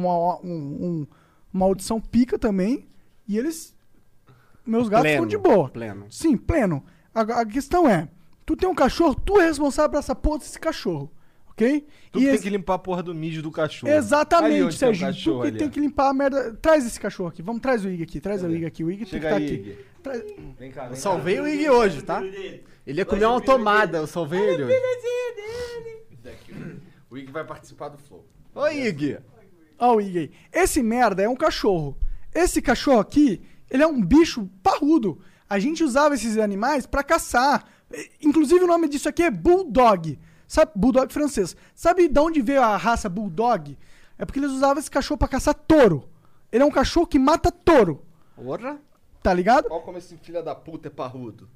uma audição pica também, e eles... Meus gatos Pleno, ficam de boa. pleno. Sim, pleno. A questão é, tu tem um cachorro, tu é responsável por essa porra desse cachorro, ok? Tu tem que limpar a porra do mijo do cachorro. Ali Exatamente, onde tem um Serginho. cachorro Tu que ali, tem ó. que limpar a merda. Traz esse cachorro aqui. Vamos, traz o Ig aqui. Traz o Ig aqui. O Ig tem que Chega estar aí, aqui. Ig. Traz... Vem cá, vem Eu cá. salvei o Ig hoje, tá? Ele ia comer uma tomada, eu salvei ele hoje. O Ig vai participar do Flow. Oi, Ig. Ó o Ig aí. Esse merda é um cachorro. Esse cachorro aqui, ele é um bicho parrudo. A gente usava esses animais pra caçar. Inclusive o nome disso aqui é Bulldog. Sabe? Bulldog francês. Sabe de onde veio a raça Bulldog? É porque eles usavam esse cachorro pra caçar touro. Ele é um cachorro que mata touro. Porra. Tá ligado? Olha como esse filho da puta é parrudo.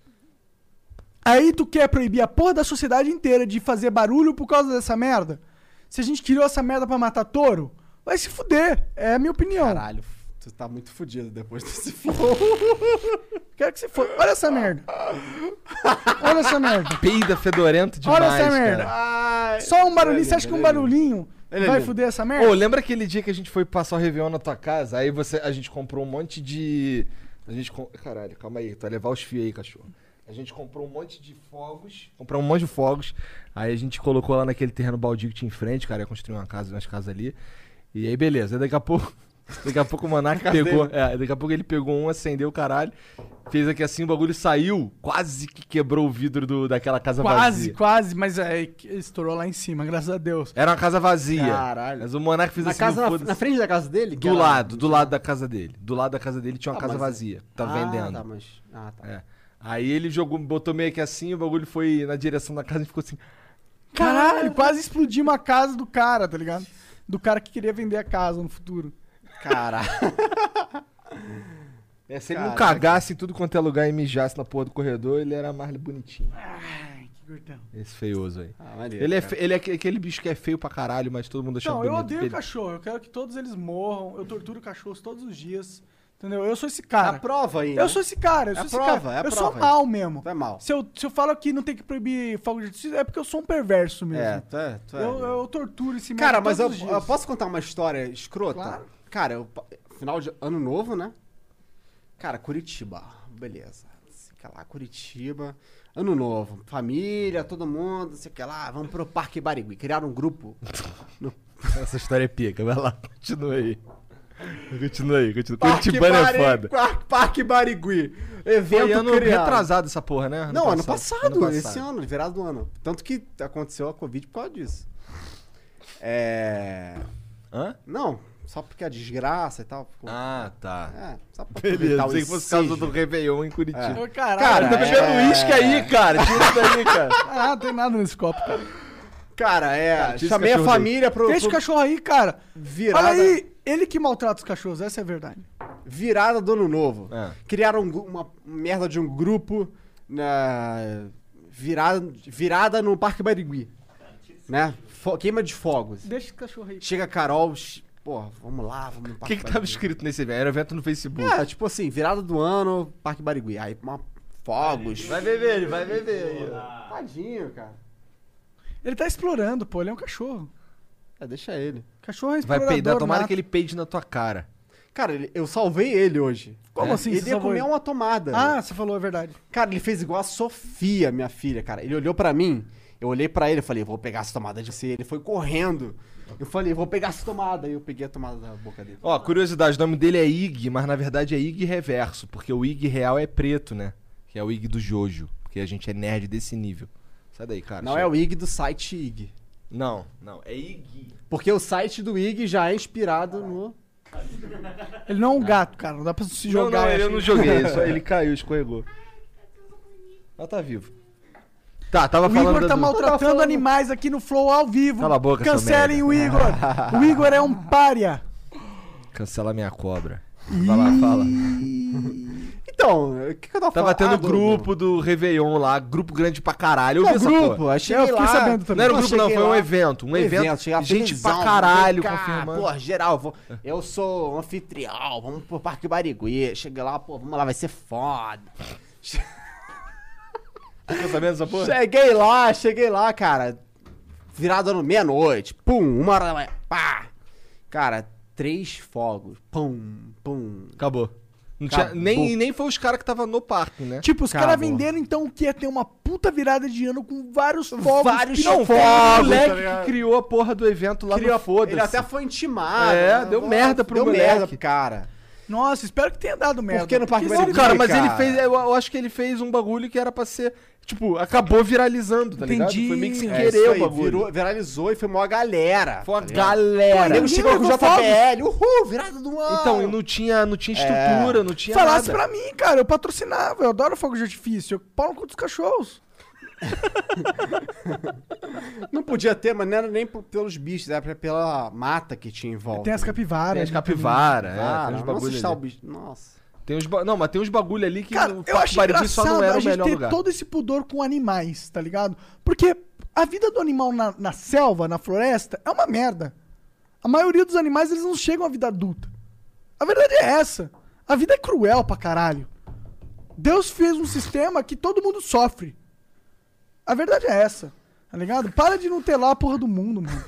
Aí tu quer proibir a porra da sociedade inteira de fazer barulho por causa dessa merda? Se a gente criou essa merda pra matar touro, vai se fuder. É a minha opinião. Caralho, tu tá muito fudido depois desse flow. Quero que você for. Olha essa merda. Olha essa merda. Peida fedorento demais, Olha essa merda. cara. Ai. Só um barulhinho. Você acha que um barulhinho Ele é vai lindo. fuder essa merda? Ô, lembra aquele dia que a gente foi passar o Réveillon na tua casa? Aí a gente comprou um monte de... Caralho, calma aí. Tu vai levar os fios aí, cachorro. A gente comprou um monte de fogos. Aí a gente colocou lá naquele terreno baldio que tinha em frente, cara. Ia construir umas casas ali. E aí, beleza. Aí daqui a pouco o Monark pegou... daqui a pouco ele pegou um, acendeu o caralho. Fez aqui assim, o bagulho saiu. Quase que quebrou o vidro daquela casa vazia. Quase, mas estourou lá em cima, graças a Deus. Era uma casa vazia. Caralho. Mas o Monark fez Na assim, casa, foda-se. na frente da casa dele? Do lado da casa dele. Do lado da casa dele tinha uma casa mas- vazia. Tá vendendo. Tá, mas... Ah, tá. É. Aí ele botou meio que assim, o bagulho foi na direção da casa e ficou assim. Caralho, quase explodimos a casa do cara, tá ligado? Do cara que queria vender a casa no futuro. Caralho. Se ele não Caraca. cagasse em tudo quanto é lugar e mijasse na porra do corredor, ele era mais bonitinho. Ai, que gordão. Esse feioso aí. Ah, maneiro, Ele é, cara. ele é aquele bicho que é feio pra caralho, mas todo mundo acha Não, bonito. eu odeio Ele- cachorro. Eu quero que todos eles morram. Eu torturo cachorros todos os dias. Entendeu? Eu sou esse É a cara. prova aí, né? Eu sou esse cara. Eu É a sou esse prova, cara. é a eu sou prova. mal mesmo. Tu é mal. Se eu falo que não tem que proibir fogo de artifício, é porque eu sou um perverso mesmo. É, tu é. Eu torturo esse merda Cara, mas eu, todos os dias. eu posso contar uma história escrota? Claro. Cara, final de ano novo, né? Cara, Curitiba, beleza. Sei que lá, Curitiba, ano novo, família, todo mundo, sei que lá, vamos pro Parque Barigui. Criaram um grupo. Essa história é pica, vai lá, continua aí. Continua aí. Parque Curitibano é foda. Parque Barigui. Evento Foi ano criado. retrasado essa porra, né? Não, ano passado, esse ano, virado do ano. Tanto que aconteceu a Covid por causa disso. Hã? Não, só porque a desgraça e tal. ficou- Ah, tá. Só pra Beleza, aproveitar o sei que fosse causa ensejo. do Réveillon em Curitiba. Ô, caralho. Cara, Tá bebendo uísque aí, cara. Tira isso daí, cara. Ah, não tem nada nesse copo, cara. Cara, Cara, tira chamei esse a cachorro família pro... Deixa o cachorro aí, cara. Virada, Olha aí, ele que maltrata os cachorros, essa é a verdade. virada do ano novo. É. Criaram uma merda de um grupo virada no Parque Barigui. Né? Queima de fogos. Deixa o cachorro aí. Chega a Carol, porra, vamos lá, vamos no O Parque que tava escrito nesse evento? Era evento no Facebook. É, tipo assim, virada do ano, Parque Barigui. Aí, fogos. Vai beber, ele vai beber aí, ó. Tadinho, cara. Ele tá explorando, pô, ele é um cachorro. Deixa ele. Cachorro é Vai explorador. peidar, tomara nato. que ele peide na tua cara. Cara, eu salvei ele hoje. Como assim? Ele Você ia salvou comer ele? uma tomada. Ah, você falou a verdade. Cara, ele fez igual a Sofia, minha filha, cara. Ele olhou pra mim, eu olhei pra ele, eu falei, vou pegar essa tomada de você. Ele foi correndo. Eu falei, vou pegar essa tomada. Aí eu peguei a tomada da boca dele. Ó, curiosidade, o nome dele é Ig, mas na verdade é Ig reverso, porque o Ig real é preto, né? Que é o Ig do Jojo, porque a gente é nerd desse nível. Sai daí, cara. Não é o IG do site IG. Não, é Ig. Porque o site do IG já é inspirado no... Ele não é um gato, cara. Não dá pra se Não, jogar. eu não joguei, só ele caiu, escorregou. Ela tá vivo. Tá, tava O falando Igor tá do... maltratando animais aqui no Flow ao vivo. Cala a boca, seu Cancelem merda. o Igor. O Igor é um pária. Cancela minha cobra. Vai lá, fala. Então, o que eu tava Tava falando? tendo grupo do Réveillon lá, grupo grande pra caralho. Eu vi Não, essa grupo. porra. Aí cheguei Eu fiquei lá. sabendo Não também. era um grupo não, cheguei foi um lá. evento. Um evento, cheguei lá gente felizão, pra caralho vem cá, confirmando. Pô, geral, eu sou um anfitrião, vamos pro Parque Barigui. Cheguei lá, pô, vamos lá, vai ser foda. Tá sabendo essa porra? Cheguei lá, cara. Virado no meia-noite. Pum, 1h da manhã. Pá. Cara, 3 fogos. Pum, pum. Acabou. Não Acabou. tinha, nem foi os caras que tava no parque, né? Tipo, os caras Acabou. venderam então que ia ter uma puta virada de ano com vários fogos. Vários Não, foi fogos, o moleque tá ligado? que criou a porra do evento lá Criou- no Foda-se. Ele até foi intimado. É, né? deu merda pro Deu moleque. merda pro cara. Nossa, espero que tenha dado merda. Por que no Parque Porque Barigui? Não, cara, mas cara. ele fez. Eu acho que ele fez um bagulho que era pra ser. Tipo, acabou viralizando, tá ligado? Entendi. Foi meio que sem É, querer isso o aí, bagulho. viralizou e foi mó galera. Foi uma tá ligado? galera. Pô, nego Ninguém chegou com o levou JBL. Uhul, virada do ano. Então, e não tinha estrutura, não tinha Falasse nada. pra mim, cara, eu patrocinava, eu adoro fogo de artifício, eu pau no cu dos cachorros. Não podia ter, mas não era nem pelos bichos, era pela mata que tinha em volta. Tem as capivaras. Tem as né, capivara, Ah, tem uns não bagulho assustar o ali. bicho. Nossa. Não, mas tem uns bagulho ali que Cara, o eu acho Parque Barigui só engraçado não era a o gente melhor ter lugar. todo esse pudor com animais, tá ligado? Porque a vida do animal na selva, na floresta, é uma merda. A maioria dos animais, eles não chegam à vida adulta. A verdade é essa. A vida é cruel pra caralho. Deus fez um sistema que todo mundo sofre. A verdade é essa, tá ligado? Para de não ter lá a porra do mundo, mano.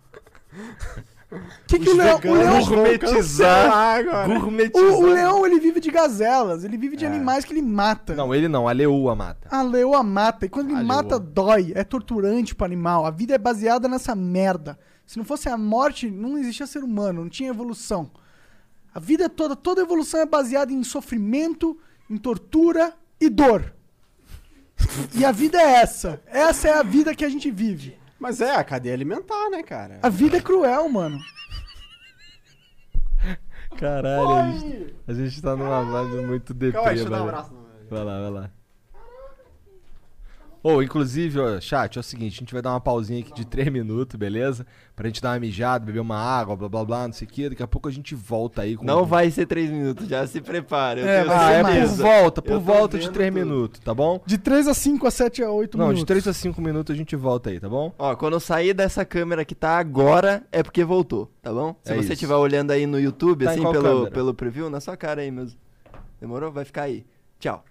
Que o leão... O leão Gourmetizar. Gourmetizar. o leão, ele vive de gazelas, ele vive de animais que ele mata. Não, ele não, a leoa mata. A leoa mata. E quando ele A mata, leoa. dói. É torturante pro animal. A vida é baseada nessa merda. Se não fosse a morte, não existia ser humano, não tinha evolução. A vida toda evolução é baseada em sofrimento, em tortura e dor. E a vida é essa. Essa é a vida que a gente vive. Mas é a cadeia alimentar, né, cara? A vida é cruel, mano. Caralho, a gente tá numa vibe muito deprê, Calma aí, deixa eu dar um velho. abraço. Vai lá. Ô, inclusive, ó, chat, é o seguinte, a gente vai dar uma pausinha aqui de 3 minutos, beleza? Pra gente dar uma mijada, beber uma água, blá blá blá, não sei o que. Daqui a pouco a gente volta aí com... Não vai ser 3 minutos, já se prepara. Eu É, tenho vai ser por certeza. volta, Eu tô de vendo 3 tudo. minutos, tá bom? De 3 a 5, a 7 a 8 Não, minutos. de 3 a 5 minutos a gente volta aí, tá bom? Ó, quando eu sair dessa câmera que tá agora, é porque voltou, tá bom? Se É você isso. estiver olhando aí no YouTube, Tá em assim, qual câmera? pelo preview, na sua cara aí mesmo. Demorou? Vai ficar aí. Tchau.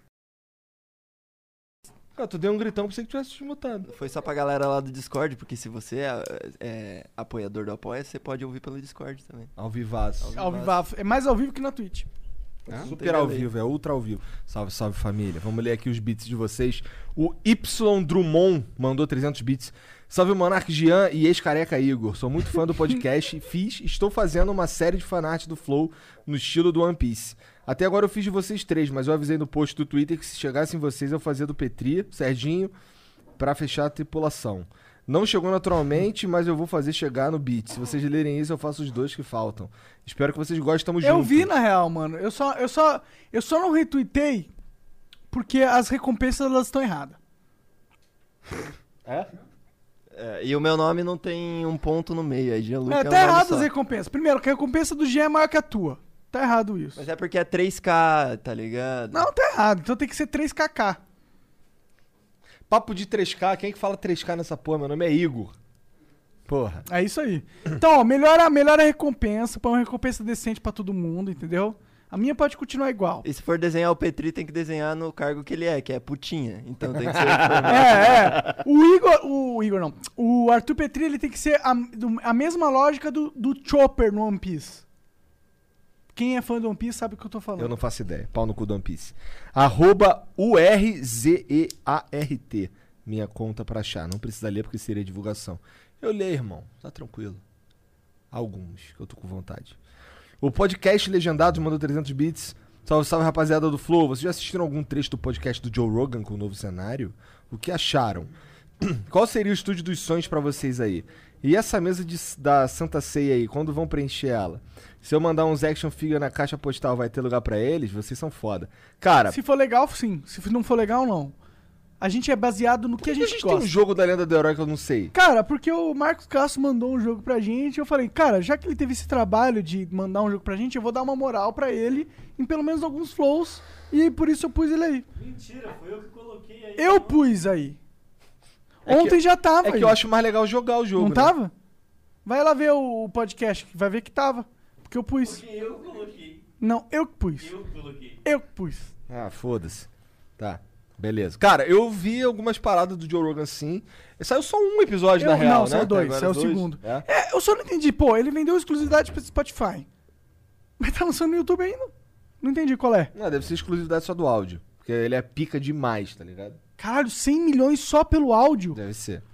Cara, tu deu um gritão pra você que tivesse desmutado. Foi só pra galera lá do Discord, porque se você é apoiador do Apoia, você pode ouvir pelo Discord também. Ao vivaço. Ao vivo. É mais ao vivo que na Twitch. Super ao vivo, é ultra ao vivo. Salve, salve família. Vamos ler aqui os beats de vocês. O Y Drummond mandou 300 bits. Salve Monark Jean e ex-careca Igor. Sou muito fã do podcast. Estou fazendo uma série de fanart do Flow no estilo do One Piece. Até agora eu fiz de vocês 3, mas eu avisei no post do Twitter que se chegassem vocês eu fazia do Petri, Serginho, pra fechar a tripulação. Não chegou naturalmente, mas eu vou fazer chegar no beat. Se vocês lerem isso, eu faço os 2 que faltam. Espero que vocês gostem, tamo junto. Eu vi na real, mano. Eu só não retuitei porque as recompensas elas estão erradas. É? E o meu nome não tem um ponto no meio, aí Gianluca é um Tá nome errado só. as recompensas. Primeiro, que a recompensa do Jean é maior que a tua. Tá errado isso. Mas é porque é 3K, tá ligado? Não, tá errado. Então tem que ser 3kk. Papo de 3K, quem que fala 3K nessa porra? Meu nome é Igor. Porra. É isso aí. Então, ó, melhora a recompensa, põe uma recompensa decente pra todo mundo, entendeu? A minha pode continuar igual. E se for desenhar o Petri, tem que desenhar no cargo que ele é, que é putinha. Então tem que ser... O Igor não. O Arthur Petri, ele tem que ser a mesma lógica do Chopper no One Piece. Quem é fã do One Piece sabe o que eu tô falando. Eu não faço ideia. Pau no cu do One Piece. @URZEART. Minha conta pra achar. Não precisa ler porque seria divulgação. Eu leio, irmão. Tá tranquilo. Alguns, que eu tô com vontade. O podcast Legendados mandou 300 bits. Salve, salve, rapaziada do Flow. Vocês já assistiram algum trecho do podcast do Joe Rogan com o novo cenário? O que acharam? Qual seria o estúdio dos sonhos pra vocês aí? E essa mesa da Santa Ceia aí, quando vão preencher ela? Se eu mandar uns action figure na caixa postal, vai ter lugar pra eles? Vocês são foda. Cara, Se for legal, sim. Se não for legal, não. A gente é baseado no que a a gente gente gosta. tem um jogo da Lenda do Herói que eu não sei. Cara, porque o Marcos Castro mandou um jogo pra gente, eu falei, cara, já que ele teve esse trabalho de mandar um jogo pra gente, eu vou dar uma moral pra ele em pelo menos alguns flows, e por isso eu pus ele aí. Mentira, foi eu que coloquei aí. Eu pus aí. É que- Ontem já tava. É que aí. eu acho mais legal jogar o jogo, Não né? tava? Vai lá ver o podcast, vai ver que tava. Porque eu pus. Porque eu coloquei. Não, eu que pus. Eu coloquei. Eu que pus. Ah, foda-se. Tá, beleza. Cara, eu vi algumas paradas do Joe Rogan sim. Saiu só um episódio, na real, não, né? saiu dois, Agora saiu o dois. segundo. É? Eu só não entendi. Pô, ele vendeu exclusividade pro Spotify. Mas tá lançando no YouTube ainda. Não entendi qual é. Não, deve ser exclusividade só do áudio. Porque ele é pica demais, tá ligado? Caralho, 100 milhões só pelo áudio? Deve ser.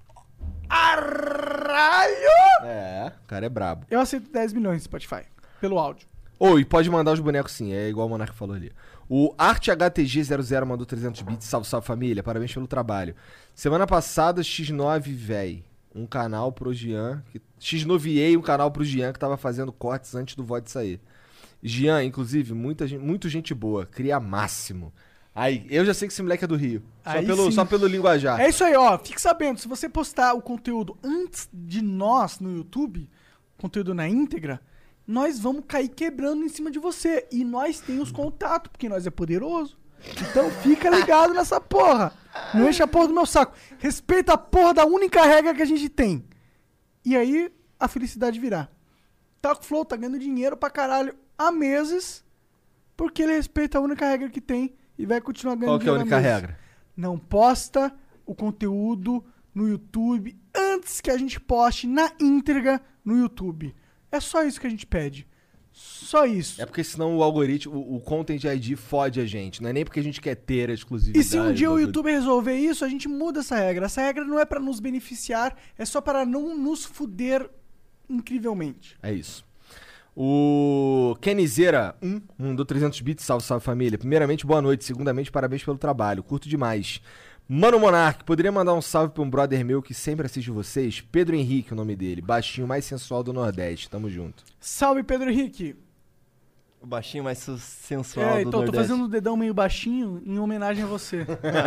Caralho! É, o cara é brabo. Eu aceito 10 milhões Spotify, pelo áudio. E pode mandar os bonecos sim, é igual o Monark falou ali. O ArtHTG00 mandou 300 bits. Salve, salve família, parabéns pelo trabalho. Semana passada, X9 véi, um canal pro Jean. X9ei um canal pro Jean que tava fazendo cortes antes do VOD sair. Jean, inclusive, muito gente boa, cria máximo. Aí, eu já sei que esse moleque é do Rio. Aí Só sim. pelo linguajar. É isso aí, ó. Fique sabendo, se você postar o conteúdo antes de nós no YouTube, conteúdo na íntegra, nós vamos cair quebrando em cima de você. E nós temos contato, porque nós é poderoso. Então fica ligado nessa porra. Não enche a porra do meu saco. Respeita a porra da única regra que a gente tem. E aí a felicidade virá. Taco Flow tá ganhando dinheiro pra caralho há meses, porque ele respeita a única regra que tem e vai continuar ganhando Qual que é a dinheiro única há meses. regra? Não posta o conteúdo no YouTube antes que a gente poste na íntegra no YouTube. É só isso que a gente pede. Só isso. É porque senão o algoritmo, o Content ID fode a gente. Não é nem porque a gente quer ter a exclusividade. E se um dia o do- YouTube resolver isso, a gente muda essa regra. Essa regra não é pra nos beneficiar, é só para não nos fuder incrivelmente. É isso. O Kenizeira mandou 300 bits. Salve, salve família. Primeiramente, boa noite. Segundamente, parabéns pelo trabalho. Curto demais. Mano Monark, poderia mandar um salve pra um brother meu que sempre assiste vocês? Pedro Henrique, o nome dele. Baixinho mais sensual do Nordeste. Tamo junto. Salve, Pedro Henrique. O baixinho mais sensual do Então, tô Nordeste. fazendo o dedão meio baixinho em homenagem a você.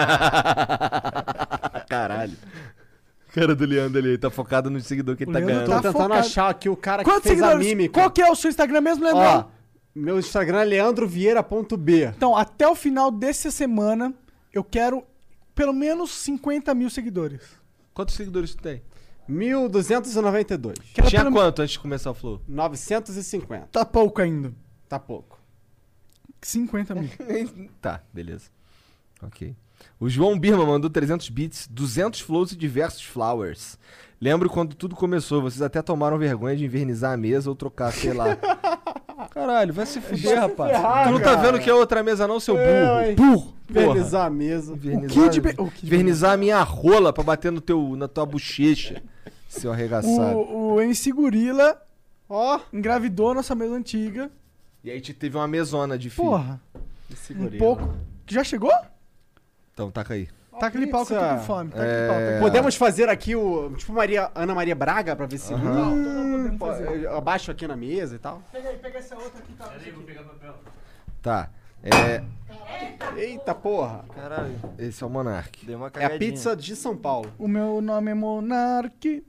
Caralho. Cara do Leandro ali, tá focado no seguidor que ele O tá Leandro ganhando. Tô tá tentando focado. achar aqui o cara que Quantos fez a seguidores? mímica. Qual que é o seu Instagram mesmo, Leandrão? Ó, meu Instagram é leandrovieira.b. Então, até o final dessa semana, eu quero pelo menos 50 mil seguidores. Quantos seguidores tu tem? 1.292. Quero Tinha pelo- quanto antes de começar o Flow? 950. Tá pouco ainda. Tá pouco. 50 mil. Tá, beleza. Ok. O João Birma mandou 300 bits, 200 flows e diversos flowers. Lembro quando tudo começou, vocês até tomaram vergonha de invernizar a mesa ou trocar, sei lá. Caralho, vai se fuder, rapaz. ferrar, Tu não tá cara. vendo que é outra mesa não, seu burro? É, Burro. Vernizar a mesa. Invernizar a minha rola pra bater na tua bochecha, seu arregaçado. O MC Gorila Ó, engravidou nossa mesa antiga. E aí te teve uma mesona de filho. Porra, esse um gorila. pouco. Já chegou? Então taca aí. Tá aquele pau que eu tô com fome. Tá aquele pau. Tá aquele Podemos fazer aqui o. Tipo Ana Maria Braga pra ver se. podemos Pô, fazer. eu abaixo aqui na mesa e tal. Pega essa outra aqui, tá? Peraí, vou pegar papel. Tá. Eita porra. Caralho, Esse é o Monark. deu uma É cagadinha. a pizza de São Paulo. O meu nome é Monark.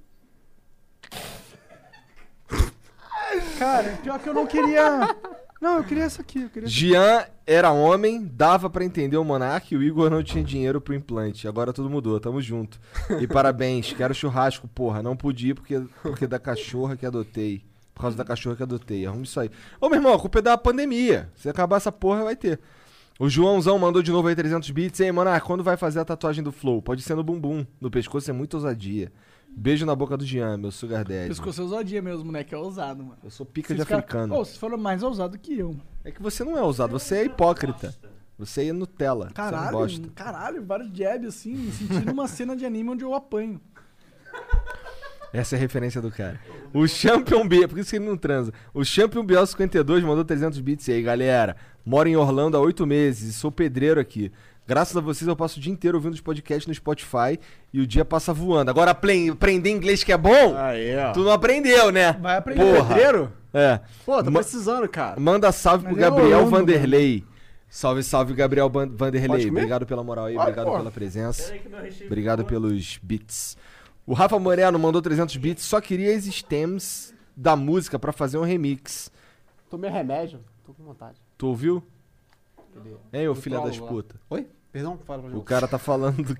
Cara, pior que eu não queria... Não, eu queria essa aqui. Eu queria essa... Jean era homem, dava pra entender o Monark e o Igor não tinha dinheiro pro implante. Agora tudo mudou, tamo junto. E parabéns, quero churrasco, porra. Não pude ir porque da cachorra que adotei. Por causa da cachorra que adotei. Arrume isso aí. Ô, meu irmão, a culpa é da pandemia. Se acabar essa porra, vai ter. O Joãozão mandou de novo aí 300 bits. Ei, Monark, quando vai fazer a tatuagem do Flow? Pode ser no bumbum. No pescoço é muita ousadia. Beijo na boca do Jean, meu sugar daddy. Pescoço é ousadia mesmo, né? Que é ousado, mano. Eu sou pica de africano. Pô, vocês foram mais ousados que eu. É que você não é ousado, você é hipócrita. Você é Nutella. Você não gosta. Caralho, vários jabs assim, me sentindo uma cena de anime onde eu apanho. Essa é a referência do cara. O Champion B, por isso que ele não transa. O Champion Biel 52 mandou 300 bits aí, galera. Moro em Orlando há 8 meses e sou pedreiro aqui. Graças a vocês eu passo o dia inteiro ouvindo os podcasts no Spotify e o dia passa voando. Agora aprender inglês que é bom, Aí, ó. tu não aprendeu, né? Vai aprender. Porra. Pedreiro? É. Pô, tô Ma- precisando, cara. Manda salve pro Mas é Gabriel Orlando, Vanderlei. Salve, salve, Gabriel Pode Vanderlei. comer? Obrigado pela moral aí, Vai, obrigado pô. pela presença. Peraí que meu recheio Obrigado ficou- pelos bits. O Rafa Moreno mandou 300 bits. Só queria as stems da música pra fazer um remix. Tomei remédio, tô com vontade. Tu ouviu? Hein, ô No filha colo das lá. putas? Oi? Perdão? Fala pra O gente. cara tá falando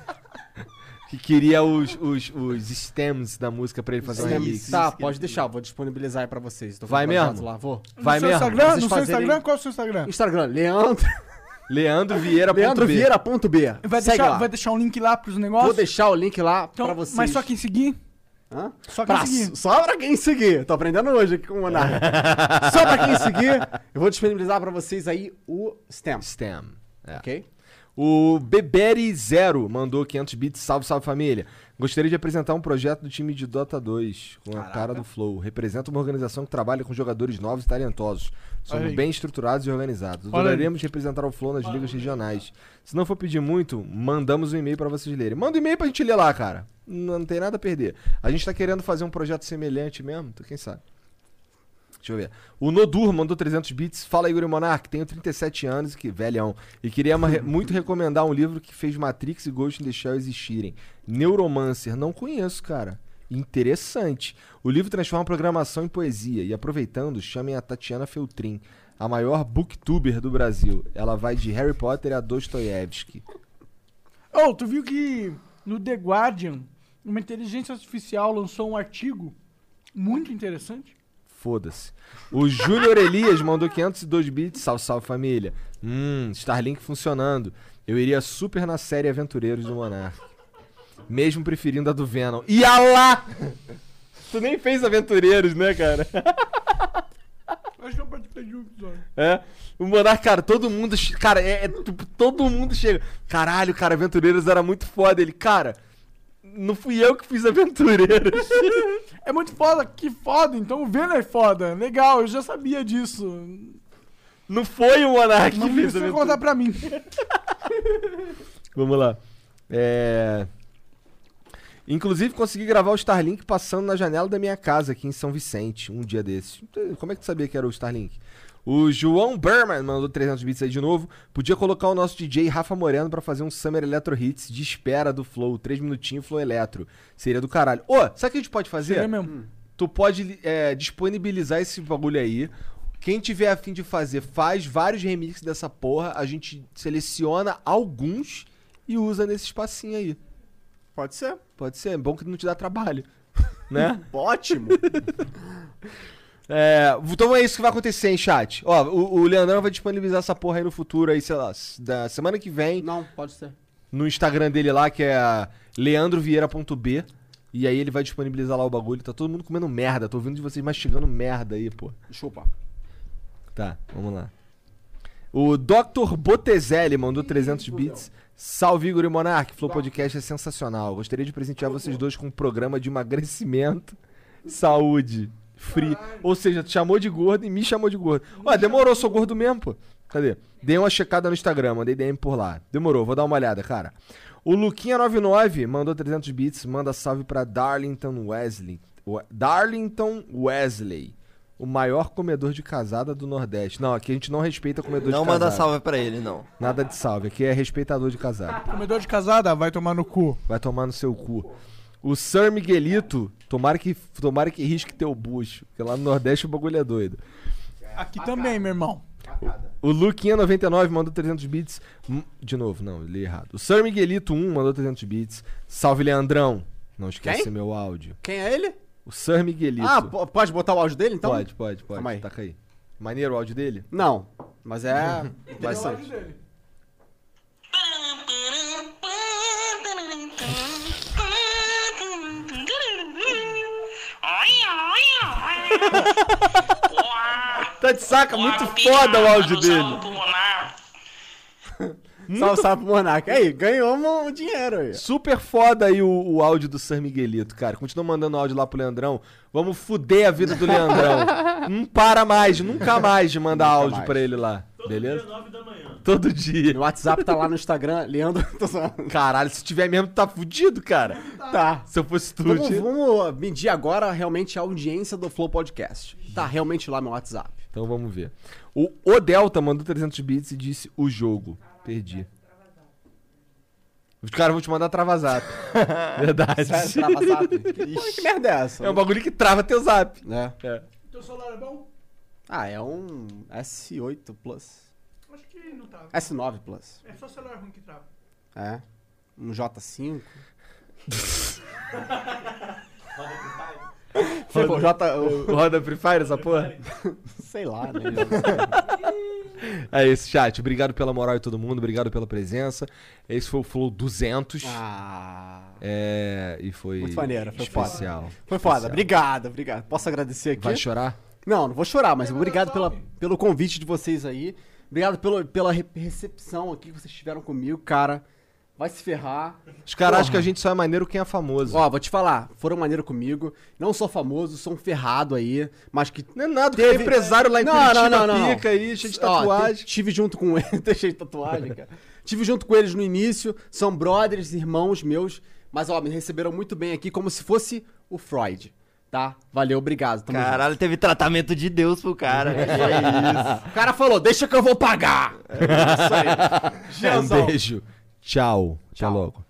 que queria os stems da música pra ele fazer um remix. Tá, pode deixar, vou disponibilizar aí pra vocês. Tô com Vai projeto mesmo? Lá, vou. Vai no seu mesmo? Instagram? Vocês No seu fazerem- Instagram? Qual é o seu Instagram? Instagram, Leandro Leandro Vieira.b. Vai Segue lá. deixar um link lá pros negócios? Vou deixar o link lá Então, pra vocês. mas só quem seguir? Hã? Só quem Pra- seguir. Só pra quem seguir. Tô aprendendo hoje aqui com o Monark. Só pra quem seguir, eu vou disponibilizar pra vocês aí o STEM. Stem. É. Ok? O Beberi Zero mandou 500 bits. Salve, salve família. Gostaria de apresentar um projeto do time de Dota 2 com a cara do Flow. Representa uma organização que trabalha com jogadores novos e talentosos. Somos Olha aí. bem estruturados e organizados. Olha aí. Adoraremos representar o Flow nas ligas regionais. Se não for pedir muito, mandamos um e-mail pra vocês lerem. Manda um e-mail pra gente ler lá, cara. Não tem nada a perder. A gente tá querendo fazer um projeto semelhante mesmo, então quem sabe. Deixa eu ver. O Nodur mandou 300 bits. Fala, Igor e Monark. Tenho 37 anos, que velhão. E queria muito recomendar um livro que fez Matrix e Ghost in the Shell existirem. Neuromancer. Não conheço, cara. Interessante. O livro transforma a programação em poesia. E aproveitando, chamem a Tatiana Feltrin, a maior booktuber do Brasil. Ela vai de Harry Potter a Dostoiévski. Oh, tu viu que no The Guardian, uma inteligência artificial lançou um artigo muito interessante? Foda-se. O Júnior Elias mandou 502 bits. Salve, salve família. Starlink funcionando. Eu iria super na série Aventureiros do Monark. Mesmo preferindo a do Venom. E lá! Tu nem fez Aventureiros, né, cara? Acho que eu participei de um episódio. É. O Monark, cara, todo mundo. Cara, tipo, todo mundo chega. Caralho, cara, Aventureiros era muito foda. Ele, cara, não fui eu que fiz Aventureiros. É muito foda, que foda, então o Venom é foda. Legal, eu já sabia disso. Não foi o Monark Não que fez precisa Aventureiros. contar pra mim. Vamos lá. Inclusive, consegui gravar o Starlink passando na janela da minha casa aqui em São Vicente, um dia desses. Como é que tu sabia que era o Starlink? O João Berman mandou 300 bits aí de novo. Podia colocar o nosso DJ Rafa Moreno pra fazer um Summer Electro Hits de espera do Flow. 3 minutinhos, Flow Eletro. Seria do caralho. Ô, sabe o que a gente pode fazer? Seria mesmo. Tu pode disponibilizar esse bagulho aí. Quem tiver a fim de fazer, faz vários remixes dessa porra. A gente seleciona alguns e usa nesse espacinho aí. Pode ser. Pode ser, é bom que não te dá trabalho. Né? Ótimo. Então é isso que vai acontecer, hein, chat. Ó, o Leandrão vai disponibilizar essa porra aí no futuro, aí, sei lá, da semana que vem, Não, pode ser. no Instagram dele lá, que é leandrovieira.b. E aí ele vai disponibilizar lá o bagulho. Tá todo mundo comendo merda. Tô ouvindo de vocês mastigando merda aí, pô. Chupa. Tá, vamos lá. O Dr. Botezelli mandou 300 bits. Salve, Igor e Monark. Flow Podcast é sensacional. Gostaria de presentear vocês dois com um programa de emagrecimento, saúde, free. Ou seja, tu chamou de gordo e me chamou de gordo. Ó, demorou, sou gordo mesmo, pô. Cadê? Dei uma checada no Instagram, mandei DM por lá. Demorou, vou dar uma olhada, cara. O Luquinha99 mandou 300 bits. Manda salve pra Darlington Wesley. O maior comedor de casada do Nordeste. Não, aqui a gente não respeita comedor Não de casada. manda salve pra ele, não. Nada de salve. Aqui é respeitador de casada. Comedor de casada, vai tomar no cu. Vai tomar no seu cu. O Sir Miguelito, tomara que risque teu bucho. Porque lá no Nordeste o bagulho é doido. Aqui também, meu irmão. O Luquinha99 mandou 300 bits. De novo, não, eu li errado. O Sir Miguelito 1 mandou 300 bits. Salve, Leandrão. Não esquece Quem? meu áudio. Quem é ele? O Sir Miguelito. Ah, pode botar o áudio dele, então? Pode. Calma aí. Taca aí. Maneiro o áudio dele? Não, mas é bastante. Tá de saca, muito foda o áudio dele. Salve pro Monark. Aí, ganhamos um dinheiro aí. Super foda aí o áudio do Sir Miguelito, cara. Continua mandando áudio lá pro Leandrão. Vamos fuder a vida do Leandrão. Não para mais, nunca mais de mandar áudio mais. pra ele lá. Todo Beleza? dia 9 da manhã. Todo dia. Meu WhatsApp tá lá no Instagram, Leandro. Tô zoando. Caralho, se tiver mesmo, tá fudido, cara. Tá. Se eu fosse tu, Vamos medir agora realmente a audiência do Flow Podcast. Tá realmente lá no WhatsApp. Então vamos ver. O Delta mandou 300 bits e disse o jogo. Perdi. Os caras vão te mandar travazap. Verdade. Sério, trava zap? Que merda é essa? É um bagulho que trava teu zap. É. É. Teu celular é bom? Ah, é um S8 Plus. Acho que não tá. S9 Plus. É só celular ruim que trava. É. Um J5. Roda Free Fire essa porra? Sei lá, né? É isso, chat. Obrigado pela moral de todo mundo. Obrigado pela presença. Esse foi o Flow 200. Ah. E foi Muito maneiro, foi especial. Foi foda. Especial. Obrigado. Posso agradecer aqui? Vai chorar? Não vou chorar, mas obrigado pelo convite de vocês aí. Obrigado pela recepção aqui que vocês tiveram comigo, cara. Vai se ferrar. Os caras Porra. acham que a gente só é maneiro quem é famoso. Ó, vou te falar, foram maneiro comigo. Não sou famoso, sou um ferrado aí, mas que. Não é nada, que é empresário lá em Curitiba, não. pica aí, cheio de Ó, tatuagem. Tive junto com eles. Deixei de tatuagem, cara. Tive junto com eles no início. São brothers, irmãos meus. Mas, ó, me receberam muito bem aqui, como se fosse o Freud. Tá? Valeu, obrigado. Tamo Caralho, teve tratamento de Deus pro cara. Que junto. O cara falou, deixa que eu vou pagar. É isso aí. Um beijo. Tchau. Até logo.